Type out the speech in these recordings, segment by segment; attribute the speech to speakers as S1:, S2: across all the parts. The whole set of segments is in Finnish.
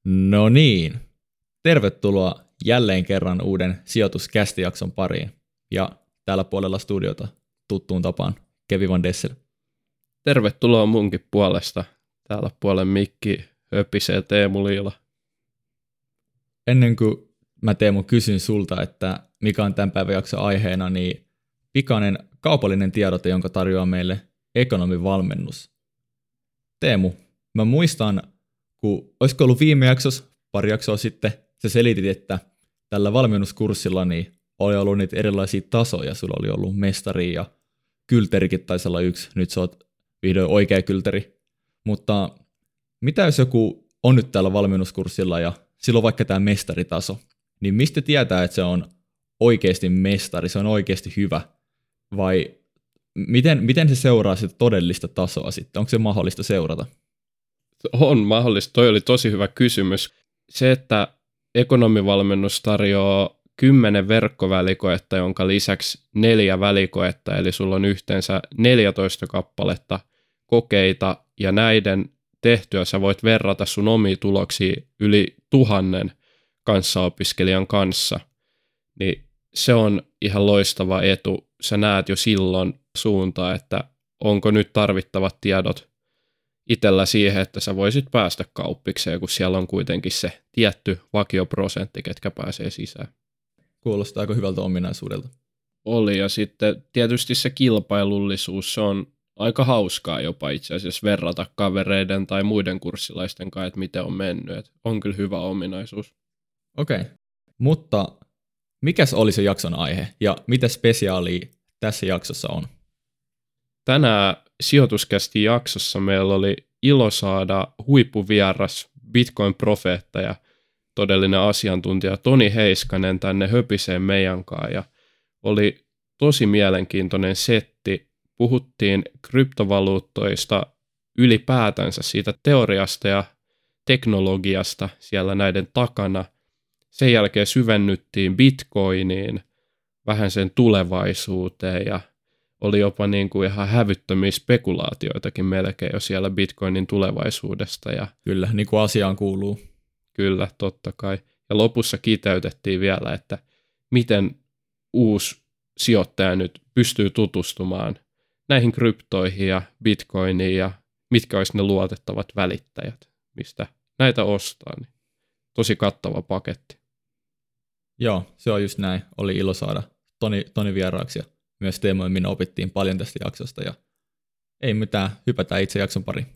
S1: No niin, tervetuloa jälleen kerran uuden sijoituskästijakson pariin. Ja täällä puolella studiota tuttuun tapaan Kevin Van Dessel.
S2: Tervetuloa munkin puolesta. Täällä puolen mikki höpisee Teemu Liila.
S1: Ennen kuin mä Teemu kysyn sulta, että mikä on tämän päivän jakson aiheena, niin pikainen kaupallinen tiedote, jonka tarjoaa meille ekonomivalmennus. Teemu, mä muistan, kun olisiko ollut viime jaksossa, pari jaksoa sitten, sä selitit, että tällä valmennuskurssilla niin oli ollut niitä erilaisia tasoja. Sulla oli ollut mestari ja kylterikin taisi olla yksi. Nyt sä oot vihdoin oikea kylteri. Mutta mitä jos joku on nyt täällä valmennuskurssilla ja sillä on vaikka tämä mestaritaso, niin mistä tietää, että se on oikeasti mestari, se on oikeasti hyvä? Vai miten se seuraa sitä todellista tasoa sitten? Onko se mahdollista seurata?
S2: On mahdollista. Toi oli tosi hyvä kysymys. Se, että ekonomivalmennus tarjoaa 10 verkkovälikoetta, jonka lisäksi 4 välikoetta, eli sulla on yhteensä 14 kappaletta kokeita, ja näiden tehtyä sä voit verrata sun omia tuloksia yli 1000 kanssaopiskelijan kanssa. Niin se on ihan loistava etu. Sä näet jo silloin suuntaa, että onko nyt tarvittavat tiedot itsellä siihen, että sä voisit päästä kauppikseen, kun siellä on kuitenkin se tietty vakioprosentti, ketkä pääsee sisään.
S1: Kuulostaa aika hyvältä ominaisuudelta.
S2: Oli, ja sitten tietysti se kilpailullisuus, se on aika hauskaa jopa itse asiassa verrata kavereiden tai muiden kurssilaisten kanssa, että miten on mennyt. Et on kyllä hyvä ominaisuus.
S1: Okei, mutta mikäs oli se jakson aihe ja mitä spesiaalia tässä jaksossa on?
S2: Tänään sijoituskästi jaksossa meillä oli ilo saada huippuvieras Bitcoin-profeetta ja todellinen asiantuntija Toni Heiskanen tänne höpiseen meidän kanssa. Ja oli tosi mielenkiintoinen setti. Puhuttiin kryptovaluuttoista ylipäätänsä, siitä teoriasta ja teknologiasta siellä näiden takana. Sen jälkeen syvennyttiin Bitcoiniin, vähän sen tulevaisuuteen ja oli jopa niin kuin ihan hävyttömiä spekulaatioitakin melkein jo siellä Bitcoinin tulevaisuudesta. Ja
S1: Kyllä, niin kuin asiaan kuuluu.
S2: Kyllä, totta kai. Ja lopussa kiteytettiin vielä, että miten uusi sijoittaja nyt pystyy tutustumaan näihin kryptoihin ja Bitcoiniin ja mitkä olisi ne luotettavat välittäjät, mistä näitä ostaa. Niin tosi kattava paketti.
S1: Joo, se on just näin. Oli ilo saada Toni vieraaksi ja myös Teemu ja minä opittiin paljon tästä jaksosta ja ei mitään, hypätään itse jakson pariin.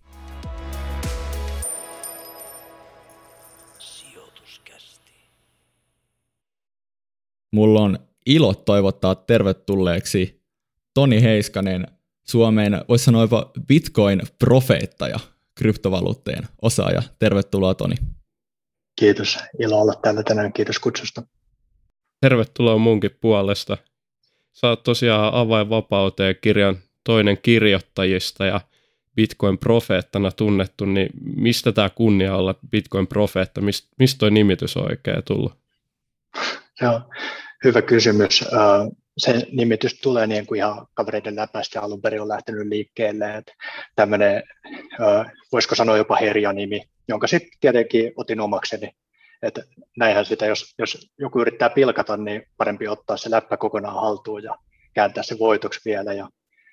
S1: Mulla on ilo toivottaa tervetulleeksi Toni Heiskanen, Suomen, voisi sanoa jopa Bitcoin-profeetta ja kryptovaluutteen osaaja. Tervetuloa Toni.
S3: Kiitos, ilo olla täällä tänään, kiitos kutsusta.
S2: Tervetuloa munkin puolesta. Sä oot tosiaan Avainvapauteen kirjan toinen kirjoittajista ja Bitcoin-profeettana tunnettu, niin mistä tämä kunnia olla Bitcoin-profeetta? Mistä toi nimitys on oikein tullut?
S3: Joo, hyvä kysymys. Se nimitys tulee niin kuin ihan kavereiden läpäistä alun perin on lähtenyt liikkeelle. Että tämmöinen, voisiko sanoa jopa herjanimi, jonka sitten tietenkin otin omakseni. Että näinhän sitä, jos joku yrittää pilkata, niin parempi ottaa se läppä kokonaan haltuun ja kääntää se voitoksi vielä. Ja,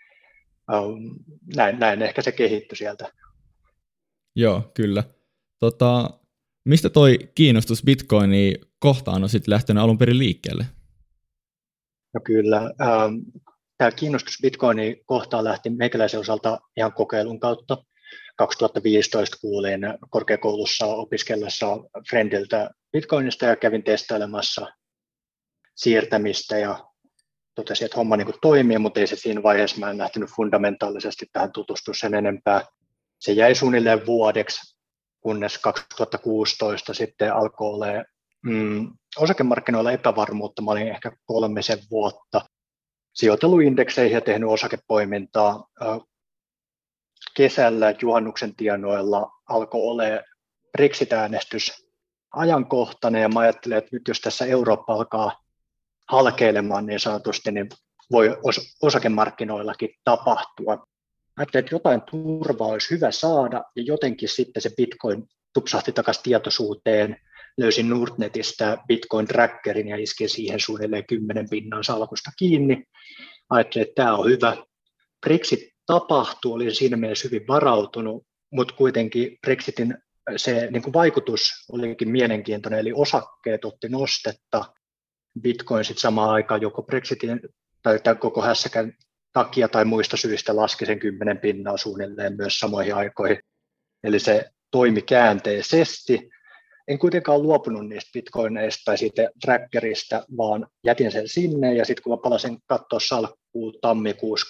S3: näin ehkä se kehittyi sieltä.
S1: Joo, kyllä. Mistä toi kiinnostus Bitcoinia kohtaan on sitten lähtenyt alun perin liikkeelle?
S3: No kyllä. Tämä kiinnostus Bitcoinin kohtaan lähti meikäläisen osalta ihan kokeilun kautta. 2015 kuulin korkeakoulussa opiskellessa friendiltä Bitcoinista ja kävin testailemassa siirtämistä ja totesin, että homma niin kuin toimii, mutta ei se siinä vaiheessa, mä en lähtenyt fundamentaalisesti tähän tutustua sen enempää. Se jäi suunnilleen vuodeksi, kunnes 2016 sitten alkoi olemaan osakemarkkinoilla epävarmuutta. Mä olin ehkä 3 vuotta sijoitellut indekseihin ja tehnyt osakepoimintaa. Kesällä juhannuksen tienoilla alkoi olemaan Brexit-äänestys ajankohtainen ja mä ajattelin, että nyt jos tässä Eurooppa alkaa halkeilemaan niin sanotusti, niin voi osakemarkkinoillakin tapahtua. Ajattelin, että jotain turvaa olisi hyvä saada ja jotenkin sitten se Bitcoin tupsahti takaisin tietoisuuteen, löysin Nordnetistä Bitcoin-trackerin ja iskin siihen suunnilleen 10 pinnan salkusta kiinni. Ajattelin, että tämä on hyvä. Brexit tapahtui, olin siinä mielessä hyvin varautunut, mutta kuitenkin Brexitin se niin kuin vaikutus olikin mielenkiintoinen, eli osakkeet otti nostetta. Bitcoin sitten samaan aikaan joko Brexitin tai tämän koko hässäkän takia tai muista syistä laski sen 10 pinnaa suunnilleen myös samoihin aikoihin. Eli se toimi käänteisesti. En kuitenkaan luopunut niistä bitcoineista tai siitä trackerista, vaan jätin sen sinne. Ja sitten kun mä palasin katsoa salkkuun tammikuussa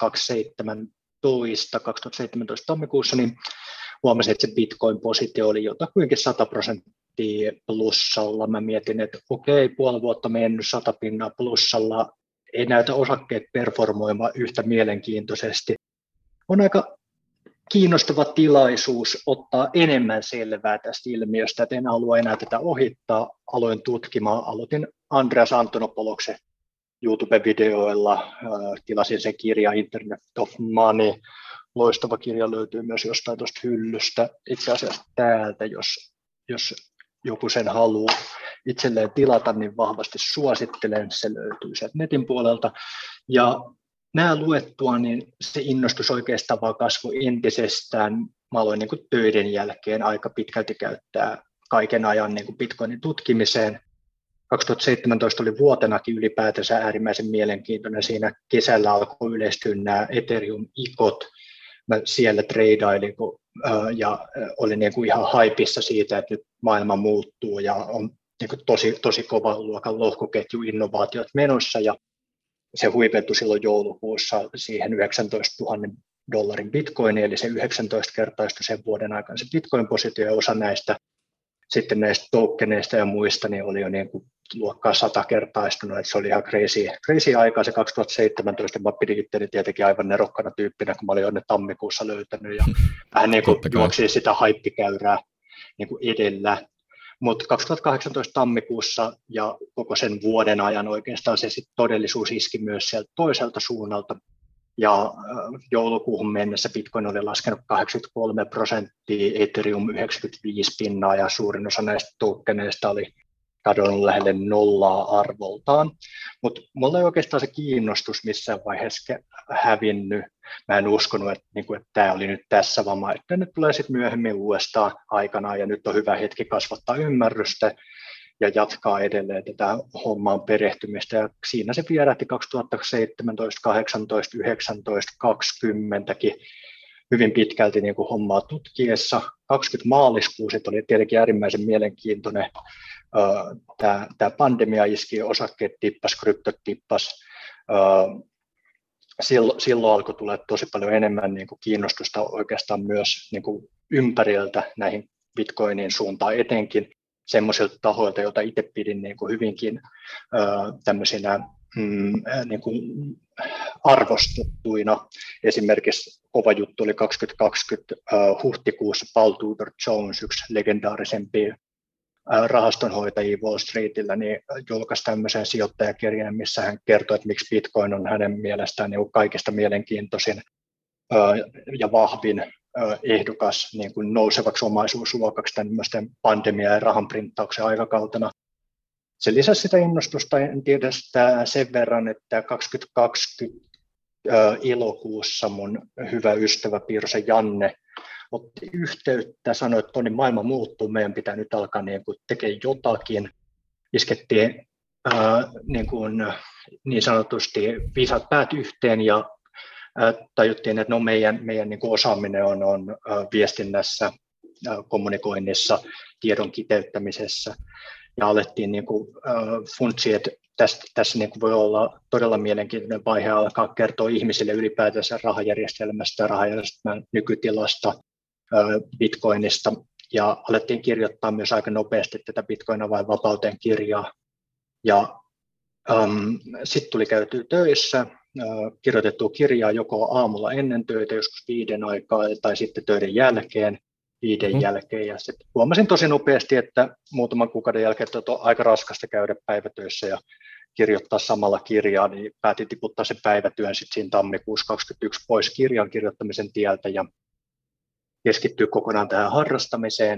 S3: 2017 tammikuussa, niin huomasin, että se Bitcoin-positio oli jotakuinkin 100% plussalla. Mä mietin, että okei, puoli vuotta mennyt 100 pinnaa plussalla, ei näytä osakkeet performoimaan yhtä mielenkiintoisesti. On aika kiinnostava tilaisuus ottaa enemmän selvää tästä ilmiöstä, että en halua enää tätä ohittaa. Aloin tutkimaan, aloitin Andreas Antonopoloksen YouTube-videoilla, tilasin sen kirja Internet of Money. Loistava kirja löytyy myös jostain tuosta hyllystä, itse asiassa täältä, jos joku sen haluaa itselleen tilata, niin vahvasti suosittelen, se löytyy sieltä netin puolelta. Ja nämä luettua, niin se innostus oikeastaan vaan kasvoi entisestään. Mä aloin niin kuin töiden jälkeen aika pitkälti käyttää kaiken ajan niin kuin Bitcoinin tutkimiseen. 2017 oli vuotenakin ylipäätänsä äärimmäisen mielenkiintoinen. Siinä kesällä alkoi yleistyä nämä Ethereum-ikot. Mä siellä treidailin ja olin niin kuin ihan haipissa siitä, että nyt maailma muuttuu ja on niin kuin tosi kova luokan lohkoketjuinnovaatiot menossa. Ja se huipentui silloin joulukuussa siihen 19 000 dollarin bitcoiniin, eli se 19-kertaistui sen vuoden aikana se bitcoin-positio, ja osa näistä sitten näistä tokeneista ja muista niin oli jo niin kuin luokkaa 100-kertaistunut, että se oli ihan crazy aikaa se 2017, mä pidin itteni tietenkin aivan nerokkana tyyppinä, kun mä olin jo ne tammikuussa löytänyt, ja vähän niin kuin juoksin sitä haippikäyrää niin kuin edellä. Mutta 2018 tammikuussa ja koko sen vuoden ajan oikeastaan se sit todellisuus iski myös sieltä toiselta suunnalta. Ja joulukuuhun mennessä Bitcoin oli laskenut 83%, Ethereum 95% ja suurin osa näistä tokeneista oli kadonnut lähelle nollaa arvoltaan. Mutta mulla ei oikeastaan se kiinnostus missään vaiheessa hävinnyt. Mä en uskonut, että tämä oli nyt tässä, vaan että nyt tulee sitten myöhemmin uudestaan aikanaan ja nyt on hyvä hetki kasvattaa ymmärrystä ja jatkaa edelleen tätä hommaan perehtymistä. Ja siinä se vierähti 2017, 18, 19, 20kin hyvin pitkälti niin kuin hommaa tutkiessa. 20 maaliskuussa oli tietenkin äärimmäisen mielenkiintoinen. Tämä pandemia iski, osakkeet tippas, kryptot tippas. Silloin alkoi tulla tosi paljon enemmän niin kuin kiinnostusta oikeastaan myös niin kuin ympäriltä näihin Bitcoinin suuntaan etenkin semmoisilta tahoilta, joita itse pidin niin kuin hyvinkin tämmöisinä niin kuin arvostettuina. Esimerkiksi kova juttu oli 2020 huhtikuussa Paul Tudor Jones, yksi legendaarisempia rahastonhoitajia Wall Streetillä, niin julkaisi tämmöisen sijoittajakirjan, missä hän kertoi, että miksi Bitcoin on hänen mielestään niin kaikista mielenkiintoisin ja vahvin ehdokas niin kuin nousevaksi omaisuusluokaksi tämmöisten pandemia- ja rahanprinttauksen aikakautena. Se lisäsi sitä innostusta, en tiedä sitä sen verran, että 2020 elokuussa mun hyvä ystävä Piirosen Janne otti yhteyttä, sanoi, että Toni, maailma muuttuu, meidän pitää nyt alkaa tekemään jotakin. Iskettiin niin sanotusti viisaat päät yhteen ja tajuttiin, että no meidän niin kuin osaaminen on viestinnässä, kommunikoinnissa, tiedon kiteyttämisessä. Ja alettiin niin kuin funtsia, että tässä niin kuin voi olla todella mielenkiintoinen vaihe alkaa kertoa ihmisille ylipäätänsä rahajärjestelmästä ja rahajärjestelmän nykytilasta, Bitcoinista. Ja alettiin kirjoittaa myös aika nopeasti tätä Bitcoin avain vapauteen kirjaa. Ja sitten tuli käytyä töissä, kirjoitettua kirjaa joko aamulla ennen töitä, joskus 5 aikaa, tai sitten töiden jälkeen. 5 jälkeen, ja sitten huomasin tosi nopeasti, että muutaman kuukauden jälkeen että on aika raskasta käydä päivätöissä ja kirjoittaa samalla kirjaa, niin päätin tiputtaa sen päivätyön sitten siinä tammikuussa 2021 pois kirjan kirjoittamisen tieltä ja keskittyä kokonaan tähän harrastamiseen.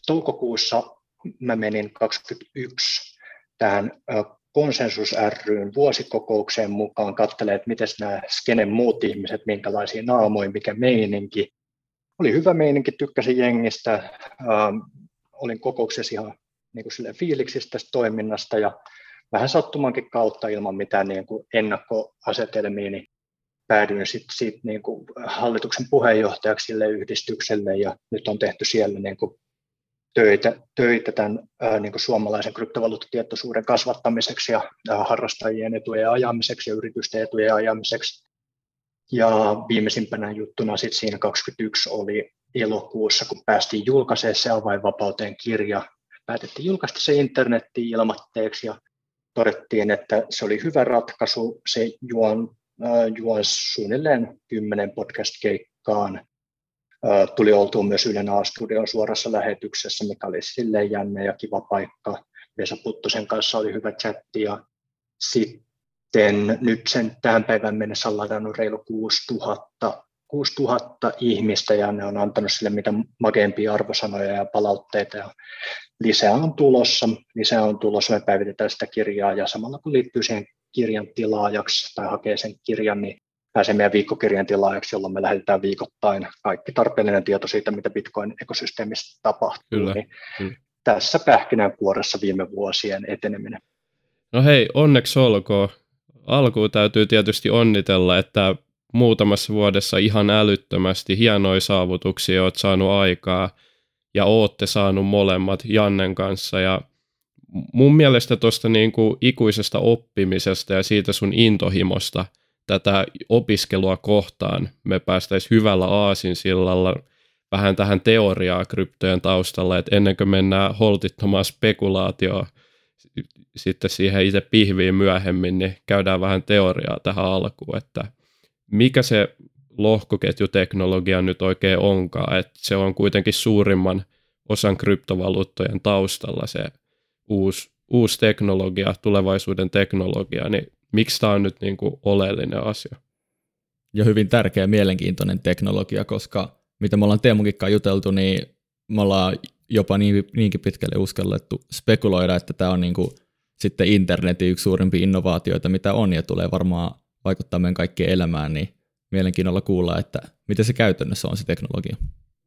S3: toukokuussa mä menin 2021 tähän Konsensus ry:n vuosikokoukseen mukaan katselemaan, että miten nämä skenen muut ihmiset, minkälaisia naamoja, mikä meininki. Oli hyvä meininki, tykkäsin jengistä, olin kokouksessa ihan niin kuin fiiliksissä tästä toiminnasta ja vähän sattumankin kautta ilman mitään niin kuin ennakkoasetelmia, niin päädyin sitten niin kuin hallituksen puheenjohtajaksi sille yhdistykselle ja nyt on tehty siellä niin kuin töitä tämän niin kuin suomalaisen kryptovaluuttatietoisuuden kasvattamiseksi ja harrastajien etujen ajamiseksi ja yritysten etujen ajamiseksi. Ja viimeisimpänä juttuna sitten siinä 2021 oli elokuussa, kun päästiin julkaisemaan se Avainvapauteen kirja. Päätettiin julkaista se internettiin ilmatteeksi ja todettiin, että se oli hyvä ratkaisu. Se juonsi suunnilleen 10 podcast-keikkaan. Tuli oltua myös Ylen A-studion suorassa lähetyksessä, mikä oli silleen jännä ja kiva paikka. Vesa Puttosen kanssa oli hyvä chatti ja sitten nyt sen tähän päivään mennessä on ladannut reilu 6000 ihmistä ja ne on antanut sille mitä mageimpia arvosanoja ja palautteita ja lisää on tulossa. Me päivitetään sitä kirjaa ja samalla kun liittyy siihen kirjan tilaajaksi tai hakee sen kirjan, niin pääsee meidän viikkokirjan tilaajaksi, jolloin me lähetetään viikoittain kaikki tarpeellinen tieto siitä, mitä Bitcoin-ekosysteemissä tapahtuu.
S2: Kyllä.
S3: Tässä pähkinänkuoressa viime vuosien eteneminen.
S2: No hei, onneksi olkoon. Alkuun täytyy tietysti onnitella, että muutamassa vuodessa ihan älyttömästi hienoja saavutuksia olet saanut aikaa ja ootte saanut molemmat Jannen kanssa. Ja mun mielestä tuosta niinku ikuisesta oppimisesta ja siitä sun intohimosta tätä opiskelua kohtaan me päästäisiin hyvällä aasinsillalla vähän tähän teoriaa kryptojen taustalla, että ennen kuin mennään holtittomaan spekulaatioon sitten siihen itse pihviin myöhemmin, niin käydään vähän teoriaa tähän alkuun, että mikä se lohkoketjuteknologia nyt oikein onkaan, että se on kuitenkin suurimman osan kryptovaluuttojen taustalla se uusi teknologia, tulevaisuuden teknologia, niin miksi tämä on nyt niin kuin oleellinen asia?
S1: Ja hyvin tärkeä ja mielenkiintoinen teknologia, koska mitä me ollaan Teemunkin kanssa juteltu, niin me ollaan jopa niinkin pitkälle uskallettu spekuloida, että tämä on niin kuin sitten internetin yksi suurimpia innovaatioita, mitä on, ja tulee varmaan vaikuttaa meidän kaikkien elämään, niin mielenkiinnolla kuulla, että miten se käytännössä on se teknologia.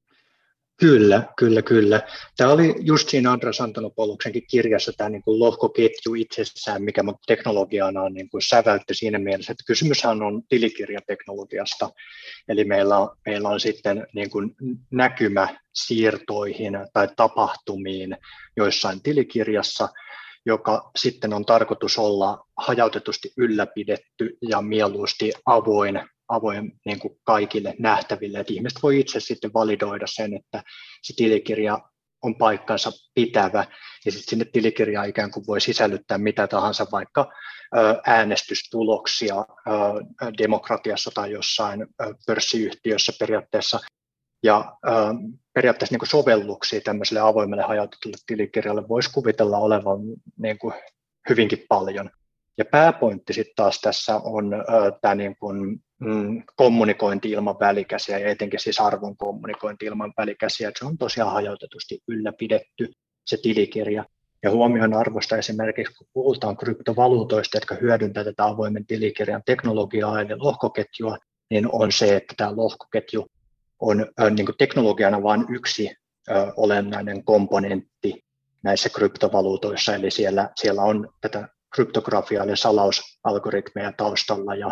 S3: Kyllä. Tämä oli just siinä Andras Antonopouluksenkin kirjassa tämä niin kuin lohkoketju itsessään, mikä teknologiana on niin kuin säväytti siinä mielessä, että kysymyshän on tilikirjateknologiasta, eli meillä on sitten niin kuin näkymä siirtoihin tai tapahtumiin joissain tilikirjassa, joka sitten on tarkoitus olla hajautetusti ylläpidetty ja mieluusti avoin niin kuin kaikille nähtäville, että ihmiset voi itse sitten validoida sen, että se tilikirja on paikkansa pitävä, ja sitten sinne tilikirjaan ikään kuin voi sisällyttää mitä tahansa, vaikka äänestystuloksia demokratiassa tai jossain pörssiyhtiössä periaatteessa, ja periaatteessa niin kuin sovelluksia tämmöiselle avoimelle hajautetulle tilikirjalle voisi kuvitella olevan niin kuin hyvinkin paljon. Ja pääpointti sitten taas tässä on tämä niin kuin kommunikointi ilman välikäsiä ja etenkin siis arvon kommunikointi ilman välikäsiä, että se on tosiaan hajautetusti ylläpidetty se tilikirja. Ja huomioon arvosta esimerkiksi, kun puhutaan kryptovaluutoista, jotka hyödyntää tätä avoimen tilikirjan teknologiaa eli lohkoketjua, niin on se, että tämä lohkoketju on niin kuin teknologiana vain yksi olennainen komponentti näissä kryptovaluutoissa, eli siellä on tätä kryptografiaa eli salausalgoritmeja taustalla ja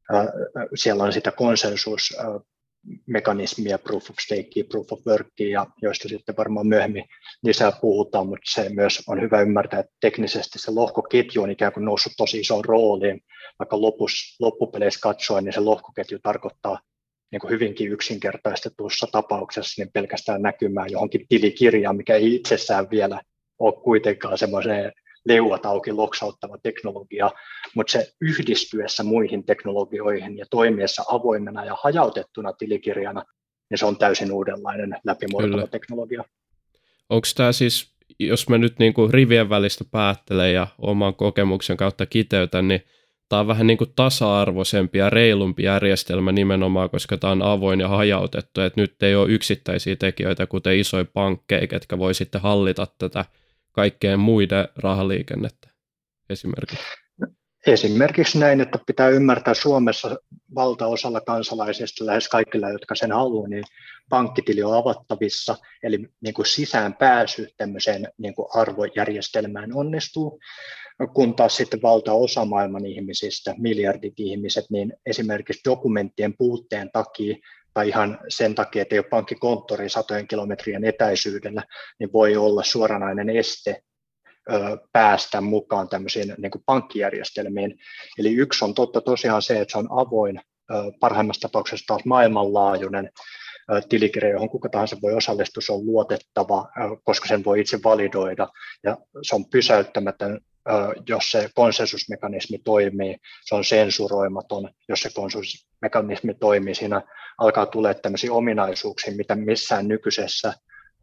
S3: siellä on sitä konsensusmekanismia, proof of stake, proof of workia, joista sitten varmaan myöhemmin lisää puhutaan, mutta se myös on hyvä ymmärtää, että teknisesti se lohkoketju on ikään kuin noussut tosi isoon rooliin, vaikka loppupeleissä katsoen, niin se lohkoketju tarkoittaa niin kuin hyvinkin yksinkertaistetussa tapauksessa niin pelkästään näkymää johonkin tilikirjaan, mikä ei itsessään vielä ole kuitenkaan semmoiseen leuat auki loksauttava teknologia, mutta se yhdistyessä muihin teknologioihin ja toimiessa avoimena ja hajautettuna tilikirjana, niin se on täysin uudenlainen läpimurtava teknologia.
S2: Onko tämä siis, jos mä nyt niin kuin rivien välistä päättelen ja oman kokemuksen kautta kiteytän, niin tämä on vähän niin kuin tasa-arvoisempi ja reilumpi järjestelmä nimenomaan, koska tämä on avoin ja hajautettu, että nyt ei ole yksittäisiä tekijöitä, kuten isoja pankkeja, jotka voi sitten hallita tätä kaikkeen muiden rahaliikennettä esimerkiksi.
S3: Esimerkiksi näin, että pitää ymmärtää Suomessa valtaosalla kansalaisista, lähes kaikilla, jotka sen haluaa, niin pankkitili on avattavissa, eli niin kuin sisäänpääsy tämmöiseen niin kuin arvojärjestelmään onnistuu, kun taas sitten valtaosa maailman ihmisistä, miljardit ihmiset, niin esimerkiksi dokumenttien puutteen takia tai ihan sen takia, että ei ole pankkikonttori satojen kilometrien etäisyydellä, niin voi olla suoranainen este päästä mukaan tämmöisiin niin kuin pankkijärjestelmiin. Eli yksi on totta tosiaan se, että se on avoin, parhaimmassa tapauksessa taas maailmanlaajuinen tilikirja, johon kuka tahansa voi osallistua, se on luotettava, koska sen voi itse validoida, ja se on pysäyttämätön, jos se konsensusmekanismi toimii, se on sensuroimaton, jos se konsensusmekanismi toimii, siinä alkaa tulla tämmöisiä ominaisuuksia, mitä missään nykyisessä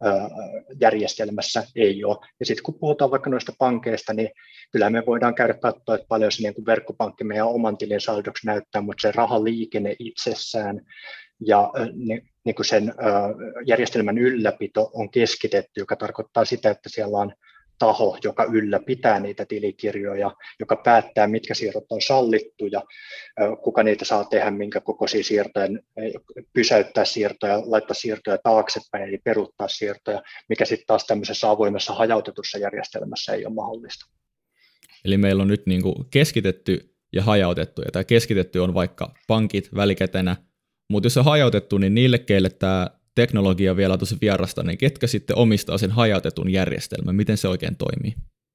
S3: järjestelmässä ei ole. Ja sitten kun puhutaan vaikka noista pankeista, niin kyllä me voidaan käydä katsoa, että paljon se niin kuin verkkopankki meidän oman tilin saldoksi näyttää, mutta se rahaliikenne itsessään ja niin kuin sen järjestelmän ylläpito on keskitetty, joka tarkoittaa sitä, että siellä on taho, joka ylläpitää niitä tilikirjoja, joka päättää, mitkä siirrot on sallittuja, kuka niitä saa tehdä, minkä kokoisia siirtoja, pysäyttää siirtoja, laittaa siirtoja taaksepäin, eli peruuttaa siirtoja, mikä sitten taas tämmöisessä avoimessa hajautetussa järjestelmässä ei ole mahdollista.
S1: Eli meillä on nyt niin kuin keskitetty ja hajautettu, ja tämä keskitetty on vaikka pankit välikätenä, mutta jos se on hajautettu, niin niille, keille tämä teknologia vielä on tosi vierasta, niin ketkä sitten omistaa sen hajautetun järjestelmän? Miten se oikein toimii?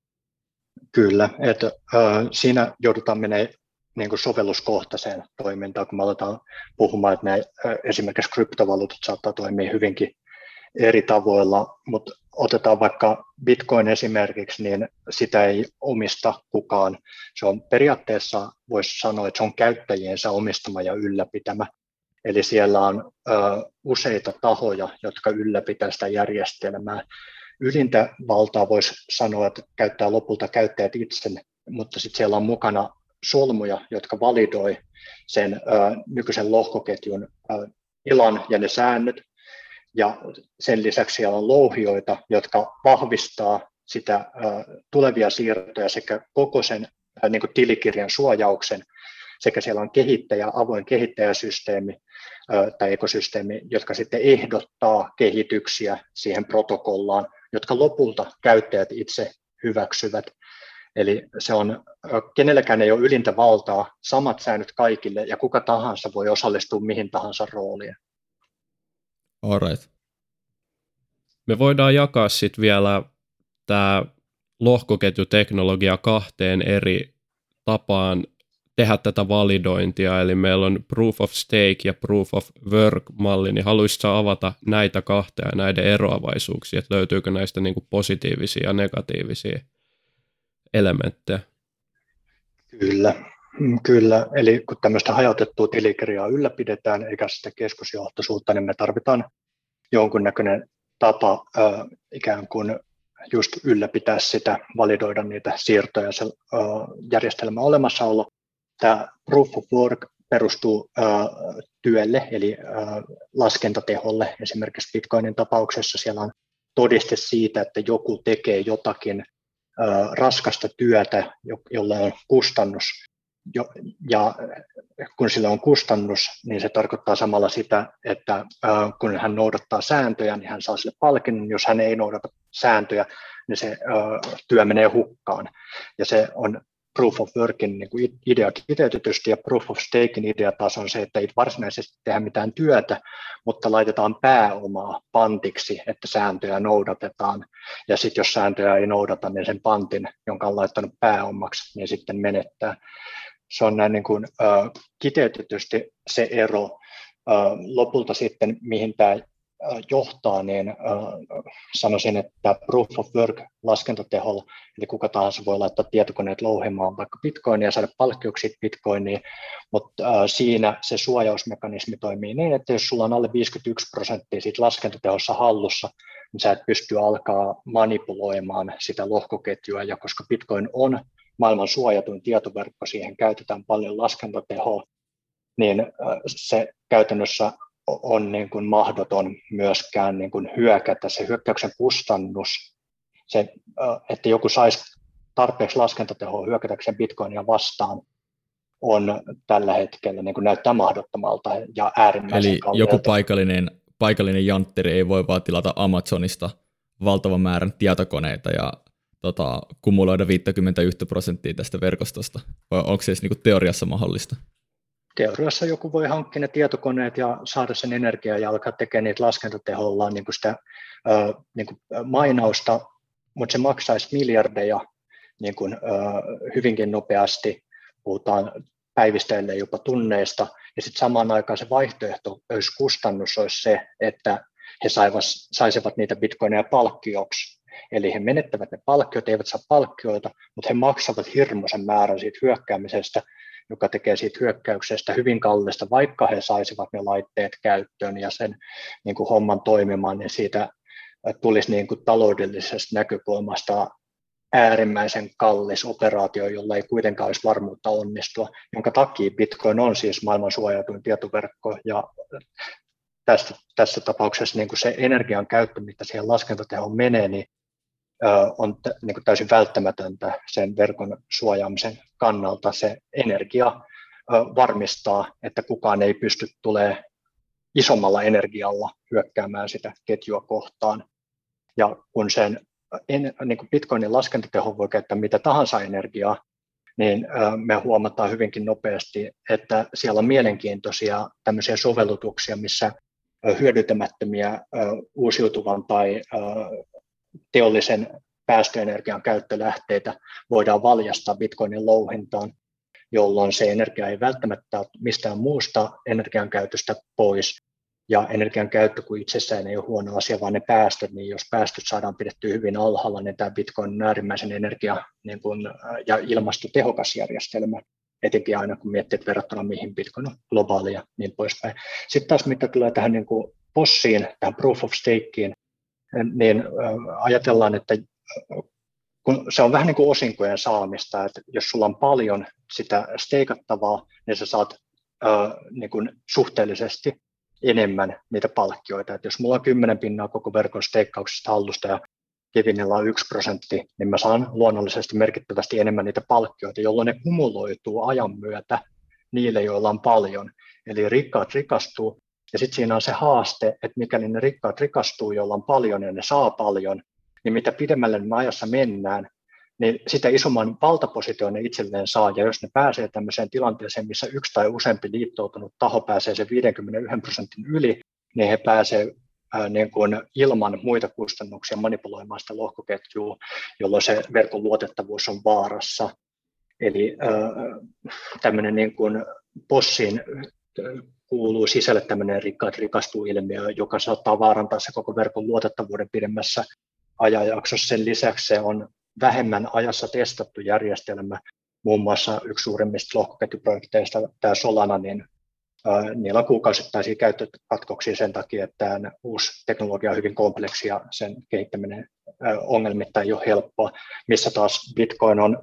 S3: Kyllä, että siinä joudutaan menemään niin kuin sovelluskohtaiseen toimintaan, kun me aletaan puhumaan, että esimerkiksi kryptovaluutat saattaa toimia hyvinkin eri tavoilla, mutta otetaan vaikka Bitcoin esimerkiksi, niin sitä ei omista kukaan. Se on periaatteessa, voisi sanoa, että se on käyttäjiensä omistama ja ylläpitämä. Eli siellä on useita tahoja, jotka ylläpitää sitä järjestelmää. Ylintä valtaa voisi sanoa, että käyttää lopulta käyttäjät itse, mutta sitten siellä on mukana solmuja, jotka validoi sen nykyisen lohkoketjun ilan ja ne säännöt. Ja sen lisäksi siellä on louhijoita, jotka vahvistaa sitä tulevia siirtoja sekä koko sen niin kuin tilikirjan suojauksen, sekä siellä on avoin kehittäjäsysteemi tai ekosysteemi, jotka sitten ehdottaa kehityksiä siihen protokollaan, jotka lopulta käyttäjät itse hyväksyvät. Eli se on, kenelläkään ei ole ylintä valtaa, samat säännöt kaikille, ja kuka tahansa voi osallistua mihin tahansa rooliin.
S1: All right.
S2: Me voidaan jakaa sitten vielä tämä lohkoketjuteknologia kahteen eri tapaan tehdä tätä validointia, eli meillä on proof of stake ja proof of work-malli, niin haluaisitko avata näitä kahta ja näiden eroavaisuuksia, että löytyykö näistä niin kuin positiivisia ja negatiivisia elementtejä?
S3: Kyllä. Eli kun tämmöistä hajautettua tilikirjaa ylläpidetään eikä sitä keskusjohtoisuutta, niin me tarvitaan jonkunnäköinen tapa ikään kuin just ylläpitää sitä, validoida niitä siirtoja, se järjestelmän olemassaolo. Tämä proof of work perustuu työlle, eli laskentateholle. Esimerkiksi Bitcoinin tapauksessa siellä on todiste siitä, että joku tekee jotakin raskasta työtä, jolle on kustannus. Ja kun sillä on kustannus, niin se tarkoittaa samalla sitä, että kun hän noudattaa sääntöjä, niin hän saa sille palkinnon. Jos hän ei noudata sääntöjä, niin se työ menee hukkaan. Ja se on proof of workin niin kuin idea kiteytetysti, ja proof of stakein idea taas on se, että ei varsinaisesti tehdä mitään työtä, mutta laitetaan pääomaa pantiksi, että sääntöjä noudatetaan. Ja sitten jos sääntöjä ei noudata, niin sen pantin, jonka on laittanut pääomaksi, niin sitten menettää. Se on näin niin kuin, kiteytetysti se ero. Lopulta sitten, mihin tämä johtaa, niin sanoisin, että proof of work laskentateholla, eli kuka tahansa voi laittaa tietokoneet louhimaan vaikka bitcoinia ja saada palkkioksi bitcoinia, mutta siinä se suojausmekanismi toimii niin, että jos sulla on alle 51% siitä laskentatehossa hallussa, niin sä et pysty alkaa manipuloimaan sitä lohkoketjua, ja koska bitcoin on maailman suojatuin tietoverkko, siihen käytetään paljon laskentatehoa, niin se käytännössä on niin kuin mahdoton myöskään niin kuin hyökätä. Se hyökkäyksen kustannus, se, että joku saisi tarpeeksi laskentatehoa hyökätäkseen Bitcoinia vastaan, on tällä hetkellä niin kuin näyttää mahdottomalta ja äärimmäisen kalliilta.
S1: Eli joku paikallinen jantteri ei voi vaan tilata Amazonista valtavan määrän tietokoneita ja kumuloida 51% tästä verkostosta? Vai onko se edes niin kuin teoriassa mahdollista?
S3: Teoriassa joku voi hankkia ne tietokoneet ja saada sen energiaa ja alkaa tekemään niitä laskentatehollaan niin kuin sitä niin kuin mainausta, mutta se maksaisi miljardeja niin kuin, hyvinkin nopeasti, puhutaan päivistä ellei jopa tunneista, ja sitten samaan aikaan se vaihtoehtoiskustannus olisi se, että he saisivat niitä bitcoineja palkkioksi. Eli he menettävät ne palkkiot, eivät saa palkkioita, mutta he maksavat hirmuisen määrän siitä hyökkäämisestä, joka tekee siitä hyökkäyksestä hyvin kallista, vaikka he saisivat ne laitteet käyttöön ja sen niin kuin homman toimimaan, niin siitä tulisi niin kuin taloudellisesta näkökulmasta äärimmäisen kallis operaatio, jolla ei kuitenkaan olisi varmuutta onnistua, jonka takia Bitcoin on siis maailman suojatuin tietoverkko, ja tässä tapauksessa niin kuin se energian käyttö, mitä siihen laskentatehoon menee, niin on niin kuin täysin välttämätöntä sen verkon suojaamisen kannalta. Se energia varmistaa, että kukaan ei pysty tulemaan isommalla energialla hyökkäämään sitä ketjua kohtaan. Ja kun sen niin kuin Bitcoinin laskentateho voi käyttää mitä tahansa energiaa, niin me huomataan hyvinkin nopeasti, että siellä on mielenkiintoisia tämmöisiä sovellutuksia, missä hyödyntämättömiä uusiutuvan tai teollisen päästöenergian käyttölähteitä voidaan valjastaa Bitcoinin louhintaan, jolloin se energia ei välttämättä ole mistään muusta energian käytöstä pois. Ja energian käyttö, kun itsessään ei ole huono asia, vaan ne päästöt, niin jos päästöt saadaan pidettyä hyvin alhaalla, niin tämä Bitcoin on äärimmäisen ja ilmastotehokas järjestelmä, etenkin aina kun miettii, että verrattuna mihin Bitcoin on globaali ja niin poispäin. Sitten taas mitä tulee tähän niin kuin POSiin, tähän Proof of Stakeen, niin ajatellaan, että kun se on vähän niin kuin osinkojen saamista, että jos sulla on paljon sitä steikattavaa, niin sä saat niin kuin suhteellisesti enemmän niitä palkkioita. Että jos mulla on 10% koko verkon steikkauksesta hallusta ja Kevinillä on 1%, niin mä saan luonnollisesti merkittävästi enemmän niitä palkkioita, jolloin ne kumuloituu ajan myötä niille, joilla on paljon. Eli rikkaat rikastuu. Ja sitten siinä on se haaste, että mikäli ne rikkaat rikastuu, joilla on paljon ja ne saa paljon, niin mitä pidemmälle me ajassa mennään, niin sitä isomman valtaposition ne itselleen saa. Ja jos ne pääsee tämmöiseen tilanteeseen, missä yksi tai useampi liittoutunut taho pääsee sen 51% yli, niin he pääsee niin kuin ilman muita kustannuksia manipuloimaan sitä lohkoketjua, jolloin se verkon luotettavuus on vaarassa. Eli tämmöinen niin kuin POSiin kuuluu sisälle tämmöinen rikkaat rikastuu -ilmiö, joka saattaa vaarantaa se koko verkon luotettavuuden pidemmässä ajanjaksossa. Sen lisäksi se on vähemmän ajassa testattu järjestelmä. Muun muassa yksi suurimmista lohkoketjuprojekteista, tämä Solana, niin niillä on kuukausittaisia käyttökatkoksia sen takia, että tämä uusi teknologia on hyvin kompleksi ja sen kehittäminen ongelmitta ei ole helppoa, missä taas Bitcoin on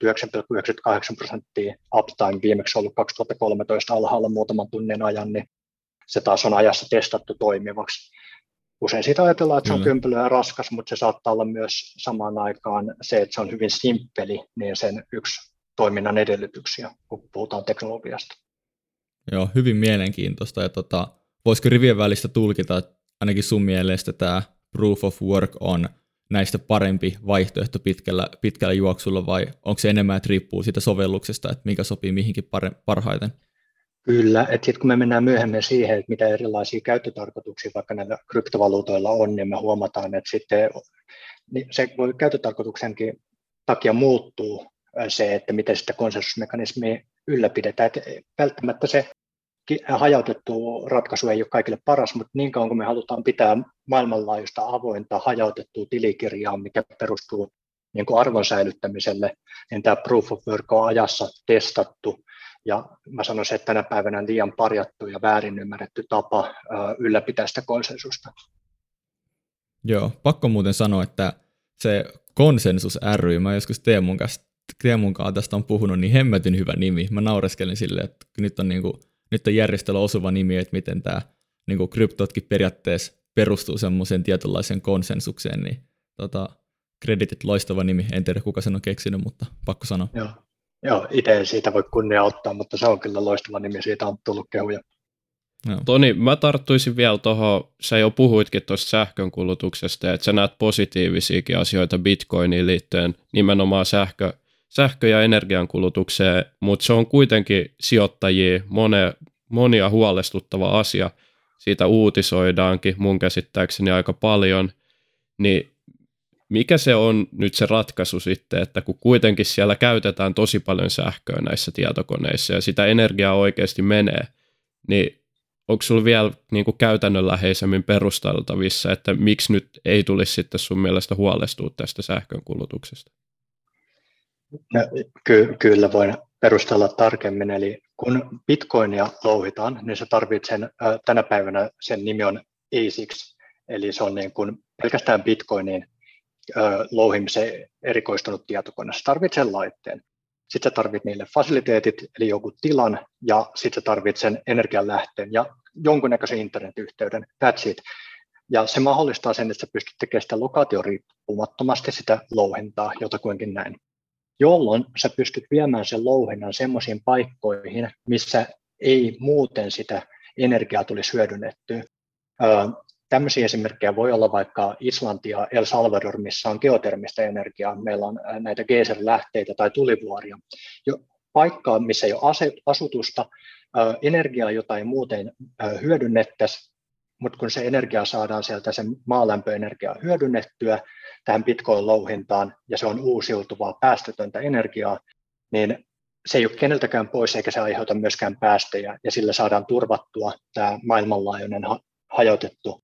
S3: 99,98% uptime, viimeksi ollut 2013 alhaalla muutaman tunnin ajan, niin se taas on ajassa testattu toimivaksi. Usein siitä ajatellaan, että se on kömpelö ja raskas, mutta se saattaa olla myös samaan aikaan se, että se on hyvin simppeli, niin sen yksi toiminnan edellytyksiä, kun puhutaan teknologiasta.
S1: Joo, hyvin mielenkiintoista. Ja voisiko rivien välistä tulkita, että ainakin sun mielestä tämä Proof of Work on näistä parempi vaihtoehto pitkällä juoksulla, vai onko se enemmän, että riippuu siitä sovelluksesta, että mikä sopii mihinkin parhaiten?
S3: Kyllä, että sitten kun me mennään myöhemmin siihen, että mitä erilaisia käyttötarkoituksia vaikka näillä kryptovaluutoilla on, niin me huomataan, että sitten se voi käyttötarkoituksenkin takia muuttuu se, että miten sitä konsensusmekanismia ylläpidetään. Että välttämättä se hajautettu ratkaisu ei ole kaikille paras, mutta niin kauan kuin me halutaan pitää maailmanlaajuista avointa hajautettua tilikirjaa, mikä perustuu niin kuin arvon säilyttämiselle, niin tämä Proof of Work on ajassa testattu. Ja mä sanoisin, että tänä päivänä on liian parjattu ja väärin ymmärretty tapa ylläpitää sitä konsensusta.
S1: Joo, pakko muuten sanoa, että se konsensus ry, mä joskus Teemun kanssa Teemun kanssa tästä on puhunut, niin hemmetin hyvä nimi. Mä naureskelin silleen, että nyt on järjestellä osuva nimi, että miten tämä niin kryptotkin periaatteessa perustuu semmoiseen tietynlaiseen konsensukseen, niin kreditit, loistava nimi. En tiedä, kuka sen on keksinyt, mutta pakko sanoa.
S3: Joo, itse ei siitä voi kunnia ottaa, mutta se on kyllä loistava nimi, siitä on tullut kehuja.
S2: Joo. Toni, mä tarttuisin vielä tuohon, sä jo puhuitkin tuosta sähkönkulutuksesta, että sä näet positiivisiakin asioita Bitcoiniin liittyen nimenomaan sähkö- ja energiankulutukseen, mutta se on kuitenkin sijoittajia monia huolestuttava asia. Siitä uutisoidaankin mun käsittääkseni aika paljon, niin mikä se on nyt se ratkaisu sitten, että kun kuitenkin siellä käytetään tosi paljon sähköä näissä tietokoneissa ja sitä energiaa oikeasti menee, niin onko sulla vielä niin kuin käytännönläheisemmin perusteltavissa, että miksi nyt ei tulisi sitten sun mielestä huolestua tästä sähkön kulutuksesta?
S3: No, kyllä voin perustella tarkemmin. Eli kun bitcoinia louhitaan, niin se tarvitsee tänä päivänä, sen nimi on ASICs, eli se on niin kuin pelkästään bitcoinin louhimiseen erikoistunut tietokone. Se tarvitsee laitteen. Sitten sä tarvit niille fasiliteetit, eli joku tilan, ja sitten sä tarvit sen energianlähteen ja jonkunnäköisen internetyhteyden. That's it. Ja se mahdollistaa sen, että sä pystyt tekemään sitä lokaatioriippumattomasti sitä louhintaa, jotakuinkin näin. Jolloin sä pystyt viemään sen louhinnan semmoisiin paikkoihin, missä ei muuten sitä energiaa tulisi hyödynnettyä. Tämmöisiä esimerkkejä voi olla vaikka Islanti ja El Salvador, missä on geotermistä energiaa. Meillä on näitä geyser-lähteitä tai tulivuoria. Paikkaa, missä ei ole asutusta, energiaa, jota ei muuten hyödynnettäisi, mutta kun se energia saadaan sieltä sen maalämpöenergiaa hyödynnettyä tähän Bitcoin-louhintaan, ja se on uusiutuvaa päästötöntä energiaa, niin se ei ole keneltäkään pois, eikä se aiheuta myöskään päästöjä, ja sillä saadaan turvattua tämä maailmanlaajuinen hajautettu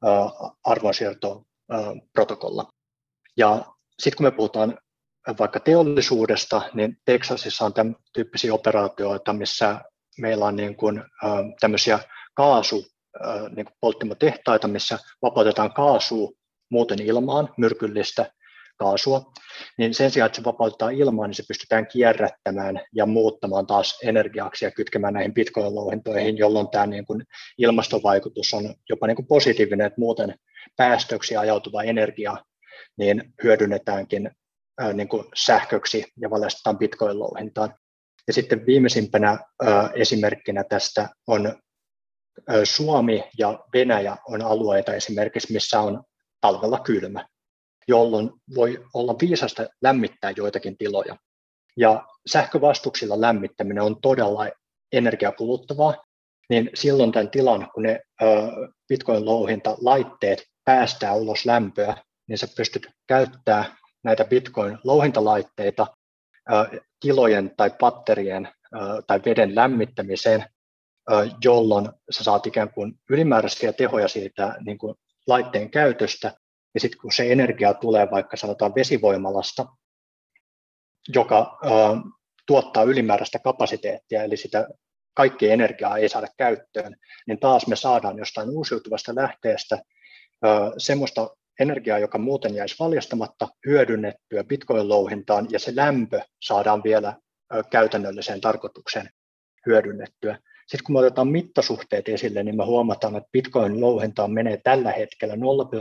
S3: arvonsiirtoprotokolla. Ja sitten kun me puhutaan vaikka teollisuudesta, niin Teksasissa on tämän tyyppisiä operaatioita, missä meillä on niin kuin, tämmöisiä niin kuin polttimotehtaita, missä vapautetaan kaasua muuten ilmaan, myrkyllistä kaasua, niin sen sijaan, että se vapautetaan ilmaan, niin se pystytään kierrättämään ja muuttamaan taas energiaksi ja kytkemään näihin Bitcoin-louhintoihin, jolloin tämä niin kuin ilmastovaikutus on jopa niin kuin positiivinen, että muuten päästöksi ajautuva energia niin hyödynnetäänkin niin kuin sähköksi ja valjastetaan Bitcoin-louhintaan. Ja sitten viimeisimpänä esimerkkinä tästä on Suomi ja Venäjä on alueita esimerkiksi, missä on talvella kylmä, jolloin voi olla viisasta lämmittää joitakin tiloja. Ja sähkövastuksilla lämmittäminen on todella energiakuluttavaa, niin silloin tämän tilan, kun ne Bitcoin-louhintalaitteet päästää ulos lämpöä, niin sä pystyt käyttämään näitä Bitcoin-louhintalaitteita tilojen tai patterien tai veden lämmittämiseen, jolloin sä saat ikään kuin ylimääräisiä tehoja siitä niin kuin laitteen käytöstä, ja sitten kun se energia tulee vaikka sanotaan vesivoimalasta, joka tuottaa ylimääräistä kapasiteettia, eli sitä kaikkea energiaa ei saada käyttöön, niin taas me saadaan jostain uusiutuvasta lähteestä semmoista energiaa, joka muuten jäisi valjastamatta, hyödynnettyä Bitcoin-louhintaan, ja se lämpö saadaan vielä käytännölliseen tarkoitukseen hyödynnettyä. Sitten kun me otetaan mittasuhteet esille, niin me huomataan, että Bitcoin-louhintaan menee tällä hetkellä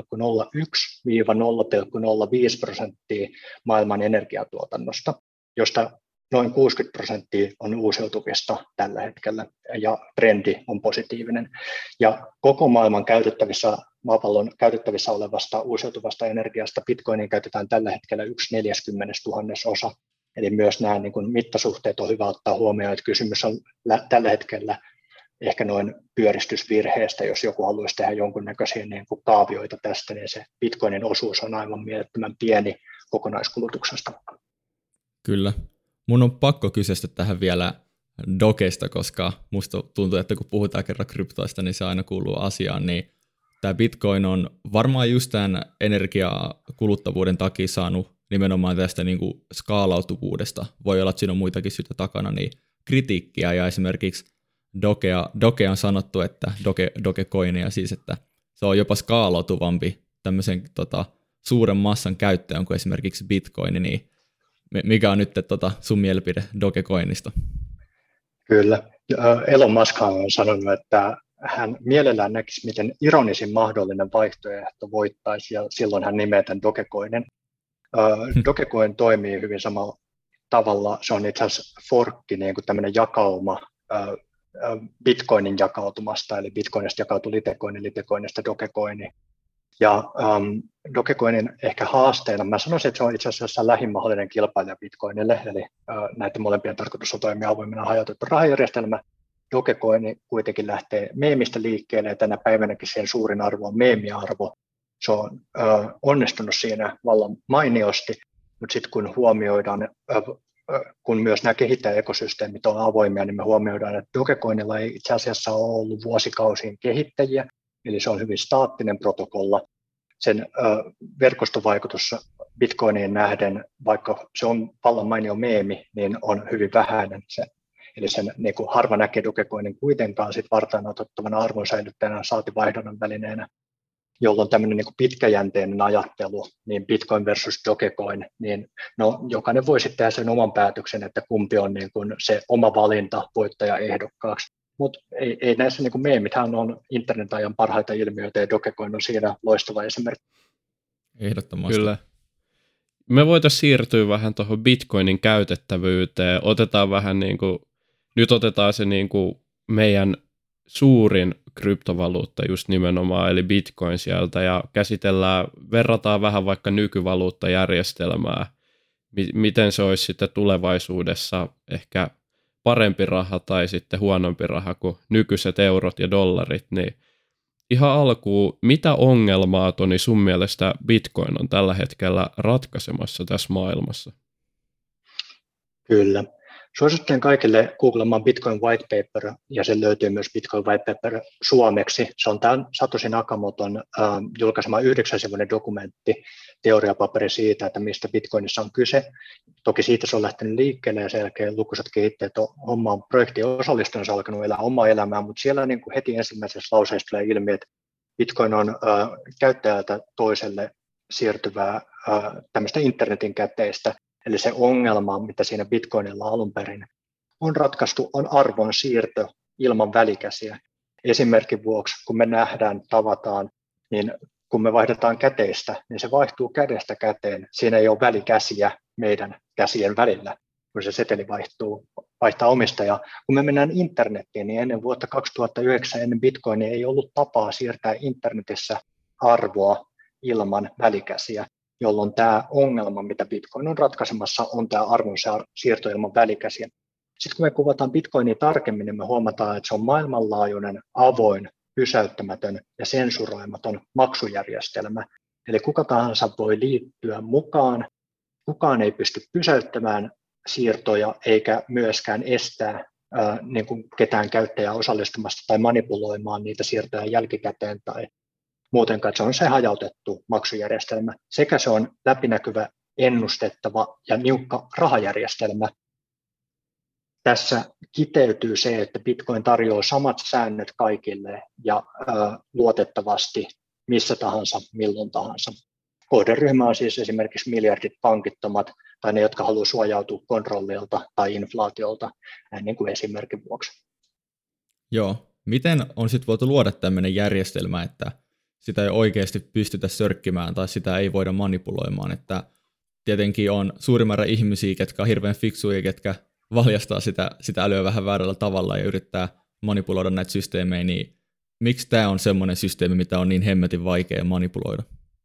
S3: 0,01–0,05% maailman energiatuotannosta, josta noin 60% on uusiutuvista tällä hetkellä, ja trendi on positiivinen. Ja koko maailman maapallon käytettävissä olevasta uusiutuvasta energiasta Bitcoiniin käytetään tällä hetkellä 1/40,000 osa. Eli myös nämä niin kuin mittasuhteet on hyvä ottaa huomioon, että kysymys on tällä hetkellä ehkä noin pyöristysvirheestä, jos joku haluaisi tehdä jonkunnäköisiä niin kuin kaavioita tästä, niin se Bitcoinin osuus on aivan mielettömän pieni kokonaiskulutuksesta.
S1: Kyllä. Mun on pakko kysyä tähän vielä Dokesta, koska musta tuntuu, että kun puhutaan kerran kryptoista, niin se aina kuuluu asiaan, niin tämä Bitcoin on varmaan just tämän energiakuluttavuuden takia saanut nimenomaan tästä niin kuin skaalautuvuudesta, voi olla, että siinä on muitakin syitä takana, niin kritiikkiä, ja esimerkiksi Doge on sanottu, että Dogecoinia siis, että se on jopa skaalautuvampi tämmöisen suuren massan käyttöön kuin esimerkiksi Bitcoin, niin Mikä on nyt sun mielipide Dogecoinista?
S3: Kyllä. Elon Musk on sanonut, että hän mielellään näkisi, miten ironisin mahdollinen vaihtoehto voittaisi, ja silloin hän nimeää tämän Dogecoinin. Dogecoin toimii hyvin samalla tavalla. Se on itse asiassa forkki, niin kuin tämmöinen jakauma Bitcoinin jakautumasta, eli Bitcoinista jakautui Litecoin, Litecoinista Dogecoin. Ja Dogecoinin ehkä haasteena, mä sanoisin, että se on itse asiassa lähin mahdollinen kilpailija Bitcoinille, eli näiden molempien tarkoitus on toimia avoimena hajautettu rahajärjestelmä. Dogecoin kuitenkin lähtee meemistä liikkeelle, ja tänä päivänäkin sen suurin arvo on meemiarvo. Se on onnistunut siinä vallan mainiosti, mutta sitten kun huomioidaan, kun myös nämä kehittäjäekosysteemit on avoimia, niin me huomioidaan, että Dogecoinilla ei itse asiassa ole ollut vuosikausiin kehittäjiä, eli se on hyvin staattinen protokolla. Sen verkostovaikutus Bitcoiniin nähden, vaikka se on vallan mainio meemi, niin on hyvin vähäinen se. Eli sen niin kuin harva näkee Dogecoinin kuitenkaan sit vartaanotettavana arvonsäilyttäjänä saati vaihdonnan välineenä, jolloin tämmöinen niin kuin pitkäjänteinen ajattelu, niin Bitcoin versus Dogecoin, niin no, jokainen voi sitten tehdä sen oman päätöksen, että kumpi on niin kuin se oma valinta voittajaehdokkaaksi. Mutta ei näissä niin kuin meemithän on internetajan parhaita ilmiöitä, ja Dogecoin on siinä loistava esimerkki.
S1: Ehdottomasti.
S2: Kyllä. Me voitaisiin siirtyä vähän tuohon Bitcoinin käytettävyyteen. Otetaan vähän niin kuin, nyt otetaan se niin kuin meidän suurin kryptovaluutta just nimenomaan, eli Bitcoin sieltä, ja verrataan vähän vaikka nykyvaluuttajärjestelmää, miten se olisi sitten tulevaisuudessa ehkä parempi raha tai sitten huonompi raha kuin nykyiset eurot ja dollarit, niin ihan alkuun, mitä ongelmaa, Toni, sun mielestä Bitcoin on tällä hetkellä ratkaisemassa tässä maailmassa?
S3: Kyllä. Suosittelen kaikille googlemaan Bitcoin White Paper, ja se löytyy myös Bitcoin White Paper suomeksi. Se on tämän Satoshi Nakamoton julkaisema 9-sivuinen dokumentti, teoriapaperi siitä, että mistä Bitcoinissa on kyse. Toki siitä se on lähtenyt liikkeelle, ja sen jälkeen lukuisat kehittäjät on omaan projektiin osallistunut, alkanut elää omaa elämää, mutta siellä niin kuin heti ensimmäisessä lauseessa tulee ilmi, että Bitcoin on käyttäjältä toiselle siirtyvää tämmöistä internetin käteistä. Eli se ongelma, mitä siinä Bitcoinilla alun perin on ratkaistu, on arvon siirto ilman välikäsiä. Esimerkin vuoksi, kun me nähdään, tavataan, niin kun me vaihdetaan käteistä, niin se vaihtuu kädestä käteen. Siinä ei ole välikäsiä meidän käsien välillä, kun se seteli vaihtaa omistajaa. Kun me mennään internettiin, niin ennen vuotta 2009, ennen Bitcoinia, ei ollut tapaa siirtää internetissä arvoa ilman välikäsiä, jolloin tämä ongelma, mitä Bitcoin on ratkaisemassa, on tämä arvon siirto ilman välikäsiä. Sitten kun me kuvataan Bitcoinia tarkemmin, niin me huomataan, että se on maailmanlaajuinen, avoin, pysäyttämätön ja sensuroimaton maksujärjestelmä. Eli kuka tahansa voi liittyä mukaan, kukaan ei pysty pysäyttämään siirtoja eikä myöskään estää niin kuin ketään käyttäjää osallistumasta tai manipuloimaan niitä siirtoja jälkikäteen tai muutenkaan. Se on se hajautettu maksujärjestelmä. Sekä se on läpinäkyvä, ennustettava ja niukka rahajärjestelmä. Tässä kiteytyy se, että Bitcoin tarjoaa samat säännöt kaikille ja luotettavasti missä tahansa, milloin tahansa. Kohderyhmä on siis esimerkiksi miljardit pankittomat tai ne, jotka haluavat suojautua kontrollilta tai inflaatiolta, näin niin kuin esimerkin vuoksi.
S1: Joo. Miten on sitten voitu luoda tämmöinen järjestelmä, että sitä ei oikeasti pystytä sörkkimään tai sitä ei voida manipuloimaan, että tietenkin on suuri määrä ihmisiä, ketkä on hirveän fiksuja, ketkä valjastaa sitä älyä vähän väärällä tavalla ja yrittää manipuloida näitä systeemejä, niin miksi tämä on semmoinen systeemi, mitä on niin hemmetin vaikea manipuloida?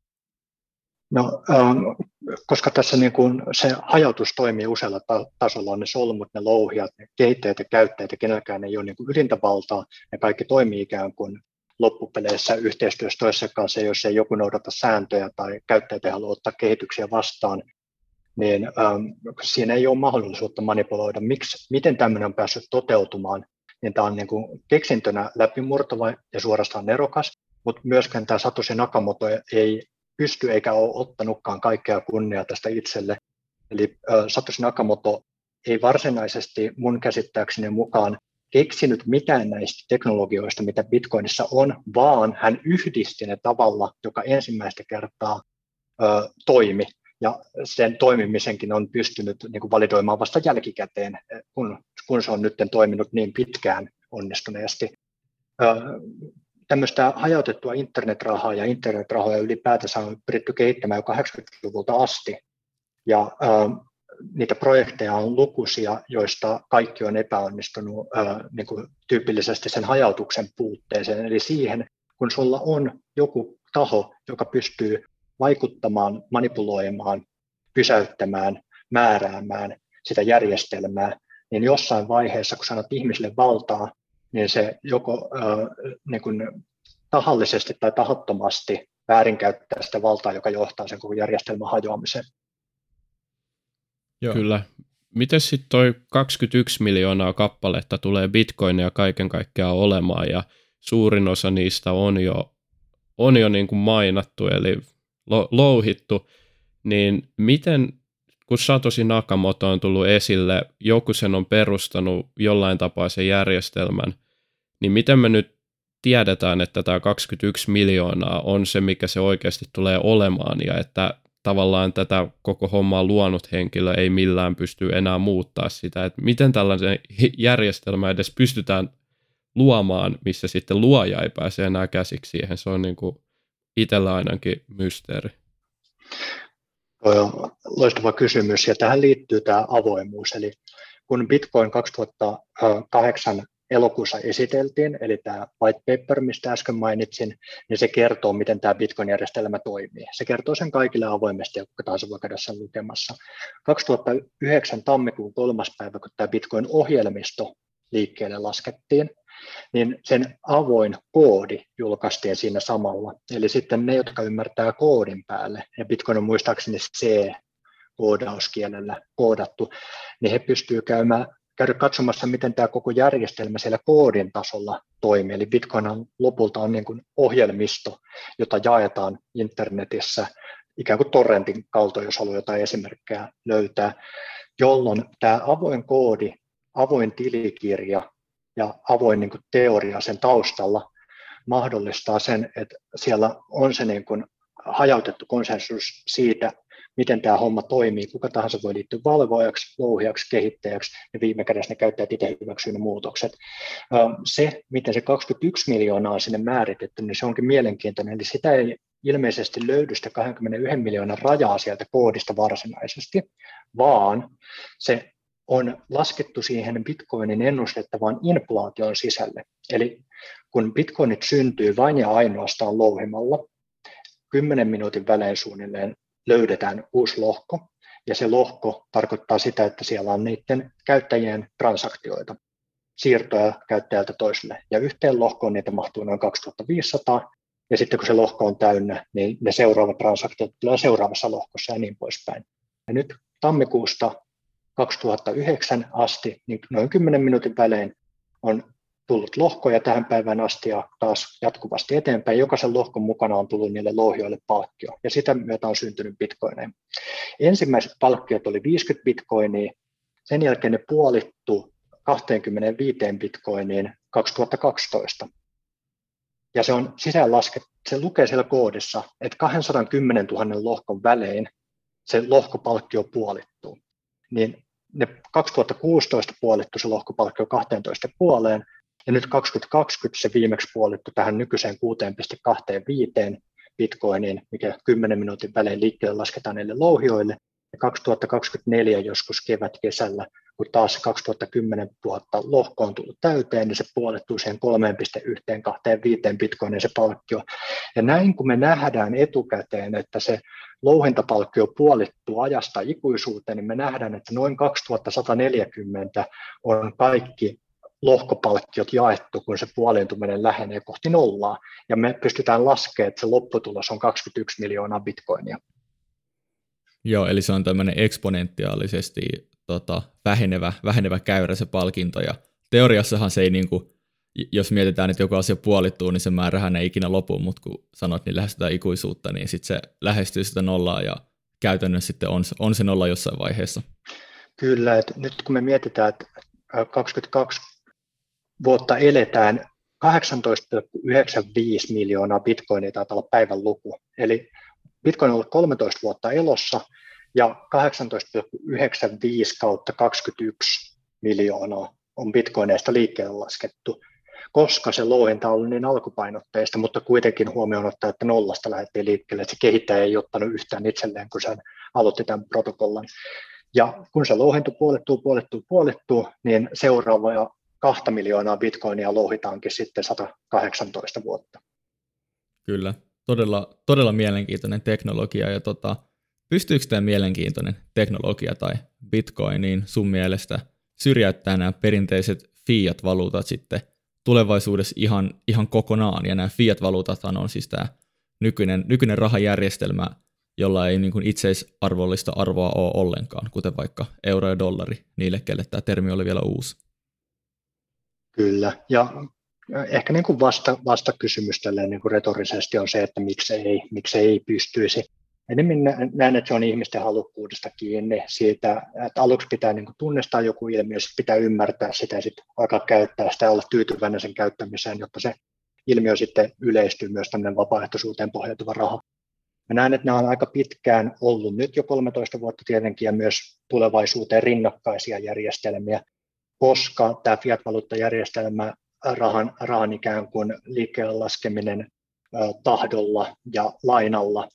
S3: No, koska tässä niin kuin se hajautus toimii usealla tasolla, on ne solmut, ne louhijat, ne kehittäjät ja käyttäjät, ja kenelläkään ei ole niin kuin ydintä valtaa, ne kaikki toimii ikään kuin loppupeleissä yhteistyössä toisen kanssa, jos ei joku noudata sääntöjä tai käyttäjät ei halua ottaa kehityksiä vastaan, niin siinä ei ole mahdollisuutta manipuloida. Miten tämmöinen on päässyt toteutumaan, niin tämä on niin kuin keksintönä läpimurtava ja suorastaan nerokas, mutta myöskään tämä Satoshi Nakamoto ei pysty eikä ole ottanutkaan kaikkea kunniaa tästä itselle. Eli Satoshi Nakamoto ei varsinaisesti mun käsittääkseni mukaan keksinyt mitään näistä teknologioista, mitä Bitcoinissa on, vaan hän yhdisti ne tavalla, joka ensimmäistä kertaa toimi. ja sen toimimisenkin on pystynyt niin kuin validoimaan vasta jälkikäteen, kun se on nyt toiminut niin pitkään onnistuneesti. Tämmöistä hajautettua internetrahaa ja internetrahoja ylipäätänsä on pyritty kehittämään jo 80-luvulta asti, ja niitä projekteja on lukuisia, joista kaikki on epäonnistunut niin kuin tyypillisesti sen hajautuksen puutteeseen, eli siihen, kun sulla on joku taho, joka pystyy vaikuttamaan, manipuloimaan, pysäyttämään, määräämään sitä järjestelmää, niin jossain vaiheessa, kun sanot ihmisille valtaa, niin se joko niin kuin tahallisesti tai tahattomasti väärinkäyttää sitä valtaa, joka johtaa sen koko järjestelmän hajoamiseen.
S2: Joo. Kyllä. Miten sitten toi 21 miljoonaa kappaletta tulee bitcoinia kaiken kaikkiaan olemaan, ja suurin osa niistä on jo niin kuin mainattu, eli louhittu, niin miten, kun Satoshi Nakamoto on tullut esille, joku sen on perustanut jollain tapaa sen järjestelmän, niin miten me nyt tiedetään, että tämä 21 miljoonaa on se, mikä se oikeasti tulee olemaan, ja että tavallaan tätä koko hommaa luonut henkilö ei millään pysty enää muuttaa sitä, että miten tällainen järjestelmä edes pystytään luomaan, missä sitten luoja ei pääse enää käsiksi siihen. Se on niin kuin itsellä ainakin mysteeri.
S3: Tuo on loistava kysymys, ja tähän liittyy tämä avoimuus. Eli kun Bitcoin 2008 elokuussa esiteltiin, eli tämä white paper, mistä äsken mainitsin, niin se kertoo, miten tämä Bitcoin-järjestelmä toimii. Se kertoo sen kaikille avoimesti, ja kuka tahansa voi käydä sen lukemassa. 2009 tammikuun 3. päivä, kun tämä Bitcoin-ohjelmisto liikkeelle laskettiin, niin sen avoin koodi julkaistiin siinä samalla. Eli sitten ne, jotka ymmärtää koodin päälle, ja Bitcoin on muistaakseni C-koodauskielellä koodattu, niin he pystyvät käydä katsomassa, miten tämä koko järjestelmä siellä koodin tasolla toimii. Eli Bitcoin lopulta on niin kuin ohjelmisto, jota jaetaan internetissä ikään kuin torrentin kautta, jos haluaa jotain esimerkkejä löytää, jolloin tämä avoin koodi, avoin tilikirja ja avoin niin kuin teoria sen taustalla mahdollistaa sen, että siellä on se niin kuin hajautettu konsensus siitä, miten tämä homma toimii. Kuka tahansa voi liittyä valvojaksi, louhijaksi, kehittäjäksi, ja viime kädessä ne käyttäjät itse hyväksyvät ne muutokset. Se, miten se 21 miljoonaa on sinne määritetty, niin se onkin mielenkiintoinen. Eli sitä ei ilmeisesti löydy sitä 21 miljoonan rajaa sieltä koodista varsinaisesti, vaan se on laskettu siihen Bitcoinin ennustettavaan inflaation sisälle. Eli kun Bitcoinit syntyy vain ja ainoastaan louhimalla, 10 minuutin välein suunnilleen löydetään uusi lohko, ja se lohko tarkoittaa sitä, että siellä on niiden käyttäjien transaktioita, siirtoja käyttäjältä toiselle, ja yhteen lohkoon niitä mahtuu noin 2500, ja sitten kun se lohko on täynnä, niin ne seuraavat transaktiot tulee seuraavassa lohkossa ja niin poispäin. Ja nyt tammikuusta 2009 asti, niin noin 10 minuutin välein on tullut lohkoja tähän päivään asti ja taas jatkuvasti eteenpäin. Jokaisen lohkon mukana on tullut niille louhijoille palkkio, ja sitä myötä on syntynyt bitcoineja. Ensimmäiset palkkiot oli 50 bitcoinia, sen jälkeen ne puolittu 25 bitcoiniin 2012. Ja se on sisäänlaskettu, se lukee siellä koodissa, että 210 000 lohkon välein se lohkopalkkio puolittuu. Niin ne 2016 puolittu se lohkopalkkio 12,5, ja nyt 2020 se viimeksi puolittu tähän nykyiseen 6,25 bitcoiniin, mikä 10 minuutin välein liikkeelle lasketaan niille louhijoille. Ja 2024 joskus kevät-kesällä, kun taas 2010 000 lohko on tullut täyteen, niin se puolittuu siihen 3,125 bitcoiniin se palkkio. Ja näin kun me nähdään etukäteen, että se louhintapalkkio puolittuu ajasta ikuisuuteen, niin me nähdään, että noin 2140 on kaikki lohkopalkkiot jaettu, kun se puoliintuminen lähenee kohti nollaa, ja me pystytään laskemaan, että se lopputulos on 21 miljoonaa bitcoinia.
S1: Joo, eli se on tämmöinen eksponentiaalisesti vähenevä käyrä se palkinto, ja teoriassahan se ei niinku, jos mietitään, että joku asia puolittuu, niin se määrähän ei ikinä lopu, mutta kun sanoit, niin lähestytään ikuisuutta, niin sitten se lähestyy sitä nollaa, ja käytännössä sitten on se nolla jossain vaiheessa.
S3: Kyllä, että nyt kun me mietitään, että 22 vuotta eletään, 18,95 miljoonaa bitcoinia taitaa olla päivän luku. Eli Bitcoin on ollut 13 vuotta elossa, ja 18,95 kautta 21 miljoonaa on bitcoineista liikkeelle laskettu, koska se louhinta on ollut niin alkupainotteista, mutta kuitenkin huomioon ottaa, että nollasta lähdettiin liikkeelle, että se kehittäjä ei ottanut yhtään itselleen, kun se aloitti tämän protokollan. Ja kun se louhintu puolittuu, niin seuraavaa 2 miljoonaa bitcoinia louhitaankin sitten 118 vuotta.
S1: Kyllä, todella mielenkiintoinen teknologia. Ja pystyykö tämä mielenkiintoinen teknologia tai bitcoiniin sun mielestä syrjäyttää nämä perinteiset fiat-valuutat sitten tulevaisuudessa ihan kokonaan? Ja nämä fiat-valuutathan on siis tämä nykyinen rahajärjestelmä, jolla ei niin kuin itseisarvollista arvoa ole ollenkaan, kuten vaikka euro ja dollari, niille, kelle tämä termi oli vielä uusi.
S3: Kyllä, ja ehkä niin kuin vastakysymys tälleen niin kuin retorisesti on se, että miksi ei pystyisi. Enemmän näen, että se on ihmisten halukkuudesta kiinni siitä, että aluksi pitää niin kuin tunnistaa joku ilmiö, sitten pitää ymmärtää sitä ja sitten alkaa käyttää sitä ja olla tyytyväinen sen käyttämiseen, jotta se ilmiö sitten yleistyy myös tämmöinen vapaaehtoisuuteen pohjautuva raha. Mä näen, että nämä on aika pitkään ollut nyt jo 13 vuotta tietenkin ja myös tulevaisuuteen rinnakkaisia järjestelmiä, koska tämä fiat-valuuttajärjestelmä, rahan ikään kuin liikkeelle laskeminen tahdolla ja lainalla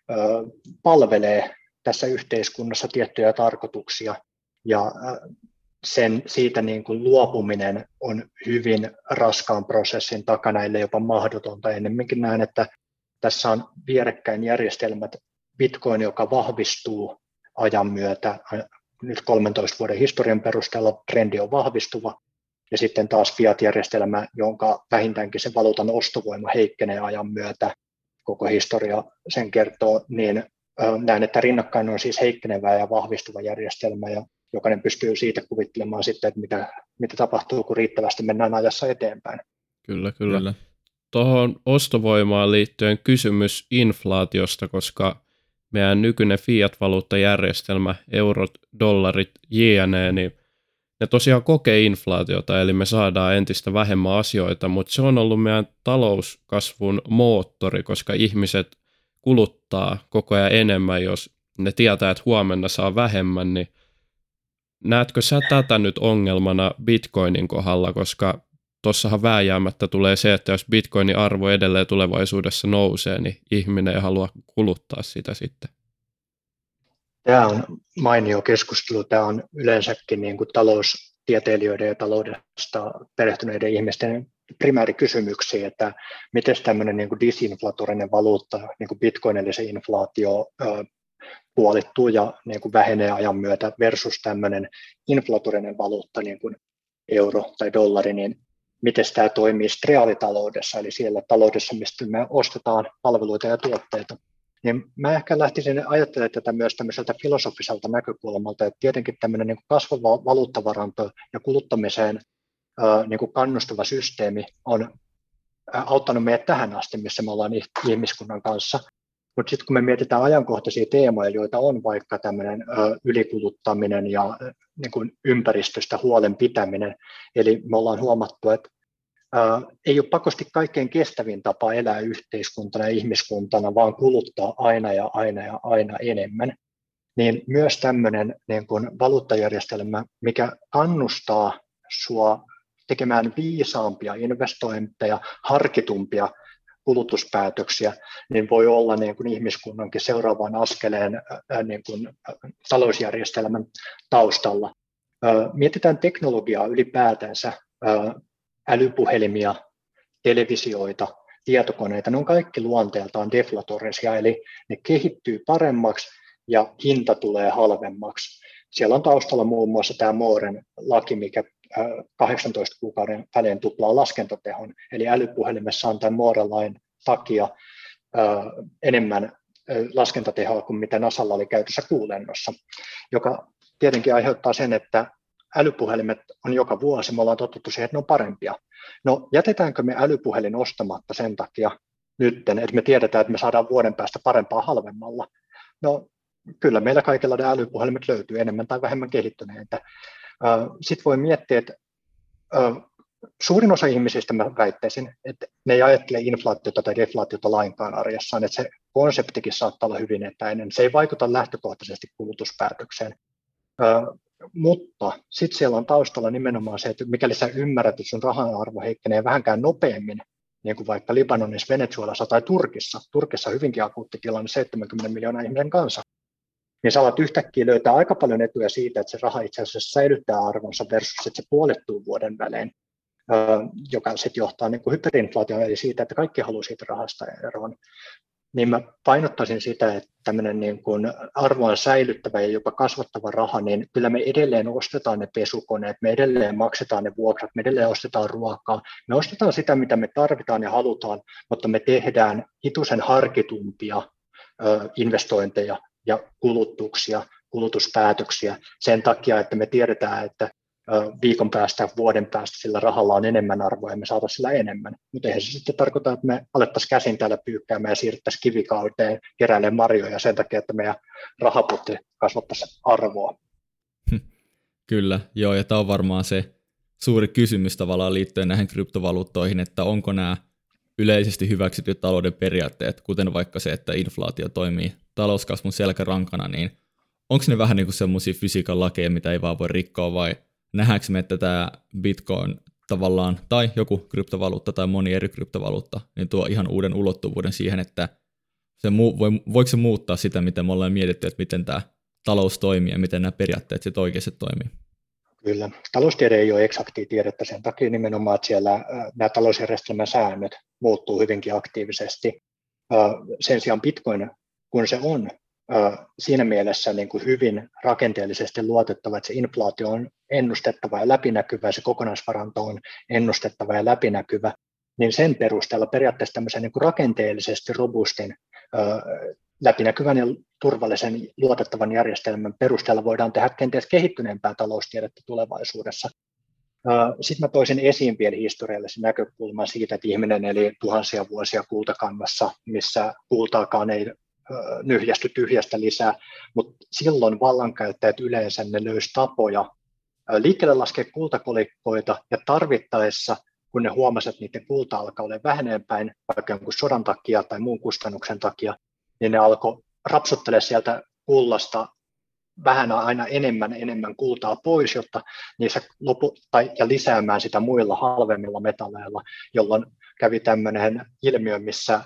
S3: palvelee tässä yhteiskunnassa tiettyjä tarkoituksia ja siitä niin kuin luopuminen on hyvin raskaan prosessin takana, ellei jopa mahdotonta. Ennemminkin näen, että tässä on vierekkäin järjestelmät, Bitcoin, joka vahvistuu ajan myötä, nyt 13 vuoden historian perusteella trendi on vahvistuva, ja sitten taas fiat-järjestelmä, jonka vähintäänkin se valuutan ostovoima heikkenee ajan myötä, koko historia sen kertoo, niin näen, että rinnakkain on siis heikkenevä ja vahvistuva järjestelmä, ja jokainen pystyy siitä kuvittelemaan sitten, että mitä tapahtuu, kun riittävästi mennään ajassa eteenpäin.
S2: Kyllä. Tuohon ostovoimaan liittyen kysymys inflaatiosta, koska meidän nykyinen fiat-valuuttajärjestelmä, eurot, dollarit, jne, niin ne tosiaan kokee inflaatiota, eli me saadaan entistä vähemmän asioita, mutta se on ollut meidän talouskasvun moottori, koska ihmiset kuluttaa koko ajan enemmän, jos ne tietää, että huomenna saa vähemmän, niin näetkö sä tätä nyt ongelmana Bitcoinin kohdalla, koska tuossahan vääjäämättä tulee se, että jos Bitcoinin arvo edelleen tulevaisuudessa nousee, niin ihminen ei halua kuluttaa sitä sitten.
S3: Tämä on mainio keskustelu. Tämä on yleensäkin niin kuin taloustieteilijöiden ja taloudesta perehtyneiden ihmisten primäärikysymyksiä, että miten tämmöinen niin kuin disinflatorinen valuutta, niin kuin Bitcoin eli se inflaatio puolittuu ja niin kuin vähenee ajan myötä versus tämmöinen inflatorinen valuutta, niin kuin euro tai dollari, niin miten tämä toimii reaalitaloudessa, eli siellä taloudessa, mistä me ostetaan palveluita ja tuotteita. Niin mä ehkä lähtisin ajattelemaan tätä myös tämmöiseltä filosofiselta näkökulmalta, että tietenkin tämmöinen niin kuin kasvava valuuttavaranto ja kuluttamiseen niin kuin kannustava systeemi on auttanut meidät tähän asti, missä me ollaan ihmiskunnan kanssa. Mutta sitten kun me mietitään ajankohtaisia teemoja, joita on vaikka tämmöinen ylikuluttaminen ja niin kuin ympäristöstä huolen pitäminen, eli me ollaan huomattu, että ei ole pakosti kaikkein kestävin tapa elää yhteiskuntana ja ihmiskuntana, vaan kuluttaa aina enemmän. Niin myös tämmöinen niin kuin valuuttajärjestelmä, mikä kannustaa sua tekemään viisaampia investointeja, harkitumpia kulutuspäätöksiä, niin voi olla niin kuin ihmiskunnankin seuraavan askeleen niin kuin talousjärjestelmän taustalla. Mietitään teknologiaa ylipäätänsä, älypuhelimia, televisioita, tietokoneita, ne on kaikki luonteeltaan deflatorisia, eli ne kehittyy paremmaksi ja hinta tulee halvemmaksi. Siellä on taustalla muun muassa tämä Mooren laki, mikä 18 kuukauden välein tuplaa laskentatehon, eli älypuhelimessa on tämän Mooren lain takia enemmän laskentatehoa kuin mitä NASAlla oli käytössä kuulennossa, joka tietenkin aiheuttaa sen, että älypuhelimet on joka vuosi, me ollaan totuttu siihen, että ne on parempia. No jätetäänkö me älypuhelin ostamatta sen takia nyt, että me tiedetään, että me saadaan vuoden päästä parempaa halvemmalla? No kyllä meillä kaikilla ne älypuhelimet löytyy enemmän tai vähemmän kehittyneitä. Sitten voi miettiä, että Suurin osa ihmisistä mä väittäisin, että ne ei ajattele inflaatiota tai deflaatiota lainkaan arjessaan, että se konseptikin saattaa olla hyvin etäinen. Se ei vaikuta lähtökohtaisesti kulutuspäätökseen. Mutta sitten siellä on taustalla nimenomaan se, että mikäli sä ymmärrät, että sun rahan arvo heikkenee vähänkään nopeammin, niin kuin vaikka Libanonissa, Venezuelassa tai Turkissa hyvinkin akuutti tilanne 70 miljoonaa ihmisen kanssa, niin sä alat yhtäkkiä löytää aika paljon etuja siitä, että se raha itse asiassa säilyttää arvonsa versus, että se puolittuu vuoden välein, joka sitten johtaa niin kuin hyperinflaatioon, eli siitä, että kaikki haluaa siitä rahasta eroon. Niin mä painottaisin sitä, että tämmöinen niin kuin arvoa säilyttävä ja jopa kasvattava raha, niin kyllä me edelleen ostetaan ne pesukoneet, me edelleen maksetaan ne vuokrat, me edelleen ostetaan ruokaa, me ostetaan sitä, mitä me tarvitaan ja halutaan, mutta me tehdään hitusen harkitumpia investointeja ja kulutuspäätöksiä sen takia, että me tiedetään, että viikon päästä, vuoden päästä sillä rahalla on enemmän arvoa ja me saataisiin sillä enemmän. Mutta eihän se sitten tarkoita, että me alettaisiin käsin täällä pyykkäämään ja siirryttäisiin kivikauteen keräilemään marjoja sen takia, että meidän rahapotti kasvattaisi arvoa.
S1: Kyllä, joo, ja tämä on varmaan se suuri kysymys tavallaan liittyen näihin kryptovaluuttoihin, että onko nämä yleisesti hyväksytyt talouden periaatteet, kuten vaikka se, että inflaatio toimii talouskasvun selkärankana, niin onko ne vähän niin kuin semmoisia fysiikan lakeja, mitä ei vaan voi rikkoa, vai nähdäänkö me, että tämä Bitcoin tavallaan, tai joku kryptovaluutta tai moni eri kryptovaluutta, niin tuo ihan uuden ulottuvuuden siihen, että se voiko se muuttaa sitä, miten me ollaan mietitty, että miten tämä talous toimii ja miten nämä periaatteet sitten oikeasti toimii?
S3: Kyllä. Taloustiede ei ole eksaktia tiedettä sen takia nimenomaan, että siellä nämä talousjärjestelmän säännöt muuttuu hyvinkin aktiivisesti. Sen sijaan Bitcoin, kun se on siinä mielessä niin kuin hyvin rakenteellisesti luotettava, että se inflaatio on ennustettava ja läpinäkyvä, se kokonaisvaranto on ennustettava ja läpinäkyvä, niin sen perusteella periaatteessa tämmöisen niin kuin rakenteellisesti robustin, läpinäkyvän ja turvallisen luotettavan järjestelmän perusteella voidaan tehdä kenties kehittyneempää taloustiedettä tulevaisuudessa. Sitten mä toisin esiin vielä historiallisen näkökulman siitä, että ihminen eli tuhansia vuosia kultakannassa, missä kultaakaan ei nyhjästy tyhjästä lisää, mutta silloin vallankäyttäjät yleensä ne löysi tapoja liikkeelle laskea kultakolikkoita ja tarvittaessa, kun ne huomasivat, että niiden kulta alkaa olla väheneen päin, vaikka jonkun sodan takia tai muun kustannuksen takia, niin ne alkoi rapsuttelemaan sieltä kullasta vähän aina enemmän kultaa pois, jotta niissä ja lisäämään sitä muilla halvemmilla metalleilla, jolloin kävi tämmöinen ilmiö, missä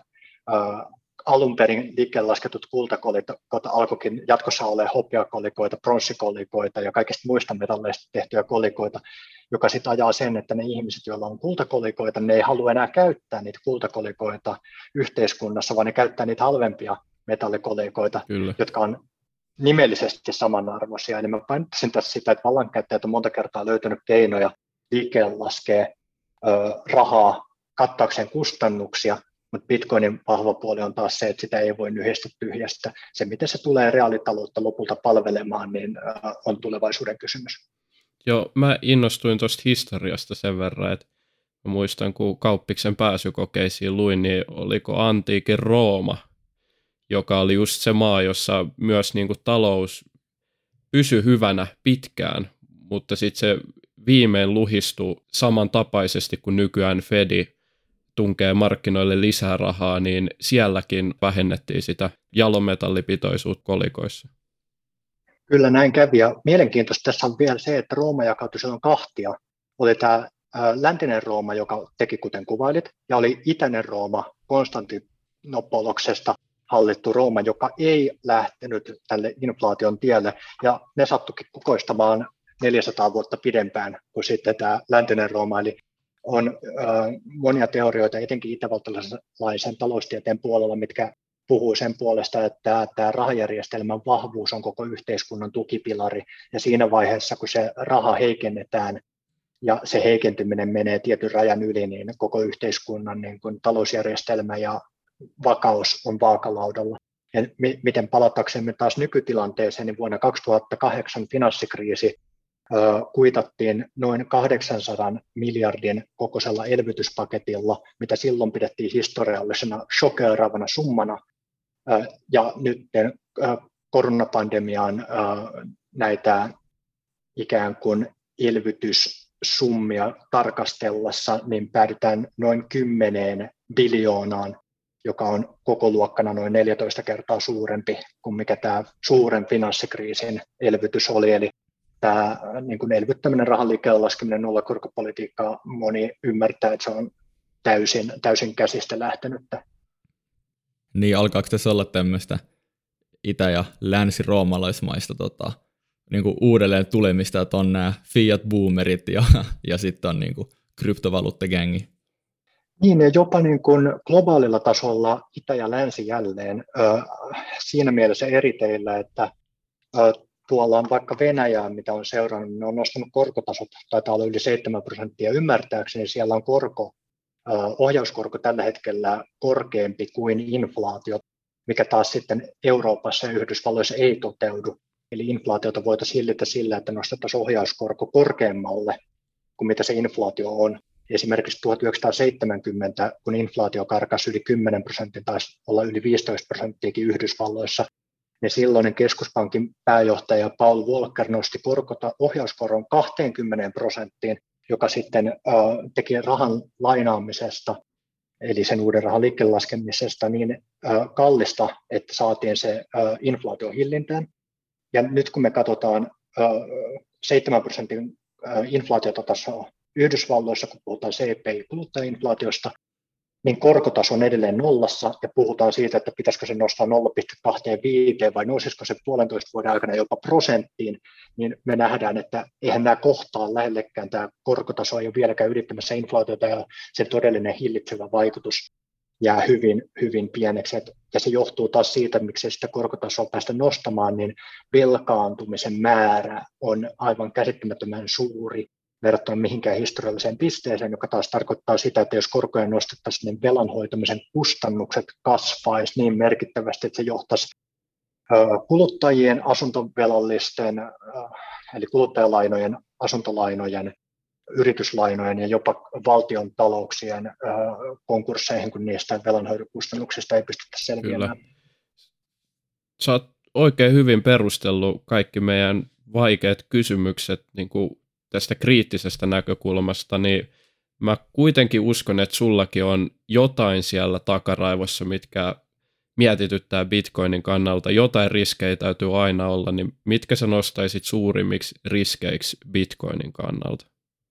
S3: alun perin liikkeelle lasketut kultakolikot alkoikin jatkossa olla hopeakolikoita, pronssikolikoita ja kaikista muista metalleista tehtyjä kolikoita, joka sitten ajaa sen, että ne ihmiset, joilla on kultakolikoita, ne ei halua enää käyttää niitä kultakolikoita yhteiskunnassa, vaan ne käyttää niitä halvempia metallikolikoita, Kyllä. jotka on nimellisesti samanarvoisia. Eli mä painottaisin tässä sitä, että vallankäyttäjät on monta kertaa löytänyt keinoja liikkeelle laskea rahaa kattaakseen kustannuksia, mutta Bitcoinin vahva puoli on taas se, että sitä ei voi nyhjästä tyhjästä. Se, miten se tulee reaalitaloutta lopulta palvelemaan, niin on tulevaisuuden kysymys.
S2: Joo, mä innostuin tuosta historiasta sen verran, että mä muistan, kun Kauppiksen pääsykokeisiin luin, niin oliko antiikin Rooma, joka oli just se maa, jossa myös niin kuin talous pysyi hyvänä pitkään, mutta sitten se viimein luhistui samantapaisesti kuin nykyään Fedi tunkee markkinoille lisää rahaa, niin sielläkin vähennettiin sitä jalometallipitoisuutta kolikoissa.
S3: Kyllä näin kävi, ja mielenkiintoista tässä on vielä se, että Rooma jakautui silloin kahtia. Oli tämä läntinen Rooma, joka teki kuten kuvailit, ja oli itäinen Rooma, Konstantinopoloksesta hallittu Rooma, joka ei lähtenyt tälle inflaation tielle, ja ne sattuikin kukoistamaan 400 vuotta pidempään kuin sitten tämä läntinen Rooma, eli on monia teorioita, etenkin itävaltalaisen taloustieteen puolella, mitkä puhuu sen puolesta, että tämä rahajärjestelmän vahvuus on koko yhteiskunnan tukipilari, ja siinä vaiheessa, kun se raha heikennetään, ja se heikentyminen menee tietyn rajan yli, niin koko yhteiskunnan niin kuin talousjärjestelmä ja vakaus on vaakalaudalla. Ja miten palataksemme taas nykytilanteeseen, niin vuonna 2008 finanssikriisi kuitattiin noin 800 miljardin kokoisella elvytyspaketilla, mitä silloin pidettiin historiallisena shokeeraavana summana. Ja nyt koronapandemian näitä ikään kuin summia tarkastellessa, niin päädytään noin 10 biljoonaan, joka on koko luokkana noin 14 kertaa suurempi kuin mikä tämä suuren finanssikriisin elvytys oli. Eli tämä niin kuin elvyttäminen, rahan liikkeelle laskeminen, nollakorkopolitiikkaa, moni ymmärtää, että se on täysin käsistä lähtenyttä.
S1: Niin, alkaako tässä olla tämmöistä itä- ja länsi-roomalaismaista niin kuin uudelleen tulemista, että on nämä fiat-boomerit ja sitten on niin kuin kryptovaluuttagängi?
S3: Niin, ja jopa niin kuin globaalilla tasolla itä ja länsi jälleen siinä mielessä eriteillä, että tuolla on vaikka Venäjää, mitä on seurannut, ne on nostanut korkotasot, taitaa olla yli 7%, ymmärtääkseni siellä on ohjauskorko tällä hetkellä korkeampi kuin inflaatio, mikä taas sitten Euroopassa ja Yhdysvalloissa ei toteudu. Eli inflaatiota voitaisiin hillitä sillä, että nostettaisiin ohjauskorko korkeammalle kuin mitä se inflaatio on. Esimerkiksi 1970, kun inflaatio karkasi yli 10%, taisi olla yli 15% Yhdysvalloissa, niin silloinen keskuspankin pääjohtaja Paul Volcker nosti ohjauskoron 20%, joka sitten teki rahan lainaamisesta, eli sen uuden rahan liikkeelle laskemisesta, niin kallista, että saatiin se inflaation hillintään. Ja nyt kun me katsotaan 7% inflaatiotasoa Yhdysvalloissa, kun puhutaan CPI-kuluttajainflaatiosta, niin korkotaso on edelleen nollassa ja puhutaan siitä, että pitäisikö se nostaa 0,25 vai nousisiko se 1,5 vuoden aikana jopa prosenttiin, niin me nähdään, että eihän nämä kohtaa lähellekään, tämä korkotaso ei ole vieläkään ylittämässä inflaatiota ja sen todellinen hillitsevä vaikutus jää hyvin, hyvin pieneksi. Ja se johtuu taas siitä, miksi sitä korkotasoa päästä nostamaan, niin velkaantumisen määrä on aivan käsittämättömän suuri verrattuna mihinkään historialliseen pisteeseen, joka taas tarkoittaa sitä, että jos korkoja nostettaisiin, niin velanhoitamisen kustannukset kasvaisi niin merkittävästi, että se johtaisi kuluttajien, asuntovelallisten, eli kuluttajalainojen, asuntolainojen, yrityslainojen ja jopa valtion talouksien konkursseihin, kun niistä velanhoidon kustannuksista ei pystytä selviämään.
S2: Kyllä. Sä oot oikein hyvin perustellut kaikki meidän vaikeat kysymykset niin kuin tästä kriittisestä näkökulmasta, niin mä kuitenkin uskon, että sullakin on jotain siellä takaraivossa, mitkä mietityttää Bitcoinin kannalta. Jotain riskejä täytyy aina olla, niin mitkä sä nostaisit suurimmiksi riskeiksi Bitcoinin kannalta?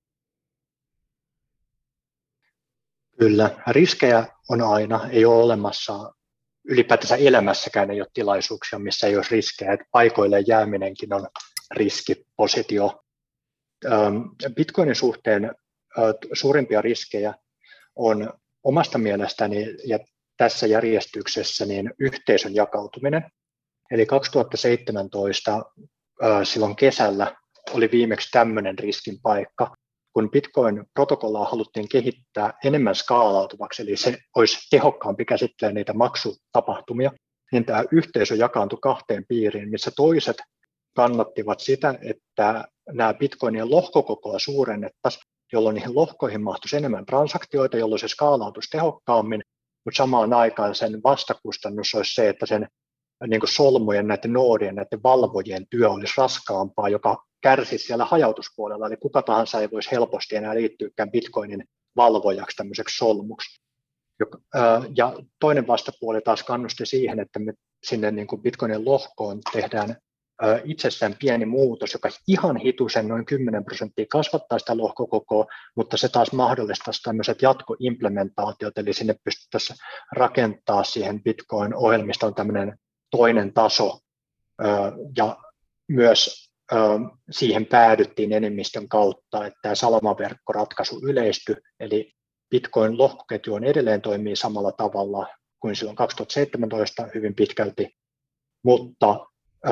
S3: Kyllä, riskejä on aina, ei ole olemassa, ylipäätänsä elämässäkään ei ole tilaisuuksia, missä ei ole riskejä, että paikoille jääminenkin on riskipositio. Bitcoinin suhteen suurimpia riskejä on omasta mielestäni ja tässä järjestyksessä niin yhteisön jakautuminen. Eli 2017 silloin kesällä oli viimeksi tämmöinen riskin paikka, kun Bitcoin-protokollaa haluttiin kehittää enemmän skaalautuvaksi, eli se olisi tehokkaampi käsittelemään niitä maksutapahtumia, niin tämä yhteisö jakaantui kahteen piiriin, missä toiset kannattivat sitä, että nämä Bitcoinien lohkokokoa suurennettaisiin, jolloin niihin lohkoihin mahtuisi enemmän transaktioita, jolloin se skaalautuisi tehokkaammin, mutta samaan aikaan sen vastakustannus olisi se, että sen niin kuin solmujen, näiden noodien, näiden valvojien työ olisi raskaampaa, joka kärsisi siellä hajautuspuolella, eli kuka tahansa ei voisi helposti enää liittyykään Bitcoinin valvojaksi tämmöiseksi solmuksi. Ja toinen vastapuoli taas kannusti siihen, että me sinne niin kuin Bitcoinin lohkoon tehdään itsessään pieni muutos, joka ihan hitusen noin 10% kasvattaa sitä lohkokokoa, mutta se taas mahdollistaisi tämmöiset jatkoimplementaatiot, eli sinne pystyttäisiin rakentaa siihen Bitcoin-ohjelmistoon tämmöinen toinen taso, ja myös siihen päädyttiin enemmistön kautta, että tämä salamaverkkoratkaisu yleistyi, eli Bitcoin-lohkoketju on edelleen toimii samalla tavalla kuin silloin 2017 hyvin pitkälti, mutta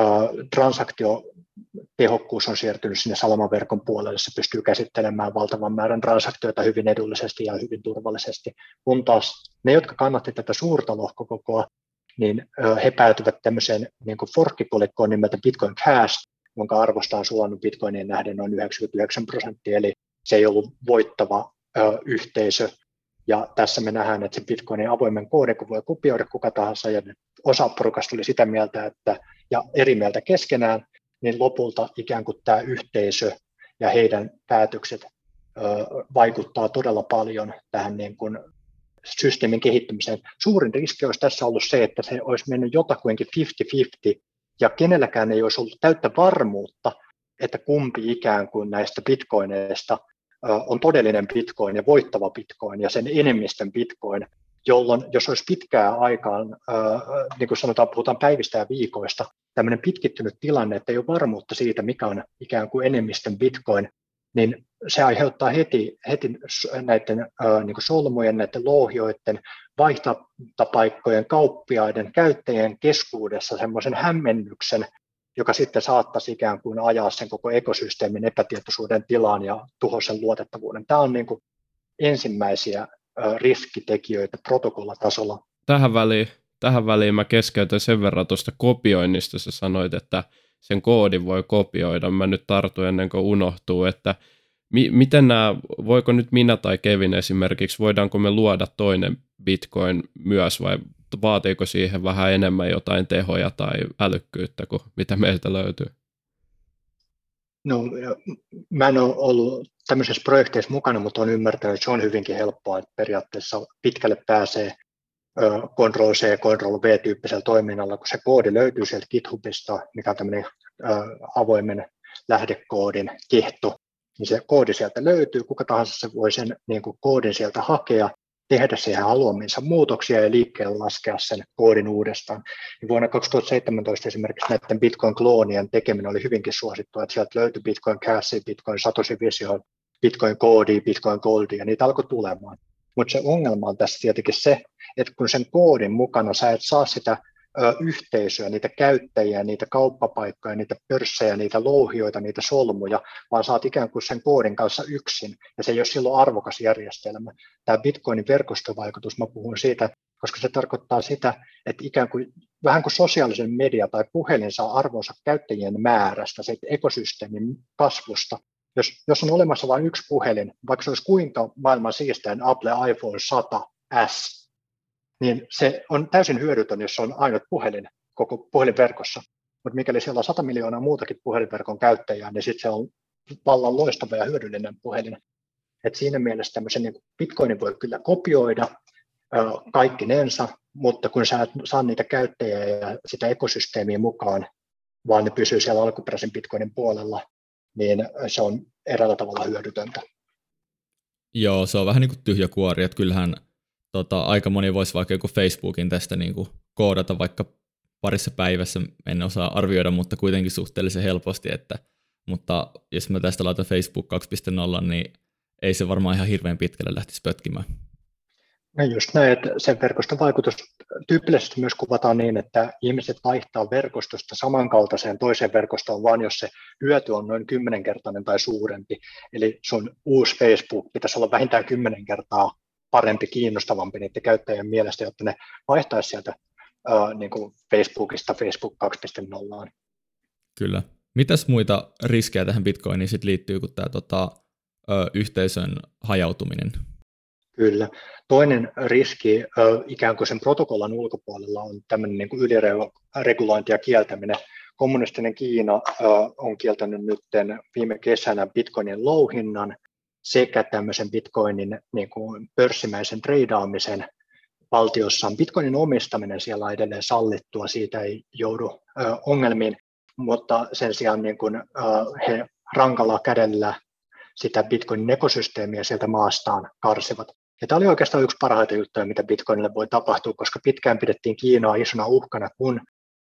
S3: transaktiotehokkuus on siirtynyt sinne salamaverkon puolelle, se pystyy käsittelemään valtavan määrän transaktioita hyvin edullisesti ja hyvin turvallisesti, kun taas ne, jotka kannatti tätä suurta lohkokokoa, niin he päätyvät tämmöiseen niin kuin forkkikolikkoon nimeltä Bitcoin Cash, jonka arvosta on sulannut Bitcoiniin nähden noin 99%, eli se ei ollut voittava yhteisö. Ja tässä me nähdään, että se Bitcoinin avoimen koodin, kun voi kopioida kuka tahansa, ja osa porukasta oli sitä mieltä, että, ja eri mieltä keskenään, niin lopulta ikään kuin tämä yhteisö ja heidän päätökset vaikuttaa todella paljon tähän niin kuin systeemin kehittymiseen. Suurin riski olisi tässä ollut se, että se olisi mennyt jotakuinkin 50-50, ja kenelläkään ei olisi ollut täyttä varmuutta, että kumpi ikään kuin näistä bitcoineista on todellinen bitcoin ja voittava bitcoin ja sen enemmistön bitcoin, jolloin jos olisi pitkään aikaan, niin kuin sanotaan, puhutaan päivistä ja viikoista, tämmöinen pitkittynyt tilanne, että ei ole varmuutta siitä, mikä on ikään kuin enemmistön bitcoin, niin se aiheuttaa heti näiden niin kuin solmujen, näiden louhioiden, vaihtopaikkojen, kauppiaiden, käyttäjien keskuudessa semmoisen hämmennyksen, joka sitten saattaisi ikään kuin ajaa sen koko ekosysteemin epätietoisuuden tilaan ja tuhoa sen luotettavuuden. Tämä on niin kuin ensimmäisiä riskitekijöitä protokollatasolla.
S2: Tähän väliin mä keskeytän sen verran tuosta kopioinnista. Sä sanoit, että sen koodin voi kopioida. Mä nyt tartun ennen kuin unohtuu, että miten voiko nyt minä tai Kevin esimerkiksi, voidaanko me luoda toinen Bitcoin myös vai vaatiiko siihen vähän enemmän jotain tehoja tai älykkyyttä kuin mitä meiltä löytyy?
S3: No, mä en ole ollut tämmöisessä projekteissa mukana, mutta olen ymmärtänyt, että se on hyvinkin helppoa, että periaatteessa pitkälle pääsee Ctrl-C, Ctrl-V-tyyppisellä toiminnalla, kun se koodi löytyy sieltä GitHubista, mikä on tämmöinen avoimen lähdekoodin kehto, niin se koodi sieltä löytyy, kuka tahansa se voi sen niin kuin koodin sieltä hakea, tehdä siihen haluamiinsa muutoksia ja liikkeelle laskea sen koodin uudestaan. Ja vuonna 2017 esimerkiksi näiden Bitcoin-kloonien tekeminen oli hyvinkin suosittua, että sieltä löytyi Bitcoin Cash, Bitcoin Satoshi Vision, Bitcoin Koodi, Bitcoin Goldi ja niitä alkoi tulemaan. Mutta se ongelma on tässä tietenkin se, että kun sen koodin mukana sä et saa sitä yhteisöä, niitä käyttäjiä, niitä kauppapaikkoja, niitä pörssejä, niitä louhioita, niitä solmuja, vaan saat ikään kuin sen koodin kanssa yksin, ja se ei ole silloin arvokas järjestelmä. Tämä Bitcoinin verkostovaikutus, mä puhun siitä, koska se tarkoittaa sitä, että ikään kuin vähän kuin sosiaalisen media tai puhelin saa arvonsa käyttäjien määrästä, se ekosysteemin kasvusta. Jos on olemassa vain yksi puhelin, vaikka se olisi kuinka maailman siistein Apple iPhone 100S, niin se on täysin hyödytön, jos on ainut puhelin koko puhelinverkossa. Mutta mikäli siellä on 100 miljoonaa muutakin puhelinverkon käyttäjää, niin sitten se on vallan loistava ja hyödyllinen puhelin. Et siinä mielessä tämmöisen niin Bitcoinin voi kyllä kopioida kaikkinensa, mutta kun sä et saa niitä käyttäjiä ja sitä ekosysteemiä mukaan, vaan ne pysyy siellä alkuperäisen Bitcoinin puolella, niin se on eräällä tavalla hyödytöntä.
S1: Joo, se on vähän niin kuin tyhjä kuori, että kyllähän aika moni voisi vaikka joku Facebookin tästä niin kuin koodata vaikka parissa päivässä, en osaa arvioida, mutta kuitenkin suhteellisen helposti, mutta jos mä tästä laitan Facebook 2.0, niin ei se varmaan ihan hirveän pitkälle lähtisi pötkimään.
S3: No just näin, että sen verkoston vaikutus tyypillisesti myös kuvataan niin, että ihmiset vaihtaa verkostosta samankaltaiseen toiseen verkostoon, vaan jos se hyöty on noin 10-kertainen tai suurempi. Eli sun uusi Facebook pitäisi olla vähintään 10 kertaa parempi, kiinnostavampi niiden käyttäjien mielestä, jotta ne vaihtaisi sieltä niin kuin Facebookista Facebook 2.0.
S1: Kyllä. Mitäs muita riskejä tähän Bitcoiniin sit liittyy kuin tämä yhteisön hajautuminen?
S3: Kyllä. Toinen riski ikään kuin sen protokollan ulkopuolella on tämmöinen niin kuin yliregulointi ja kieltäminen. Kommunistinen Kiina on kieltänyt nyt viime kesänä Bitcoinin louhinnan sekä tämmöisen Bitcoinin niin kuin pörssimäisen treidaamisen valtiossaan. Bitcoinin omistaminen siellä on edelleen sallittua, siitä ei joudu ongelmiin, mutta sen sijaan niin kuin, he rankalla kädellä sitä Bitcoinin ekosysteemiä sieltä maastaan karsivat. Ja tämä oli oikeastaan yksi parhaita juttuja, mitä Bitcoinille voi tapahtua, koska pitkään pidettiin Kiinaa isona uhkana, kun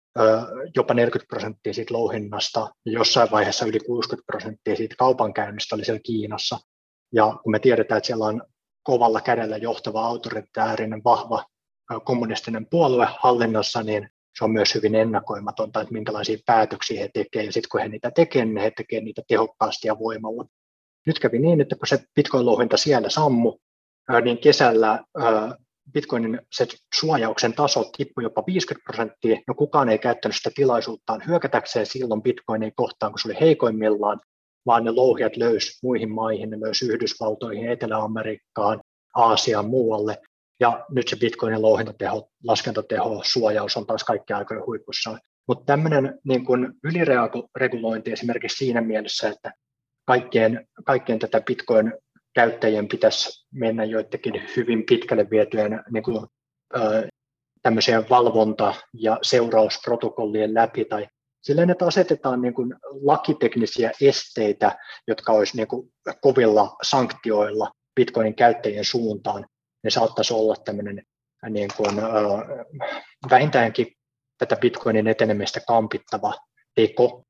S3: jopa 40% siitä louhinnasta ja jossain vaiheessa yli 60% siitä kaupankäynnistä oli siellä Kiinassa. Ja kun me tiedetään, että siellä on kovalla kädellä johtava autoritäärinen, vahva kommunistinen puolue hallinnassa, niin se on myös hyvin ennakoimatonta, että minkälaisia päätöksiä he tekevät. Ja sitten kun he niitä tekevät, niin he tekevät niitä tehokkaasti ja voimalla. Nyt kävi niin, että kun se Bitcoin-louhinta siellä sammui, niin kesällä Bitcoinin se suojauksen taso tippui jopa 50%. No kukaan ei käyttänyt sitä tilaisuuttaan hyökätäkseen silloin Bitcoinin kohtaan, kun se oli heikoimmillaan, vaan ne louhijat löysi muihin maihin, ne löysi Yhdysvaltoihin, Etelä-Amerikkaan, Aasiaan, muualle. Ja nyt se Bitcoinin louhintateho, laskentateho, suojaus on taas kaikki aikojen huipussaan. Mutta tämmöinen niin kuin yliregulointi esimerkiksi siinä mielessä, että kaikkien tätä Bitcoin käyttäjien pitäisi mennä joidenkin hyvin pitkälle vietyjen niin kuin, tämmöisiä valvonta- ja seurausprotokollien läpi, tai silleen, että asetetaan niin kuin lakiteknisiä esteitä, jotka olisi niin kuin kovilla sanktioilla Bitcoinin käyttäjien suuntaan. Ne saattaisi olla tämmöinen niin kuin, vähintäänkin tätä Bitcoinin etenemistä kampittava teko.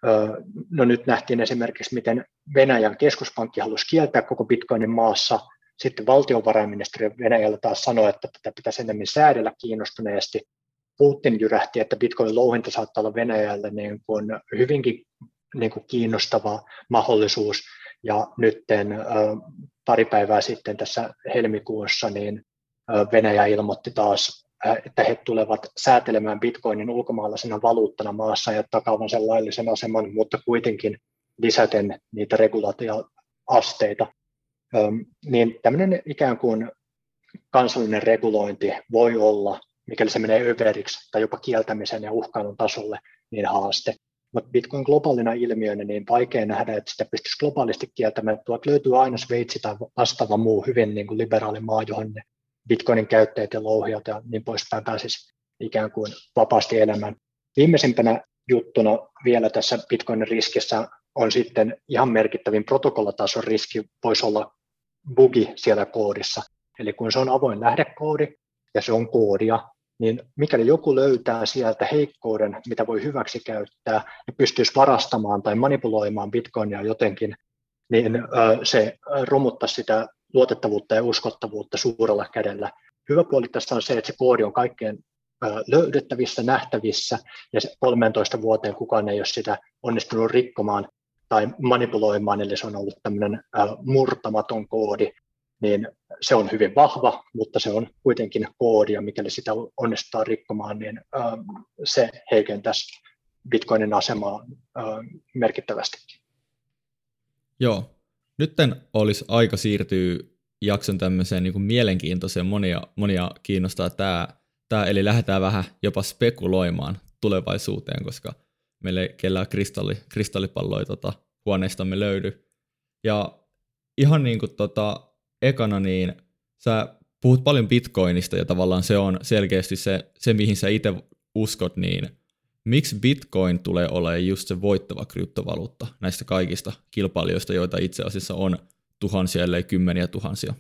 S3: No nyt nähtiin esimerkiksi, miten Venäjän keskuspankki halusi kieltää koko Bitcoinin maassa. Sitten valtiovarainministeriö Venäjällä taas sanoi, että tätä pitäisi enemmän säädellä kiinnostuneesti. Putin jyrähti, että Bitcoin louhinta saattaa olla Venäjälle niin kuin hyvinkin niin kuin kiinnostava mahdollisuus. Ja nyt pari päivää sitten tässä helmikuussa niin Venäjä ilmoitti taas, että he tulevat säätelemään Bitcoinin ulkomaalaisena valuuttana maassa ja takaavan sen laillisen aseman, mutta kuitenkin lisäten niitä regulaatioasteita. Niin tämmöinen ikään kuin kansallinen regulointi voi olla, mikäli se menee överiksi tai jopa kieltämisen ja uhkailun tasolle, niin haaste. Mutta Bitcoin globaalina ilmiönä niin vaikea nähdä, että sitä pystyisi globaalisti kieltämään. Tuolta löytyy aina Sveitsi tai vastaava muu hyvin niin kuin liberaali maa, johon ne Bitcoinin käyttäjät ja louhijat ja niin poispäin pääsisi ikään kuin vapaasti elämään. Viimeisimpänä juttuna vielä tässä Bitcoinin riskissä on sitten ihan merkittävin protokollatason riski voisi olla bugi siellä koodissa. Eli kun se on avoin lähdekoodi ja se on koodia, niin mikäli joku löytää sieltä heikkouden, mitä voi hyväksi käyttää ja pystyisi varastamaan tai manipuloimaan Bitcoinia jotenkin, niin se romuttaisi sitä luotettavuutta ja uskottavuutta suurella kädellä. Hyvä puoli tässä on se, että se koodi on kaikkien löydettävissä, nähtävissä, ja 13 vuoteen kukaan ei ole sitä onnistunut rikkomaan tai manipuloimaan, eli se on ollut tämmöinen murtamaton koodi, niin se on hyvin vahva, mutta se on kuitenkin koodi, ja mikäli sitä onnistutaan rikkomaan, niin se heikentäisi Bitcoinin asemaa merkittävästikin.
S1: Joo. Nytten olisi aika siirtyä jakson tämmöiseen niin kuin mielenkiintoiseen, monia kiinnostaa tämä, eli lähdetään vähän jopa spekuloimaan tulevaisuuteen, koska meillä ei kellään kristallipalloja huoneistamme löydy. Ja ihan niin kuin ekana, niin sä puhut paljon Bitcoinista ja tavallaan se on selkeästi se mihin sä itse uskot, niin miksi Bitcoin tulee olemaan just se voittava kryptovaluutta näistä kaikista kilpailijoista, joita itse asiassa on tuhansia, ellei kymmeniä tuhansia?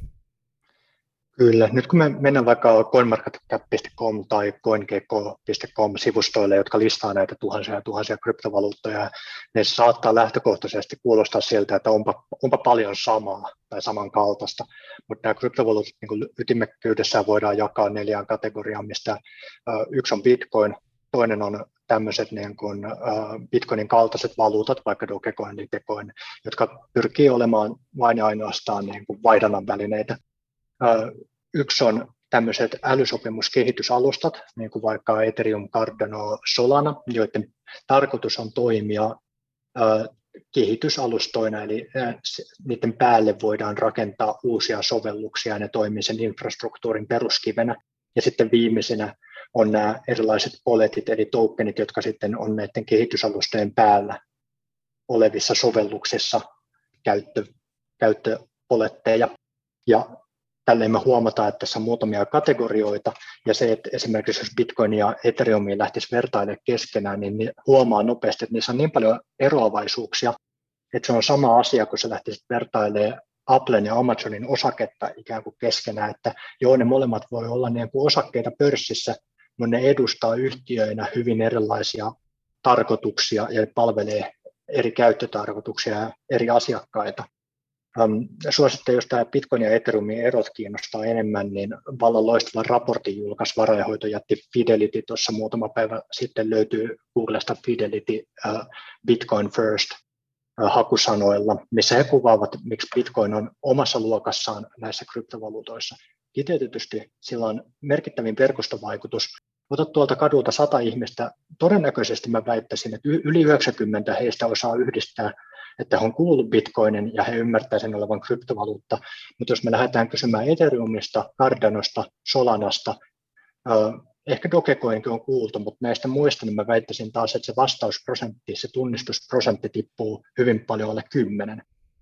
S3: Kyllä. Nyt kun me mennään vaikka coinmarketcap.com tai coingecko.com-sivustoille, jotka listaa näitä tuhansia ja tuhansia kryptovaluuttoja, ne saattaa lähtökohtaisesti kuulostaa siltä, että onpa paljon samaa tai samankaltaista, mutta nämä kryptovaluutat niin ytimekkyydessään voidaan jakaa 4 kategoriaan, mistä yksi on Bitcoin, toinen on tämmöiset niin kuin Bitcoinin kaltaiset valuutat, vaikka Dogecoin, Litecoin, jotka pyrkii olemaan vain ja ainoastaan niin kuin vaihdannan välineitä. Yksi on tämmöiset älysopimuskehitysalustat, niin kuin vaikka Ethereum, Cardano, Solana, joiden tarkoitus on toimia kehitysalustoina, eli niiden päälle voidaan rakentaa uusia sovelluksia, ja ne toimii sen infrastruktuurin peruskivenä. Ja sitten viimeisenä on nämä erilaiset poletit, eli tokenit, jotka sitten on näiden kehitysalustojen päällä olevissa sovelluksissa käyttöpoletteja. Ja tälleen me huomataan, että tässä on muutamia kategorioita, ja se, että esimerkiksi jos Bitcoin ja Ethereumia lähtisi vertailemaan keskenään, niin huomaa nopeasti, että niissä on niin paljon eroavaisuuksia, että se on sama asia, kun se lähtisi vertailemaan Applen ja Amazonin osaketta ikään kuin keskenään, että joo, ne molemmat voi olla niin kuin osakkeita pörssissä, mutta ne edustaa yhtiöinä hyvin erilaisia tarkoituksia ja palvelee eri käyttötarkoituksia ja eri asiakkaita. Suosittelen, jos tämä Bitcoin ja Ethereumin erot kiinnostaa enemmän, niin vallan loistavan raportin julkaisi varainhoitojätti Fidelity tuossa muutama päivä sitten, löytyy Googlesta Fidelity Bitcoin First hakusanoilla, missä he kuvaavat, miksi Bitcoin on omassa luokassaan näissä kryptovaluutoissa. Kiteytetysti sillä on merkittävin verkostovaikutus. Ota tuolta kadulta 100 ihmistä, todennäköisesti mä väittäisin, että yli 90 heistä osaa yhdistää, että he on kuullut Bitcoinin ja he ymmärtää sen olevan kryptovaluutta. Mutta jos me lähdetään kysymään Ethereumista, Cardanosta, Solanasta, ehkä Dogecoinkin on kuultu, mutta näistä muista niin mä väittäisin taas, että se vastausprosentti, se tunnistusprosentti tippuu hyvin paljon alle 10.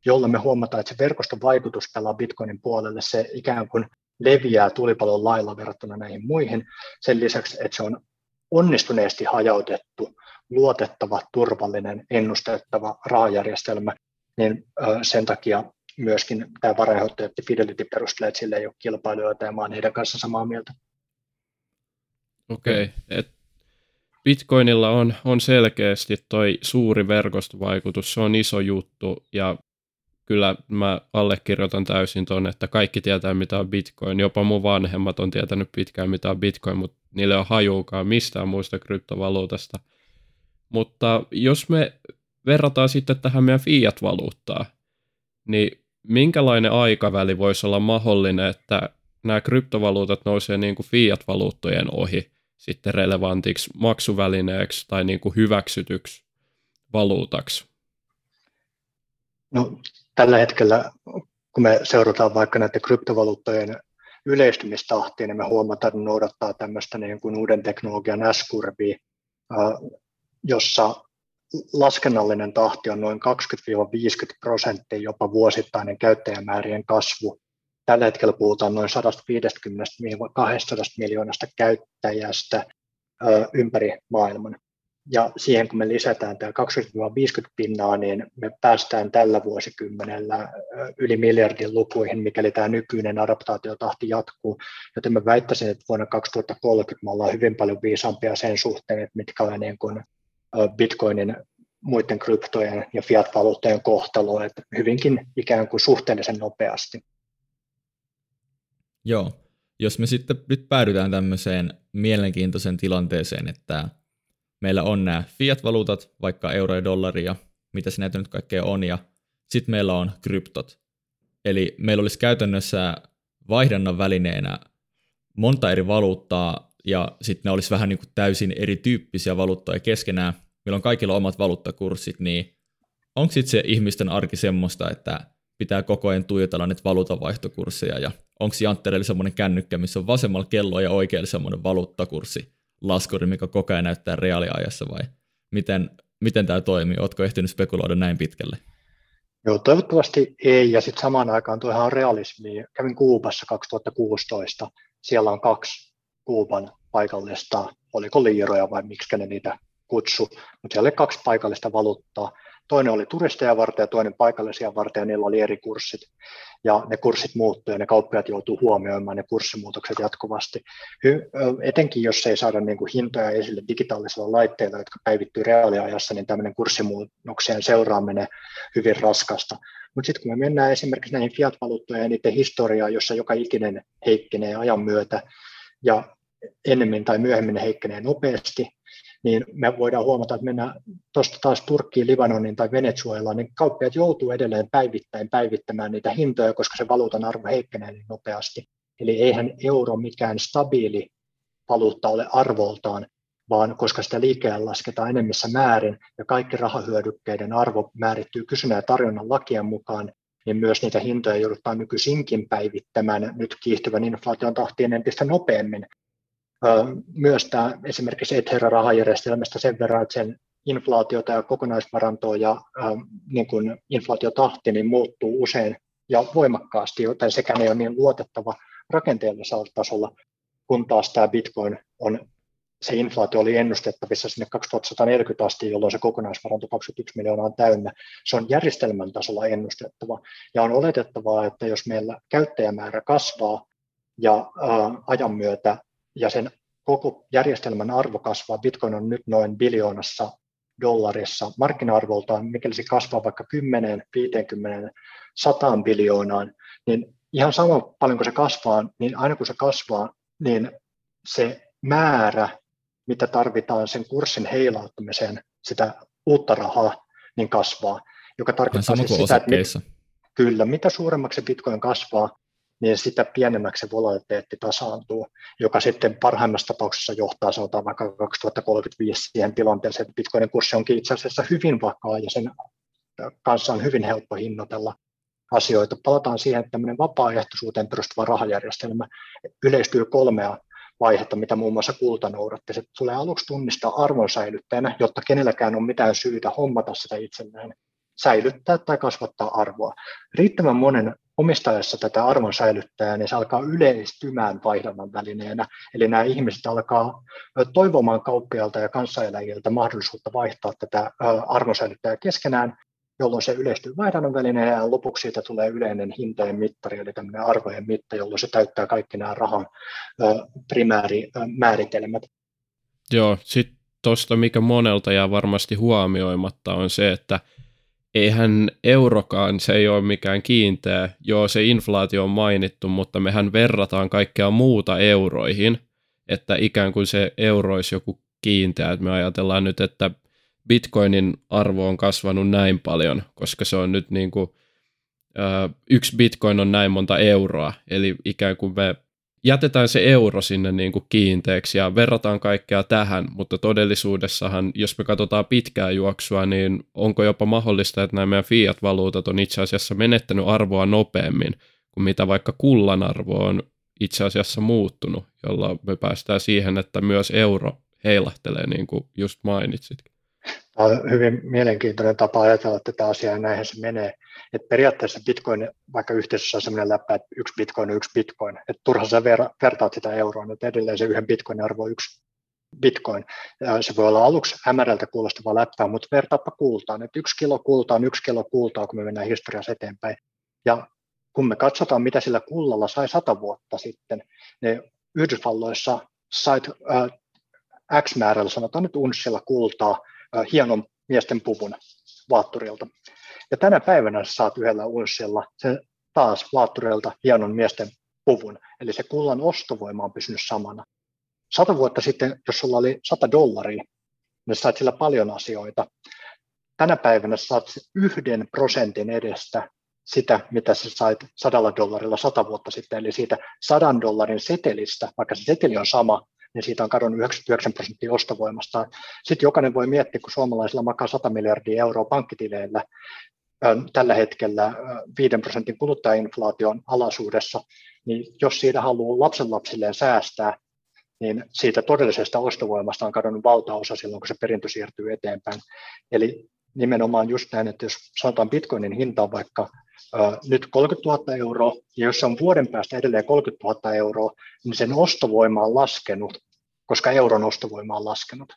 S3: jolloin me huomataan, että se verkoston vaikutus pelaa Bitcoinin puolelle, se ikään kuin leviää tulipalon lailla verrattuna näihin muihin. Sen lisäksi, että se on onnistuneesti hajautettu, luotettava, turvallinen, ennustettava rahajärjestelmä, niin sen takia myöskin tämä varainhoitaja Fidelity perustelee, että sillä ei ole kilpailijoita, ja mä olen heidän kanssa samaa mieltä.
S2: Okei. Bitcoinilla on selkeästi toi suuri verkostovaikutus, se on iso juttu, ja kyllä mä allekirjoitan täysin ton, että kaikki tietää mitä on Bitcoin, jopa mun vanhemmat on tietänyt pitkään mitä on Bitcoin, mutta niille on hajuukaan mistään muista kryptovaluutasta. Mutta jos me verrataan sitten tähän meidän fiat-valuuttaan, niin minkälainen aikaväli voisi olla mahdollinen, että nämä kryptovaluutat nousee niin kuin fiat-valuuttojen ohi sitten relevantiksi maksuvälineeksi tai niin kuin hyväksytyksi valuutaksi?
S3: No, tällä hetkellä, kun me seurataan vaikka näiden kryptovaluuttojen yleistymistahtia, niin me huomataan, että ne noudattaa tämmöistä niin kuin uuden teknologian S-kurvia, jossa laskennallinen tahti on noin 20-50% jopa vuosittainen käyttäjämäärien kasvu. Tällä hetkellä puhutaan noin 150-200 miljoonasta käyttäjästä ympäri maailman. Ja siihen kun me lisätään tämä 20-50%, niin me päästään tällä vuosikymmenellä yli miljardin lukuihin, mikäli tämä nykyinen adaptaatiotahti jatkuu. Joten mä väittäisin, että vuonna 2030 me ollaan hyvin paljon viisaampia sen suhteen, että mitkä on niin kuin Bitcoinin, muiden kryptojen ja fiat-valuuttojen kohtalo, että hyvinkin ikään kuin suhteellisen nopeasti.
S1: Joo, jos me sitten nyt päädytään tämmöiseen mielenkiintoiseen tilanteeseen, että meillä on nämä fiat-valuutat, vaikka euro ja dollari ja mitä se näitä nyt kaikkea on, ja sitten meillä on kryptot. Eli meillä olisi käytännössä vaihdannan välineenä monta eri valuuttaa, ja sitten ne olisi vähän niin kuin täysin erityyppisiä valuuttoja keskenään. Meillä on kaikilla omat valuuttakurssit, niin onko sitten se ihmisten arki semmoista, että pitää koko ajan tuijotella niitä valuutanvaihtokursseja, ja onko Jantterella semmoinen kännykkä, missä on vasemmalla kello ja oikealla semmoinen valuuttakurssi laskuri, mikä koko ajan näyttää reaaliajassa, vai miten tämä toimii? Oletko ehtinyt spekuloida näin pitkälle?
S3: Joo, toivottavasti ei, ja sitten samaan aikaan tuohan on realismi. Kävin Kuubassa 2016, siellä on 2 Kuuban paikallista, oliko liiroja vai miksi ne niitä kutsu, mutta siellä oli 2 paikallista valuuttaa. Toinen oli turisteja varten ja toinen paikallisia varten, ja niillä oli eri kurssit. Ja ne kurssit muuttuu ja ne kauppiaat joutuu huomioimaan ne kurssimuutokset jatkuvasti. Etenkin jos ei saada niin kuin hintoja esille digitaalisilla laitteilla, jotka päivittyy reaaliajassa, niin tämmöinen kurssimuutoksien seuraaminen hyvin raskasta. Mutta sitten kun me mennään esimerkiksi näihin fiat-valuuttoihin ja niiden historiaan, jossa joka ikinen heikkenee ajan myötä ja ennemmin tai myöhemmin ne heikkenee nopeasti, niin me voidaan huomata, että mennään tuosta taas Turkkiin, Libanoniin tai Venezuelaan, niin kauppiaat joutuu edelleen päivittämään niitä hintoja, koska se valuutan arvo heikkenee niin nopeasti. Eli eihän euro mikään stabiili valuutta ole arvoltaan, vaan koska sitä liikkeelle lasketaan enemmissä määrin ja kaikki rahahyödykkeiden arvo määrittyy kysynnän ja tarjonnan lakien mukaan, niin myös niitä hintoja joudutaan nykyisinkin päivittämään nyt kiihtyvän inflaation tahtiin entistä nopeammin. Myös tämä esimerkiksi Ether-rahajärjestelmästä sen verran, että sen inflaatiota ja kokonaisvarantoa ja niin kuin inflaatiotahti niin muuttuu usein ja voimakkaasti, joten sekään ei ole niin luotettava rakenteellisella tasolla, kun taas tämä Bitcoin on, se inflaatio oli ennustettavissa sinne 2140 asti, jolloin se kokonaisvaranto 21 miljoonaa on täynnä. Se on järjestelmän tasolla ennustettava ja on oletettavaa, että jos meillä käyttäjämäärä kasvaa ja ajan myötä ja sen koko järjestelmän arvo kasvaa, Bitcoin on nyt noin biljoonassa dollarissa markkina-arvoltaan, mikäli se kasvaa vaikka 10, 50, 100 biljoonaan, niin ihan sama paljon kuin se kasvaa, niin aina kun se kasvaa, niin se määrä, mitä tarvitaan sen kurssin heilauttamiseen, sitä uutta rahaa, niin kasvaa, joka tarkoittaa siis sitä, että mitä suuremmaksi se Bitcoin kasvaa, niin sitä pienemmäksi se volatiliteetti tasaantuu, joka sitten parhaimmassa tapauksessa johtaa sanotaan vaikka 2035 siihen tilanteeseen, että Bitcoinin kurssi onkin itse asiassa hyvin vakaa ja sen kanssa on hyvin helppo hinnoitella asioita. Palataan siihen, että tämmöinen vapaaehtoisuuteen perustuva rahajärjestelmä yleistyy 3 vaihetta, mitä muun muassa kulta noudatti. Se tulee aluksi tunnistaa arvonsäilyttäjänä, jotta kenelläkään on mitään syytä hommata sitä itselleen. säilyttää tai kasvattaa arvoa. Riittävän monen omistajassa tätä arvon säilyttää, niin se alkaa yleistymään vaihdannan välineenä. Eli nämä ihmiset alkaa toivomaan kauppialta ja kanssaeläjiltä mahdollisuutta vaihtaa tätä arvon säilyttäjää keskenään, jolloin se yleistyy vaihdannan välineenä ja lopuksi siitä tulee yleinen hintojen mittari, eli tämmöinen arvojen mitta, jolloin se täyttää kaikki nämä rahan primäärimääritelmät.
S2: Joo, sitten tuosta, mikä monelta jää varmasti huomioimatta, on se, että eihän eurokaan, se ei ole mikään kiinteä. Joo, se inflaatio on mainittu, mutta mehän verrataan kaikkea muuta euroihin, että ikään kuin se euro olisi joku kiinteä. Että me ajatellaan nyt, että Bitcoinin arvo on kasvanut näin paljon, koska se on nyt niin kuin, yksi Bitcoin on näin monta euroa, eli ikään kuin me jätetään se euro sinne niin kuin kiinteäksi ja verrataan kaikkea tähän, mutta todellisuudessahan, jos me katsotaan pitkää juoksua, niin onko jopa mahdollista, että nämä meidän fiat-valuutat on itse asiassa menettänyt arvoa nopeammin kuin mitä vaikka kullan arvo on itse asiassa muuttunut, jolla me päästään siihen, että myös euro heilahtelee, niin kuin just mainitsit.
S3: Tämä on hyvin mielenkiintoinen tapa ajatella tätä asiaa, ja näinhän se menee. Että periaatteessa Bitcoin, vaikka yhteisössä on sellainen läppä, että yksi Bitcoin on yksi Bitcoin, että turha sä vertaat sitä euroon, että edelleen se yhden Bitcoinin arvo on yksi Bitcoin. Se voi olla aluksi hämärältä kuulostava läppää, mutta vertaappa kultaan, että 1 kilo kultaa on 1 kilo kultaa, kun me mennään historiassa eteenpäin. Ja kun me katsotaan, mitä sillä kullalla sai 100 vuotta sitten, niin Yhdysvalloissa sait X määrällä, sanotaan nyt unssilla kultaa, hienon miesten puvun vaatturilta. Ja tänä päivänä saat yhdellä unssilla sen taas vaatturilta hienon miesten puvun. Eli se kullan ostovoima on pysynyt samana. 100 vuotta sitten, jos sulla oli $100, niin sait sillä paljon asioita. Tänä päivänä saat 1% edestä sitä, mitä sä sait $100 100 vuotta sitten. Eli siitä $100 setelistä, vaikka se seteli on sama, niin siitä on kadonnut 99% ostovoimasta. Sitten jokainen voi miettiä, kun suomalaisilla makaa 100 miljardia euroa pankkitileillä tällä hetkellä 5% kuluttajainflaation alaisuudessa, niin jos siitä haluaa lapsenlapsilleen säästää, niin siitä todellisesta ostovoimasta on kadonnut valtaosa silloin, kun se perintö siirtyy eteenpäin. Eli nimenomaan just näin, että jos sanotaan Bitcoinin hinta on vaikka nyt 30 000 euroa, ja jos se on vuoden päästä edelleen 30 000 euroa, niin sen ostovoima on laskenut, koska euron ostovoima on laskenut.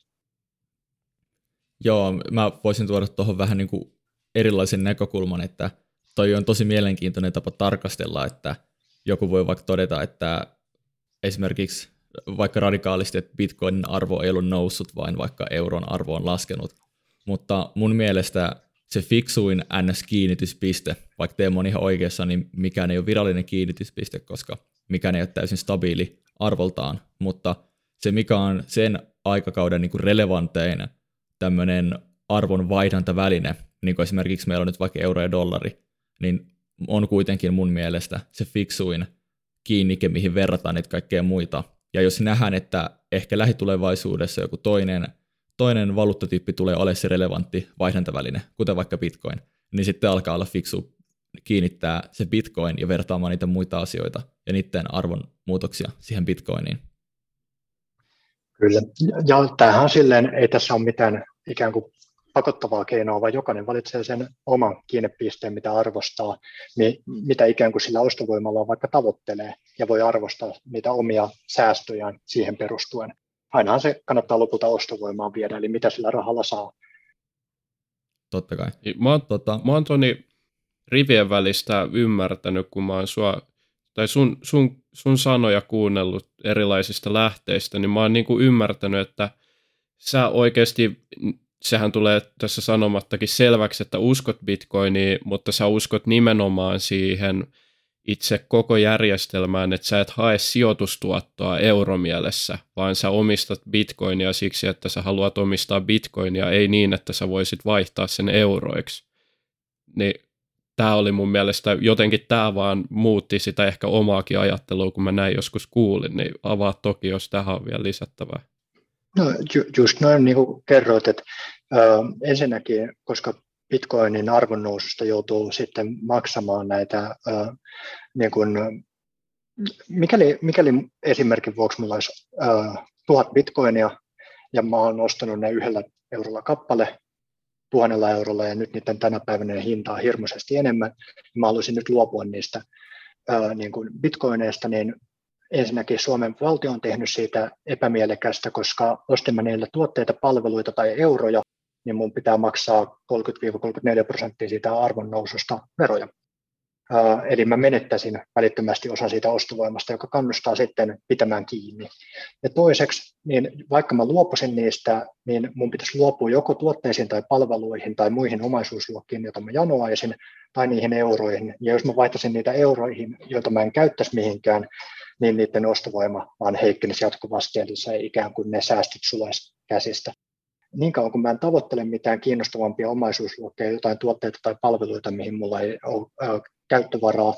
S1: Joo, mä voisin tuoda tuohon vähän niin kuin erilaisen näkökulman, että toi on tosi mielenkiintoinen tapa tarkastella, että joku voi vaikka todeta, että esimerkiksi vaikka radikaalisti, että Bitcoinin arvo ei ollut noussut, vaan vaikka euron arvo on laskenut, mutta mun mielestä se fiksuin NS-kiinnityspiste, vaikka Teemu on ihan oikeassa, niin mikään ei ole virallinen kiinnityspiste, koska mikään ei ole täysin stabiili arvoltaan, mutta se mikä on sen aikakauden niin kuin relevantein tämmöinen arvon vaihdantaväline, niin kuin esimerkiksi meillä on nyt vaikka euro ja dollari, niin on kuitenkin mun mielestä se fiksuin kiinnike, mihin verrataan niitä kaikkea muita. Ja jos nähdään, että ehkä lähitulevaisuudessa joku toinen valuuttatyyppi tulee olemaan se relevantti vaihdantaväline, kuten vaikka Bitcoin, niin sitten alkaa olla fiksu kiinnittää se Bitcoin ja vertaamaan niitä muita asioita ja niiden arvon muutoksia siihen Bitcoiniin.
S3: Kyllä, ja tämähän on silleen, ei tässä ole mitään ikään kuin pakottavaa keinoa, vaan jokainen valitsee sen oman kiinnepisteen, mitä arvostaa, mitä ikään kuin sillä ostovoimalla vaikka tavoittelee, ja voi arvostaa niitä omia säästöjään siihen perustuen. Ainahan se kannattaa lopulta ostovoimaan viedä, eli mitä sillä rahalla saa.
S1: Totta kai.
S2: Mä oon Toni rivien välistä ymmärtänyt, kun mä oon sun sanoja kuunnellut erilaisista lähteistä, niin mä oon niin kuin ymmärtänyt, että sä oikeasti, sehän tulee tässä sanomattakin selväksi, että uskot Bitcoiniin, mutta sä uskot nimenomaan siihen itse koko järjestelmään, että sä et hae sijoitustuottoa euromielessä, vaan sä omistat Bitcoinia siksi, että sä haluat omistaa Bitcoinia, ei niin, että sä voisit vaihtaa sen euroiksi. Niin tämä oli mun mielestä, jotenkin tämä vaan muutti sitä ehkä omaakin ajattelua, kun mä näin joskus kuulin, niin avaa toki, jos tähän on vielä lisättävää.
S3: No just noin niin kuin kerroit, että ensinnäkin, koska Bitcoinin arvonnoususta joutuu sitten maksamaan näitä, niin kuin, mikäli esimerkin vuoksi mulla olisi 1000 Bitcoinia ja mä oon ostanut ne 1 eurolla kappale, 1,000 ja nyt niiden tänä päivänä hinta on hirmuisesti enemmän. Mä haluaisin nyt luopua niistä niin kuin bitcoineista, niin ensinnäkin Suomen valtio on tehnyt siitä epämielekästä, koska ostimme niillä tuotteita, palveluita tai euroja, niin mun pitää maksaa 30-34% siitä arvon noususta veroja. Eli mä menettäisin välittömästi osa siitä ostovoimasta, joka kannustaa sitten pitämään kiinni. Ja toiseksi, niin vaikka mä luopuisin niistä, niin mun pitäisi luopua joko tuotteisiin tai palveluihin tai muihin omaisuusluokkiin, joita mä janoaisin, tai niihin euroihin. Ja jos mä vaihtaisin niitä euroihin, joita mä en käyttäisi mihinkään, niin niiden ostovoima vaan heikkenisi jatkuvasti, eli se ikään kuin ne säästöt sulaisi käsistä. Niin kauan kun mä en tavoittele mitään kiinnostavampia omaisuusluokkeja, jotain tuotteita tai palveluita, mihin mulla ei ole käyttövaraa,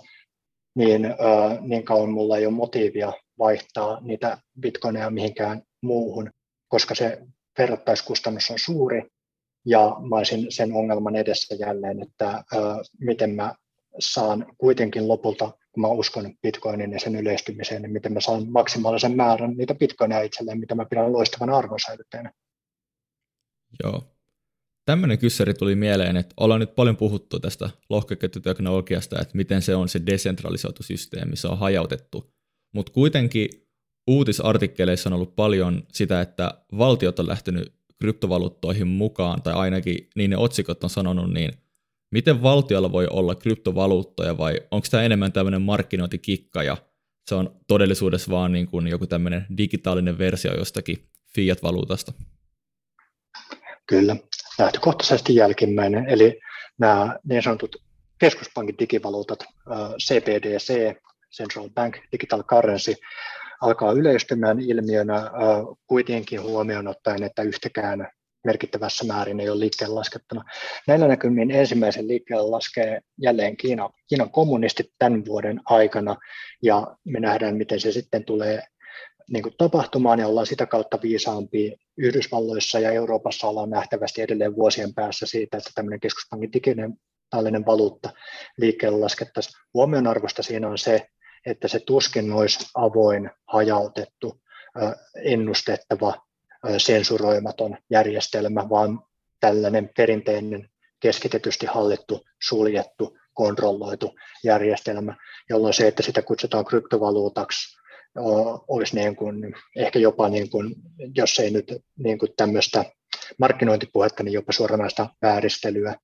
S3: niin kauan mulla ei ole motiivia vaihtaa niitä bitcoineja mihinkään muuhun, koska se verrattaiskustannus on suuri, ja mä olisin sen ongelman edessä jälleen, että miten mä saan kuitenkin lopulta, kun mä uskon bitcoinin ja sen yleistymiseen, niin miten mä saan maksimaalisen määrän niitä bitcoineja itselleen, mitä mä pidän loistavan arvonsäilyttäjänä.
S1: Joo. Tämmöinen kyssäri tuli mieleen, että ollaan nyt paljon puhuttu tästä lohkoketjuteknologiasta, että miten se on se desentralisoitu systeemi, se on hajautettu. Mutta kuitenkin uutisartikkeleissa on ollut paljon sitä, että valtiot on lähtenyt kryptovaluuttoihin mukaan, tai ainakin niin ne otsikot on sanonut, niin miten valtiolla voi olla kryptovaluuttoja, vai onko tämä enemmän tämmöinen markkinointikikka, ja se on todellisuudessa vaan niin kuin joku tämmöinen digitaalinen versio jostakin fiat-valuutasta?
S3: Kyllä, lähtökohtaisesti jälkimmäinen, eli nämä niin sanotut keskuspankin digivaluutat, CBDC, Central Bank Digital Currency, alkaa yleistymään ilmiönä kuitenkin huomioon ottaen, että yhtäkään merkittävässä määrin ei ole liikkeelle laskettuna. Näillä näkymin ensimmäisen liikkeelle laskee jälleen Kiinan kommunistit tämän vuoden aikana, ja me nähdään, miten se sitten tulee niin kuin tapahtumaan, ja ollaan sitä kautta viisaampia. Yhdysvalloissa ja Euroopassa ollaan nähtävästi edelleen vuosien päässä siitä, että tämmöinen keskuspankin digitaalinen valuutta liikkeelle laskettaisiin. Huomionarvoista siinä on se, että se tuskin olisi avoin, hajautettu, ennustettava, sensuroimaton järjestelmä, vaan tällainen perinteinen keskitetysti hallittu, suljettu, kontrolloitu järjestelmä, jolloin se, että sitä kutsutaan kryptovaluutaksi, olisi niin kuin, ehkä jopa, niin kuin, jos ei nyt niin kuin tämmöistä markkinointipuhetta, niin jopa suoranaista vääristelyä.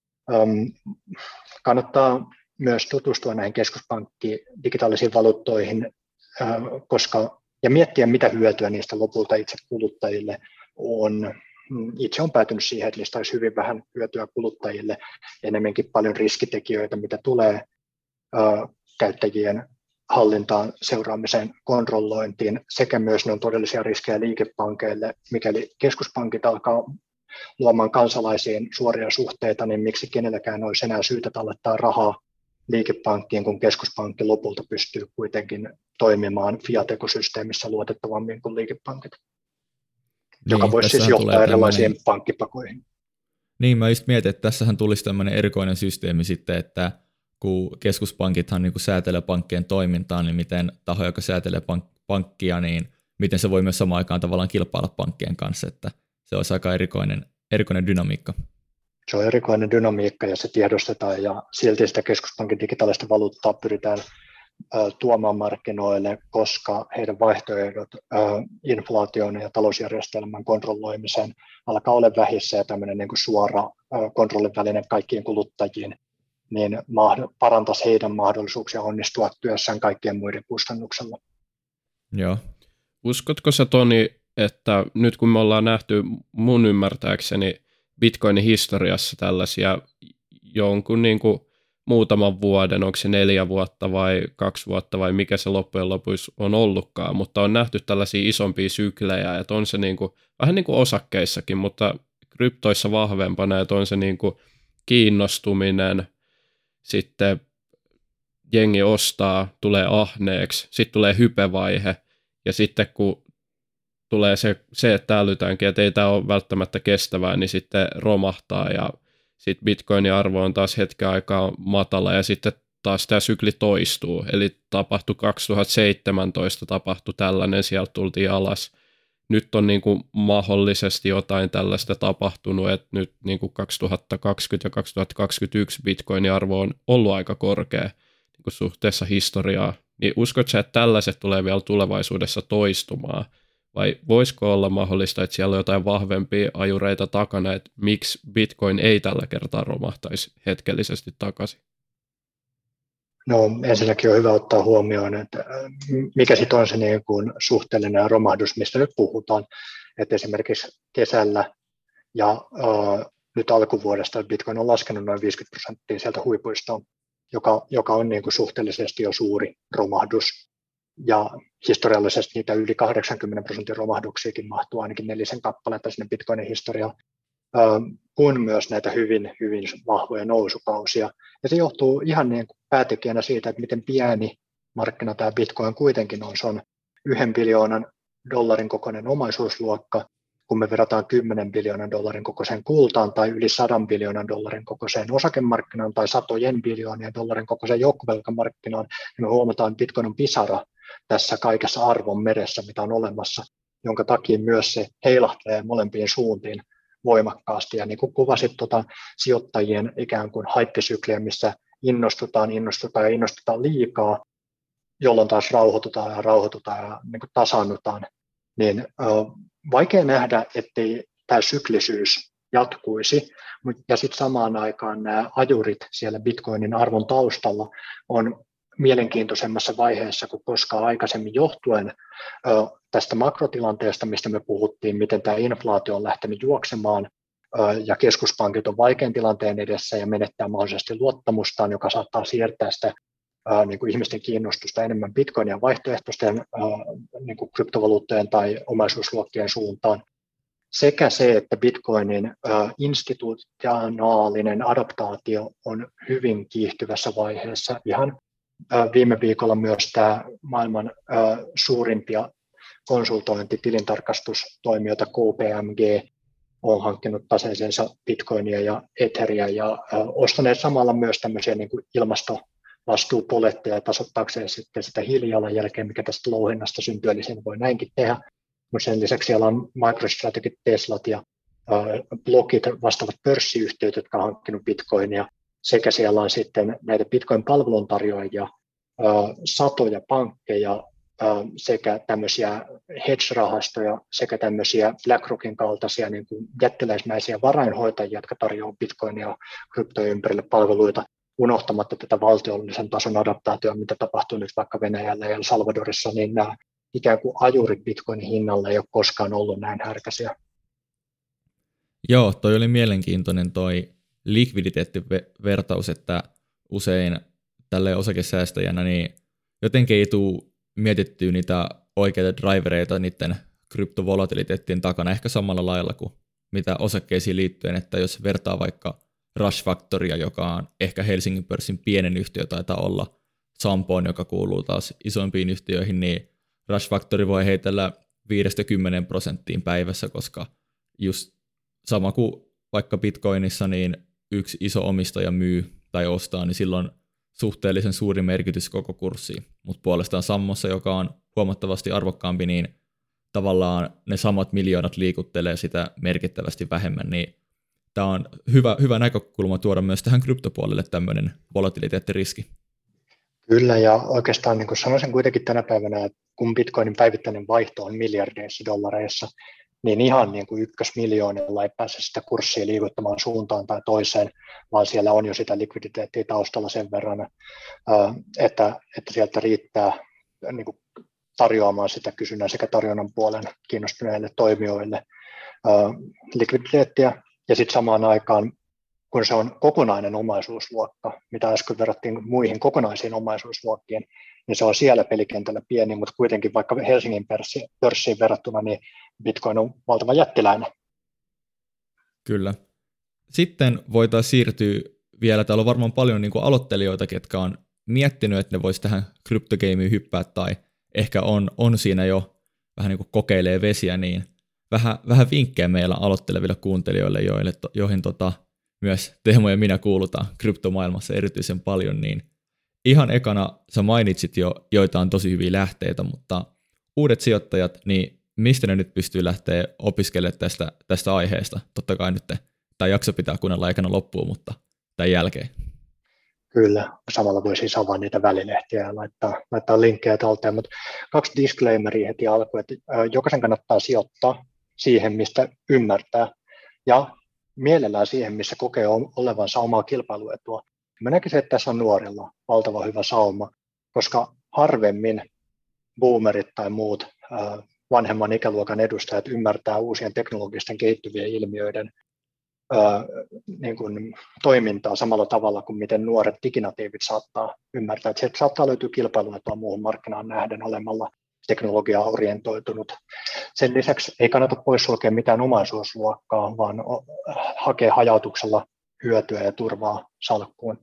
S3: Kannattaa myös tutustua näihin keskuspankki-digitaalisiin valuuttoihin, ja miettiä, mitä hyötyä niistä lopulta itse kuluttajille on. Itse olen päätynyt siihen, että niistä olisi hyvin vähän hyötyä kuluttajille, enemmänkin paljon riskitekijöitä, mitä tulee käyttäjien hallintaan, seuraamiseen, kontrollointiin, sekä myös ne on todellisia riskejä liikepankeille. Mikäli keskuspankit alkaa luomaan kansalaisiin suoria suhteita, niin miksi kenelläkään olisi enää syytä tallettaa rahaa liikepankkiin, kun keskuspankki lopulta pystyy kuitenkin toimimaan fiat-ekosysteemissä luotettavammin kuin liikepankit, joka voisi siis johtaa erilaisiin pankkipakoihin.
S1: Niin, mä just mietin, että tässähän tulisi tämmöinen erikoinen systeemi sitten, että kun keskuspankithan niin kun säätelee pankkien toimintaa, niin miten taho, joka säätelee pankkia, niin miten se voi myös samaan aikaan tavallaan kilpailla pankkien kanssa, että se olisi aika erikoinen dynamiikka.
S3: Se on erikoinen dynamiikka ja se tiedostetaan, ja silti sitä keskuspankin digitaalista valuuttaa pyritään tuomaan markkinoille, koska heidän vaihtoehdot inflaation ja talousjärjestelmän kontrolloimiseen alkaa olla vähissä, ja tämmöinen niin kuin suora kontrollin väline kaikkiin kuluttajiin niin parantaisi heidän mahdollisuuksia onnistua työssään kaikkien muiden kustannuksella.
S2: Joo. Uskotko sä, Toni, että nyt kun me ollaan nähty mun ymmärtääkseni Bitcoinin historiassa tällaisia jonkun niin kuin muutaman vuoden, onko se 4 vuotta vai 2 vuotta vai mikä se loppujen lopuksi on ollutkaan, mutta on nähty tällaisia isompia syklejä, että on se niin kuin, vähän niin kuin osakkeissakin, mutta kryptoissa vahvempana, että on se niin kuin kiinnostuminen, sitten jengi ostaa, tulee ahneeksi, sitten tulee hypevaihe, ja sitten kun tulee se että älytäänkin, että ei tämä ole välttämättä kestävää, niin sitten romahtaa, ja sitten Bitcoinin arvo on taas hetken aikaa matala, ja sitten taas tämä sykli toistuu. Eli tapahtui 2017, tapahtui tällainen, sieltä tultiin alas, nyt on niin kuin mahdollisesti jotain tällaista tapahtunut, että nyt niin kuin 2020 ja 2021 Bitcoinin arvo on ollut aika korkea niin kuin suhteessa historiaa, niin uskotko sä, että tällaiset tulee vielä tulevaisuudessa toistumaan? Vai voisiko olla mahdollista, että siellä on jotain vahvempia ajureita takana, että miksi Bitcoin ei tällä kertaa romahtaisi hetkellisesti takaisin?
S3: No ensinnäkin on hyvä ottaa huomioon, että mikä sitten on se niin kuin suhteellinen romahdus, mistä nyt puhutaan. Että esimerkiksi kesällä ja nyt alkuvuodesta Bitcoin on laskenut noin 50% sieltä huipuista, joka on niin kuin suhteellisesti jo suuri romahdus. Ja historiallisesti niitä yli 80% romahduksiakin mahtuu ainakin 4 kappaletta sinne Bitcoinin historiaan, kuin myös näitä hyvin, hyvin vahvoja nousukausia. Ja se johtuu ihan niin kuin päätekijänä siitä, että miten pieni markkina tämä Bitcoin kuitenkin on. Se on $1 biljoonan kokoinen omaisuusluokka, kun me verrataan 10 biljoonan dollarin kokoiseen kultaan tai yli 100 biljoonan dollarin kokoiseen osakemarkkinaan tai satojen biljoonien dollarin kokoiseen joukkovelkamarkkinaan, niin me huomataan, että Bitcoin on pisara tässä kaikessa arvon meressä, mitä on olemassa, jonka takia myös se heilahtelee molempiin suuntiin voimakkaasti. Ja niin kuin kuvasit sijoittajien ikään kuin haittisykliä, missä innostutaan liikaa, jolloin taas rauhoitutaan ja niin kuin tasaannutaan, niin vaikea nähdä, ettei tämä syklisyys jatkuisi. Ja sitten samaan aikaan nämä ajurit siellä Bitcoinin arvon taustalla on mielenkiintoisemmassa vaiheessa kuin koskaan aikaisemmin johtuen tästä makrotilanteesta, mistä me puhuttiin, miten tämä inflaatio on lähtenyt juoksemaan ja keskuspankit on vaikean tilanteen edessä ja menettää mahdollisesti luottamustaan, joka saattaa siirtää sitä niin kuin ihmisten kiinnostusta enemmän Bitcoinia vaihtoehtoisten niin kuin kryptovaluuttojen tai omaisuusluokkien suuntaan. Sekä se, että Bitcoinin institutionaalinen adaptaatio on hyvin kiihtyvässä vaiheessa. Ihan viime viikolla myös tämä maailman suurimpia konsultointitilintarkastustoimijoita KPMG on hankkinut taseeseensa Bitcoinia ja Etheria ja ostaneet samalla myös tämmöisiä niin kuin ilmastovastuupoletteja tasoittaakseen sitten sitä hiilijalanjälkeä, mikä tästä louhinnasta syntyy, eli sen voi näinkin tehdä. Mutta sen lisäksi siellä on MicroStrategit, Teslat ja Blockit vastaavat pörssiyhtiöt, jotka on hankkinut Bitcoinia, sekä siellä on sitten näitä Bitcoin-palveluntarjoajia, satoja pankkeja, sekä tämmöisiä hedge-rahastoja, sekä tämmöisiä BlackRockin kaltaisia niin kuin jättiläismäisiä varainhoitajia, jotka tarjoavat Bitcoinia ja kryptojen ympärille palveluita, unohtamatta tätä valtiollisen tason adaptaatiota, mitä tapahtuu nyt vaikka Venäjällä ja El Salvadorissa, niin nämä ikään kuin ajurit Bitcoinin hinnalle ei ole koskaan ollut näin härkäisiä.
S1: Joo, toi oli mielenkiintoinen toi likviditeettivertaus, että usein tälle osakesäästäjänä niin jotenkin ei tule mietittyä niitä oikeita drivereita niiden kryptovolatiliteettien takana ehkä samalla lailla kuin mitä osakkeisiin liittyen, että jos vertaa vaikka Rush Factoria, joka on ehkä Helsingin pörssin pienen yhtiö, taitaa olla Sampoon, joka kuuluu taas isompiin yhtiöihin, niin Rush Factory voi heitellä 5-10% päivässä, koska just sama kuin vaikka Bitcoinissa, niin yksi iso omistaja myy tai ostaa, niin silloin suhteellisen suuri merkitys koko kurssiin. Mutta puolestaan Sammossa, joka on huomattavasti arvokkaampi, niin tavallaan ne samat miljoonat liikuttelee sitä merkittävästi vähemmän, niin tämä on hyvä näkökulma tuoda myös tähän kryptopuolelle tämmöinen volatiliteettiriski.
S3: Kyllä, ja oikeastaan niin kuin sanoisin kuitenkin tänä päivänä, että kun Bitcoinin päivittäinen vaihto on miljardeissa dollareissa, niin ihan niin kuin ykkösmiljoonilla ei pääse sitä kurssia liikuttamaan suuntaan tai toiseen, vaan siellä on jo sitä likviditeettiä taustalla sen verran, että sieltä riittää niin kuin tarjoamaan sitä kysynnän sekä tarjonnan puolen kiinnostuneille toimijoille likviditeettiä, ja sitten samaan aikaan, kun se on kokonainen omaisuusluokka, mitä äsken verrattiin muihin kokonaisiin omaisuusluokkiin, niin se on siellä pelikentällä pieni, mutta kuitenkin vaikka Helsingin pörssiin verrattuna, niin Bitcoin on valtava jättiläinen.
S1: Kyllä. Sitten voitaisiin siirtyä vielä, täällä on varmaan paljon niin kuin aloittelijoita, ketkä on miettinyt, että ne voisi tähän kryptogameen hyppää, tai ehkä on siinä jo vähän niin kuin kokeilee vesiä, niin vähän vinkkejä meillä aloitteleville kuuntelijoille, joihin myös Teemu ja minä kuulutaan kryptomaailmassa erityisen paljon, niin ihan ekana sä mainitsit jo, joita on tosi hyviä lähteitä, mutta uudet sijoittajat, niin mistä ne nyt pystyy lähteä opiskelemaan tästä aiheesta? Totta kai nyt tämä jakso pitää kuunnella aikana loppuun, mutta tämän jälkeen.
S3: Kyllä, samalla voi siis avaa niitä välilehtiä ja laittaa linkkejä talteen, mutta 2 disclaimeria heti alkuun, että jokaisen kannattaa sijoittaa siihen, mistä ymmärtää, ja mielellään siihen, missä kokee olevansa omaa kilpailuetua. Mä näkisin, että tässä on nuorilla valtava hyvä sauma, koska harvemmin boomerit tai muut vanhemman ikäluokan edustajat ymmärtää uusien teknologisten kehittyvien ilmiöiden niin kuin toimintaa samalla tavalla kuin miten nuoret diginatiivit saattaa ymmärtää. Että sieltä saattaa löytyä kilpailuetua muuhun markkinaan nähden olemalla teknologiaa orientoitunut. Sen lisäksi ei kannata poissulkea mitään omaisuusluokkaa, vaan hakea hajautuksella hyötyä ja turvaa salkkuun.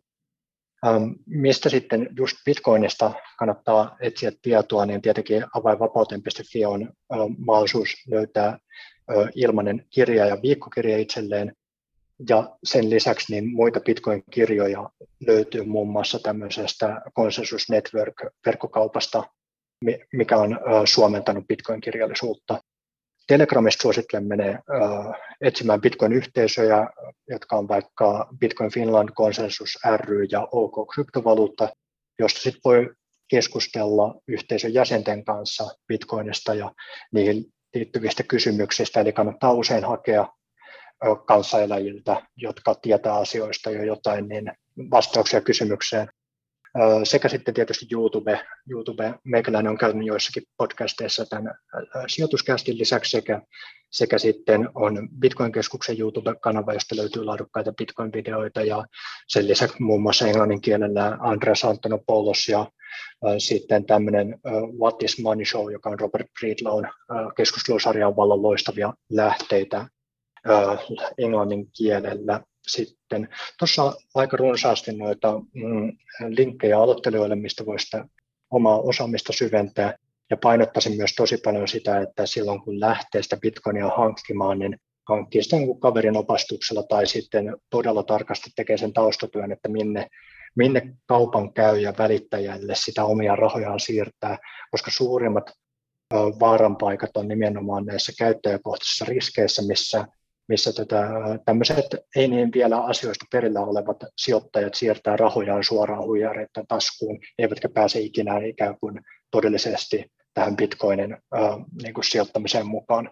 S3: Mistä sitten just Bitcoinista kannattaa etsiä tietoa, niin tietenkin avainvapauteen.fi on mahdollisuus löytää ilmainen kirja ja viikkokirja itselleen. Ja sen lisäksi niin muita Bitcoin-kirjoja löytyy muun muassa tämmöisestä Consensus Network-verkkokaupasta, mikä on suomentanut Bitcoin-kirjallisuutta. Telegramista suosittelen menee etsimään Bitcoin-yhteisöjä, jotka on vaikka Bitcoin Finland, Consensus ry ja OK Kryptovaluutta, josta sitten voi keskustella yhteisön jäsenten kanssa Bitcoinista ja niihin liittyvistä kysymyksistä. Eli kannattaa usein hakea kanssaeläjiltä, jotka tietää asioista jo jotain, niin vastauksia kysymykseen. Sekä sitten tietysti YouTube. Meikäläinen on käynyt joissakin podcasteissa tämän sijoituskästin lisäksi sekä sitten on Bitcoin-keskuksen YouTube-kanava, josta löytyy laadukkaita Bitcoin-videoita ja sen lisäksi muun muassa englannin kielellä Andreas Antonopoulos ja sitten tämmöinen What is Money Show, joka on Robert Friedlaun keskustelusarjan vallan loistavia lähteitä englannin kielellä. Sitten tuossa aika runsaasti noita linkkejä aloittelijoille, mistä voi sitä omaa osaamista syventää. Ja painottaisin myös tosi paljon sitä, että silloin kun lähtee sitä Bitcoinia hankkimaan, niin hankkii sitä kaverin opastuksella tai sitten todella tarkasti tekee sen taustatyön, että minne kaupan käy ja välittäjälle sitä omia rahojaan siirtää, koska suurimmat vaaranpaikat on nimenomaan näissä käyttäjäkohtaisissa riskeissä, missä tämmöiset ei niin vielä asioista perillä olevat sijoittajat siirtää rahojaan suoraan huijareiden taskuun, eivätkä pääse ikinä ikään kuin todellisesti tähän Bitcoinin niin kuin sijoittamiseen mukaan.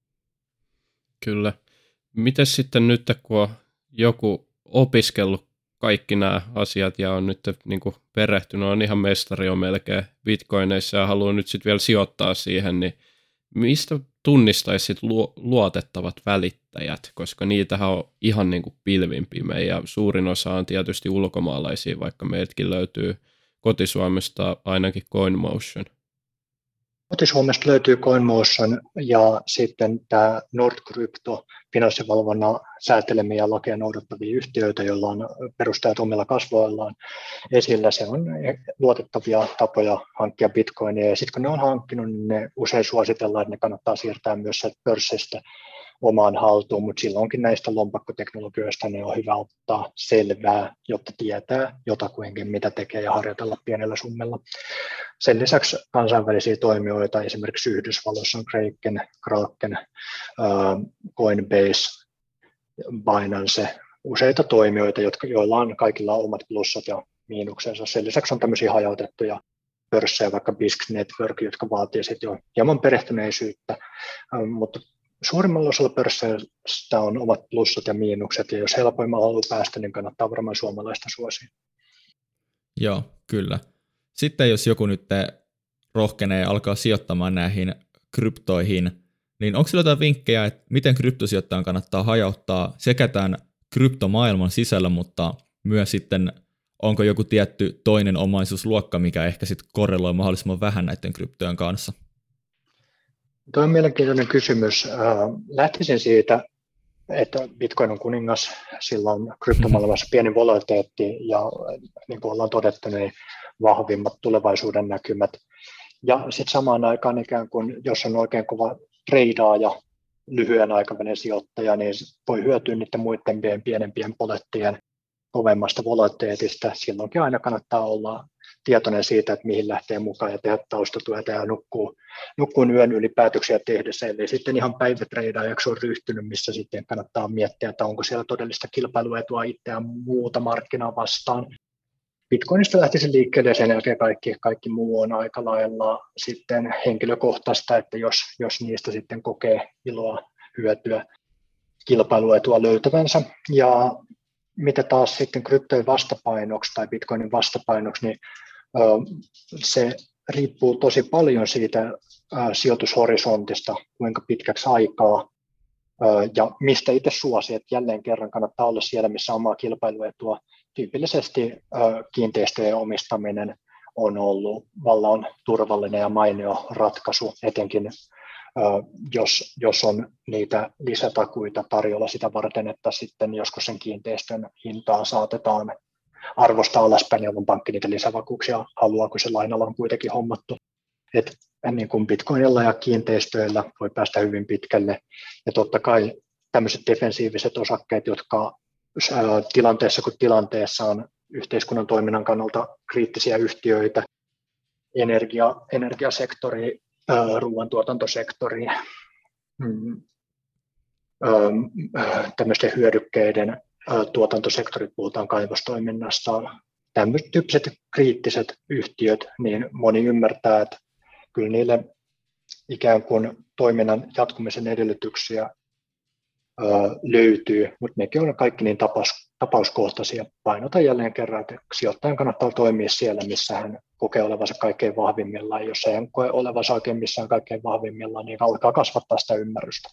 S2: Kyllä. Miten sitten nyt, kun on joku opiskellut kaikki nämä asiat ja on nyt niin kuin perehtynyt, on ihan mestari on melkein Bitcoineissa ja haluaa nyt sitten vielä sijoittaa siihen, niin mistä tunnistaisit luotettavat välittäjät, koska niitähän on ihan niin kuin pilvin pimeä ja suurin osa on tietysti ulkomaalaisia, vaikka meiltäkin löytyy kotisuomesta ainakin CoinMotion.
S3: Kotisuomesta löytyy CoinMotion ja sitten tämä Nordcrypto, finanssivalvonnan säätelemiä lakeja noudattavia yhtiöitä, joilla on perustajat omilla kasvoillaan esillä. Se on luotettavia tapoja hankkia bitcoinia ja sitten kun ne on hankkinut, niin ne usein suositellaan, että ne kannattaa siirtää myös pörssistä omaan haltuun, mutta silloinkin näistä lompakkoteknologioista ne on hyvä ottaa selvää, jotta tietää jotakuinkin, mitä tekee ja harjoitella pienellä summella. Sen lisäksi kansainvälisiä toimijoita, esimerkiksi Yhdysvalloissa on Kraken, Coinbase, Binance, useita toimijoita, joilla on kaikilla omat plussat ja miinuksensa. Sen lisäksi on tämmöisiä hajautettuja pörssejä, vaikka Bisq Network, jotka vaatii sitten jo hieman perehtyneisyyttä, mutta suurimmalla osalla pörsseistä on omat plussat ja miinukset, ja jos helpoimmalla haluaa päästä, niin kannattaa varmaan suomalaista suosia.
S1: Joo, kyllä. Sitten jos joku nyt rohkenee alkaa sijoittamaan näihin kryptoihin, niin onko sinulla jotain vinkkejä, että miten kryptosijoittajan kannattaa hajauttaa sekä tämän kryptomaailman sisällä, mutta myös sitten onko joku tietty toinen omaisuusluokka, mikä ehkä sitten korreloi mahdollisimman vähän näiden kryptojen kanssa?
S3: Tuo on mielenkiintoinen kysymys. Lähtisin siitä, että Bitcoin on kuningas, sillä on kryptomaailmassa pieni volatiliteetti ja niin kuin ollaan todettu, niin vahvimmat tulevaisuuden näkymät. Ja sitten samaan aikaan ikään kuin, jos on oikein kova treidaaja, lyhyen aikavälin sijoittaja, niin voi hyötyä niiden muiden pienempien polettien kovemmasta volatiliteetista, silloinkin aina kannattaa olla tietoinen siitä, että mihin lähtee mukaan ja tehdä taustatyötä ja nukkuu yön yli päätöksiä tehdessä, eli sitten ihan päivätreidaajaksi on ryhtynyt, missä sitten kannattaa miettiä, että onko siellä todellista kilpailuetua itseään muuta markkinaa vastaan. Bitcoinista lähtisi liikkeelle ja sen jälkeen kaikki muu on aika lailla sitten henkilökohtaista, että jos niistä sitten kokee iloa, hyötyä, kilpailuetua löytävänsä. Ja mitä taas sitten kryptojen vastapainoksi tai Bitcoinin vastapainoksi, niin se riippuu tosi paljon siitä sijoitushorisontista, kuinka pitkäksi aikaa ja mistä itse suosii, että jälleen kerran kannattaa olla siellä, missä omaa kilpailuetua. Tyypillisesti kiinteistöjen omistaminen on ollut vallan turvallinen ja mainio ratkaisu, etenkin jos on niitä lisätakuita tarjolla sitä varten, että sitten joskus sen kiinteistön hintaa saatetaan arvostaa alaspäin, jolloin pankki niitä lisävakuuksia haluaa, kun se lainalla on kuitenkin hommattu. Et niin kuin Bitcoinilla ja kiinteistöillä voi päästä hyvin pitkälle. Ja totta kai tämmöiset defensiiviset osakkeet, jotka tilanteessa kuin tilanteessa on yhteiskunnan toiminnan kannalta kriittisiä yhtiöitä, energiasektori, ruoantuotantosektori, tämmöisten hyödykkeiden tuotantosektorit, puhutaan kaivostoiminnasta, tämmöiset tyyppiset kriittiset yhtiöt, niin moni ymmärtää, että kyllä niille ikään kuin toiminnan jatkumisen edellytyksiä löytyy, mutta nekin on kaikki niin tapauskohtaisia. Painotan jälleen kerran, että sijoittajan kannattaa toimia siellä, missä hän kokee olevansa kaikkein vahvimmillaan. Jos ei hän koe olevansa oikein missään kaikkein vahvimmillaan, niin alkaa kasvattaa sitä ymmärrystä.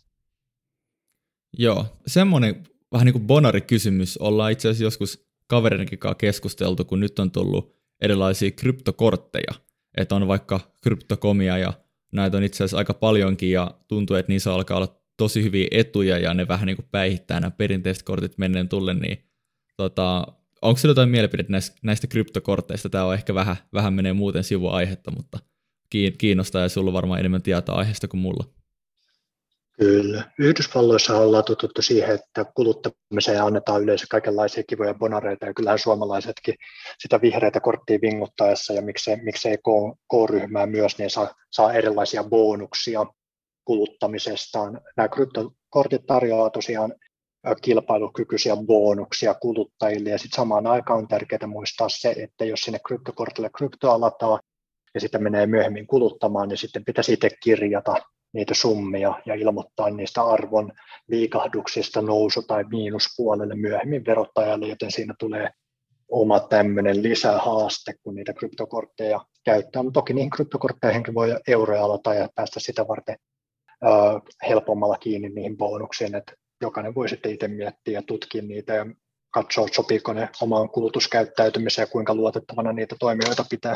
S1: Joo, semmoinen vähän niin kuin bonari-kysymys. Ollaan itse asiassa joskus kaverinkin kanssa keskusteltu, kun nyt on tullut erilaisia kryptokortteja. Että on vaikka kryptokomia ja näitä on itse asiassa aika paljonkin ja tuntuu, että niissä alkaa olla tosi hyviä etuja ja ne vähän niin kuin päihittää nämä perinteiset kortit menneen tullen, niin onko sinulla jotain mielipidettä näistä kryptokorteista? Tämä on ehkä vähän menee muuten sivuaihetta, mutta kiinnostaa ja sulla on varmaan enemmän tietoa aiheesta kuin mulla.
S3: Kyllä. Yhdysvalloissa ollaan tututtu siihen, että kuluttamiseen annetaan yleensä kaikenlaisia kivoja bonareita, ja kyllähän suomalaisetkin sitä vihreitä korttia vinguttaessa, ja miksei K-ryhmää myös, niin saa erilaisia bonuksia kuluttamisestaan. Nämä kryptokortit tarjoavat tosiaan kilpailukykyisiä bonuksia kuluttajille, ja sitten samaan aikaan on tärkeää muistaa se, että jos sinne kryptokortille kryptoa lataa, ja sitä menee myöhemmin kuluttamaan, niin sitten pitäisi itse kirjata niitä summia ja ilmoittaa niistä arvon liikahduksista nousu- tai miinuspuolelle myöhemmin verottajalle, joten siinä tulee oma tämmöinen lisähaaste, kun niitä kryptokortteja käyttää. Mutta toki niihin kryptokortteihinkin voi euroja alata ja päästä sitä varten helpommalla kiinni niihin bonuksiin, että jokainen voi sitten itse miettiä ja tutkia niitä ja katsoa, sopiiko ne omaan kulutuskäyttäytymiseen ja kuinka luotettavana niitä toimijoita pitää.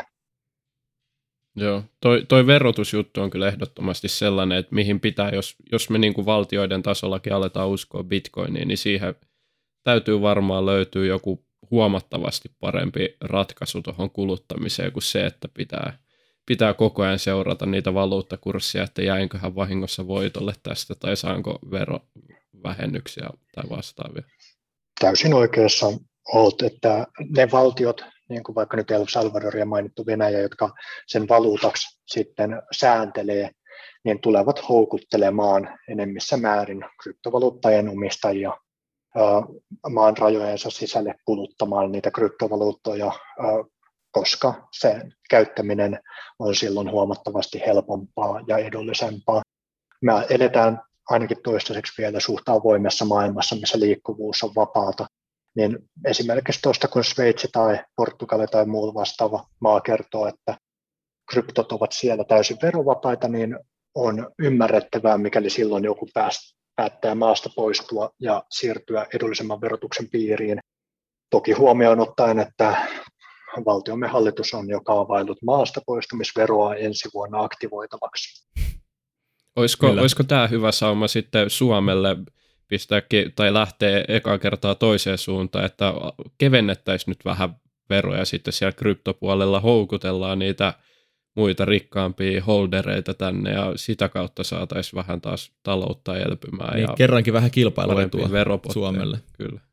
S2: Joo, toi verotusjuttu on kyllä ehdottomasti sellainen, että mihin pitää, jos me niin kuin valtioiden tasollakin aletaan uskoa Bitcoiniin, niin siihen täytyy varmaan löytyä joku huomattavasti parempi ratkaisu tuohon kuluttamiseen kuin se, että pitää koko ajan seurata niitä valuuttakursseja, että jäinköhän vahingossa voitolle tästä tai saanko verovähennyksiä tai vastaavia.
S3: Täysin oikeassa olet, että ne valtiot, niin kuin vaikka nyt El Salvador ja mainittu Venäjä, jotka sen valuutaksi sitten sääntelee, niin tulevat houkuttelemaan enemmissä määrin kryptovaluuttajien omistajia maan rajojensa sisälle kuluttamaan niitä kryptovaluuttoja, koska sen käyttäminen on silloin huomattavasti helpompaa ja edullisempaa. Me eletään ainakin toistaiseksi vielä suht avoimessa maailmassa, missä liikkuvuus on vapaata. Niin esimerkiksi tuosta, kun Sveitsi tai Portugali tai muu vastaava maa kertoo, että kryptot ovat siellä täysin verovapaita, niin on ymmärrettävää, mikäli silloin joku päättää maasta poistua ja siirtyä edullisemman verotuksen piiriin. Toki huomioon ottaen, että valtiomme hallitus on jo kaavaillut maasta poistumisveroa ensi vuonna aktivoitavaksi.
S2: Olisiko tämä hyvä sauma sitten Suomelle pistääkin tai lähtee ekaa kertaa toiseen suuntaan, että kevennettäisiin nyt vähän veroja sitten siellä kryptopuolella, houkutellaan niitä muita rikkaampia holdereita tänne ja sitä kautta saataisiin vähän taas taloutta elpymään.
S1: Niin,
S2: ja
S1: kerrankin vähän kilpailuetua Suomelle.
S2: Kyllä.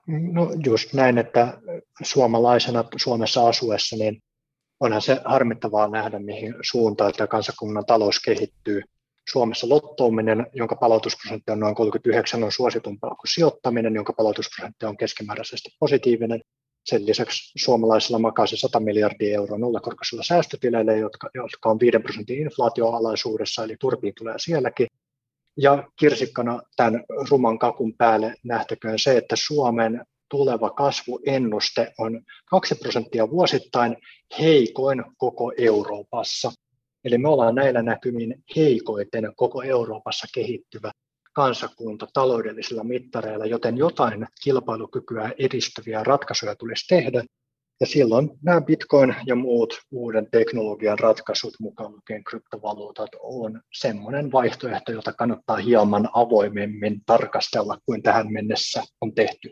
S3: No just näin, että suomalaisena Suomessa asuessa, niin onhan se harmittavaa nähdä, mihin suuntaan tämä kansakunnan talous kehittyy. Suomessa lottouminen, jonka palautusprosentti on noin 39, on suositumpaa kuin sijoittaminen, jonka palautusprosentti on keskimääräisesti positiivinen. Sen lisäksi suomalaisilla makaa se 100 miljardia euroa nollakorkoisilla säästötileillä, jotka on 5% inflaatioalaisuudessa, eli turpiin tulee sielläkin. Ja kirsikkana tämän ruman kakun päälle nähtäköön se, että Suomen tuleva kasvuennuste on 2% vuosittain heikoin koko Euroopassa. Eli me ollaan näillä näkymin heikoiten koko Euroopassa kehittyvä kansakunta taloudellisilla mittareilla, joten jotain kilpailukykyä edistäviä ratkaisuja tulisi tehdä. Ja silloin nämä Bitcoin ja muut uuden teknologian ratkaisut, mukaan lukien kryptovaluutat, on semmoinen vaihtoehto, jota kannattaa hieman avoimemmin tarkastella kuin tähän mennessä on tehty.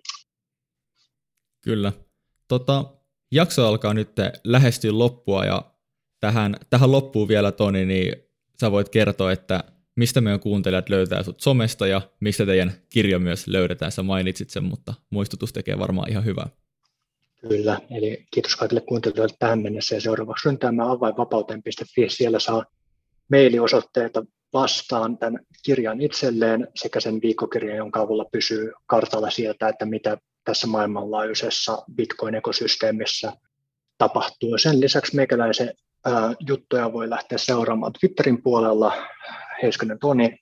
S1: Kyllä. Jakso alkaa nyt lähestyä loppua ja tähän loppuun vielä Toni, niin sä voit kertoa, että mistä meidän kuuntelijat löytää sut somesta ja mistä teidän kirja myös löydetään. Sä mainitsit sen, mutta muistutus tekee varmaan ihan hyvää.
S3: Kyllä, eli kiitos kaikille kuuntelijoille tähän mennessä ja seuraavaksi ryntäämään avainvapauteen.fi. Siellä saa mailiosoitteita vastaan tämän kirjan itselleen sekä sen viikkokirjan, jonka avulla pysyy kartalla sieltä, että mitä tässä maailmanlaajuisessa Bitcoin-ekosysteemissä tapahtuu. Sen lisäksi meikäläisen juttuja voi lähteä seuraamaan Twitterin puolella, Heiskanen Toni,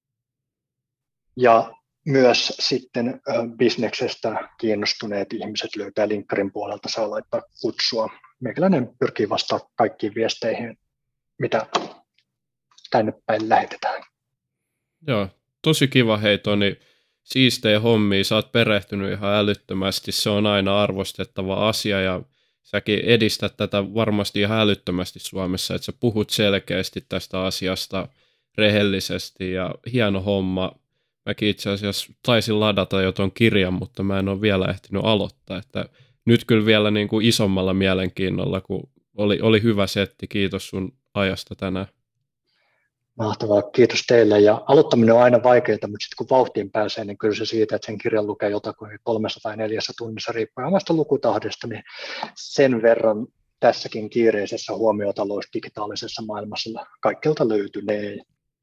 S3: ja myös sitten bisneksestä kiinnostuneet ihmiset löytää linkkarin puolelta, saa laittaa kutsua. Meikäläinen pyrkii vastaamaan kaikkiin viesteihin, mitä tänne päin lähetetään.
S2: Joo, tosi kiva hei Toni. Siistejä hommia, sä oot perehtynyt ihan älyttömästi, se on aina arvostettava asia ja säkin edistät tätä varmasti ihan älyttömästi Suomessa, että sä puhut selkeästi tästä asiasta rehellisesti ja hieno homma. Mäkin itse asiassa taisin ladata jo ton kirjan, mutta mä en ole vielä ehtinyt aloittaa, että nyt kyllä vielä niin kuin isommalla mielenkiinnolla, kun oli hyvä setti, kiitos sun ajasta tänään.
S3: Mahtavaa, kiitos teille. Ja aloittaminen on aina vaikeaa, mutta sitten kun vauhtiin pääsee, niin kyllä se siitä, että sen kirjan lukee jotakin 304 tunnissa riippuen omasta lukutahdesta, niin sen verran tässäkin kiireisessä huomiotalous digitaalisessa maailmassa kaikkelta löytynee.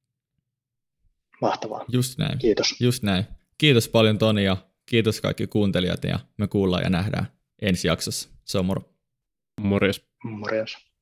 S3: Mahtavaa.
S1: Just näin.
S3: Kiitos.
S1: Just näin. Kiitos paljon Toni ja kiitos kaikki kuuntelijat ja me kuullaan ja nähdään ensi jaksossa. Se on moro.
S2: Morjes.
S3: Morjes.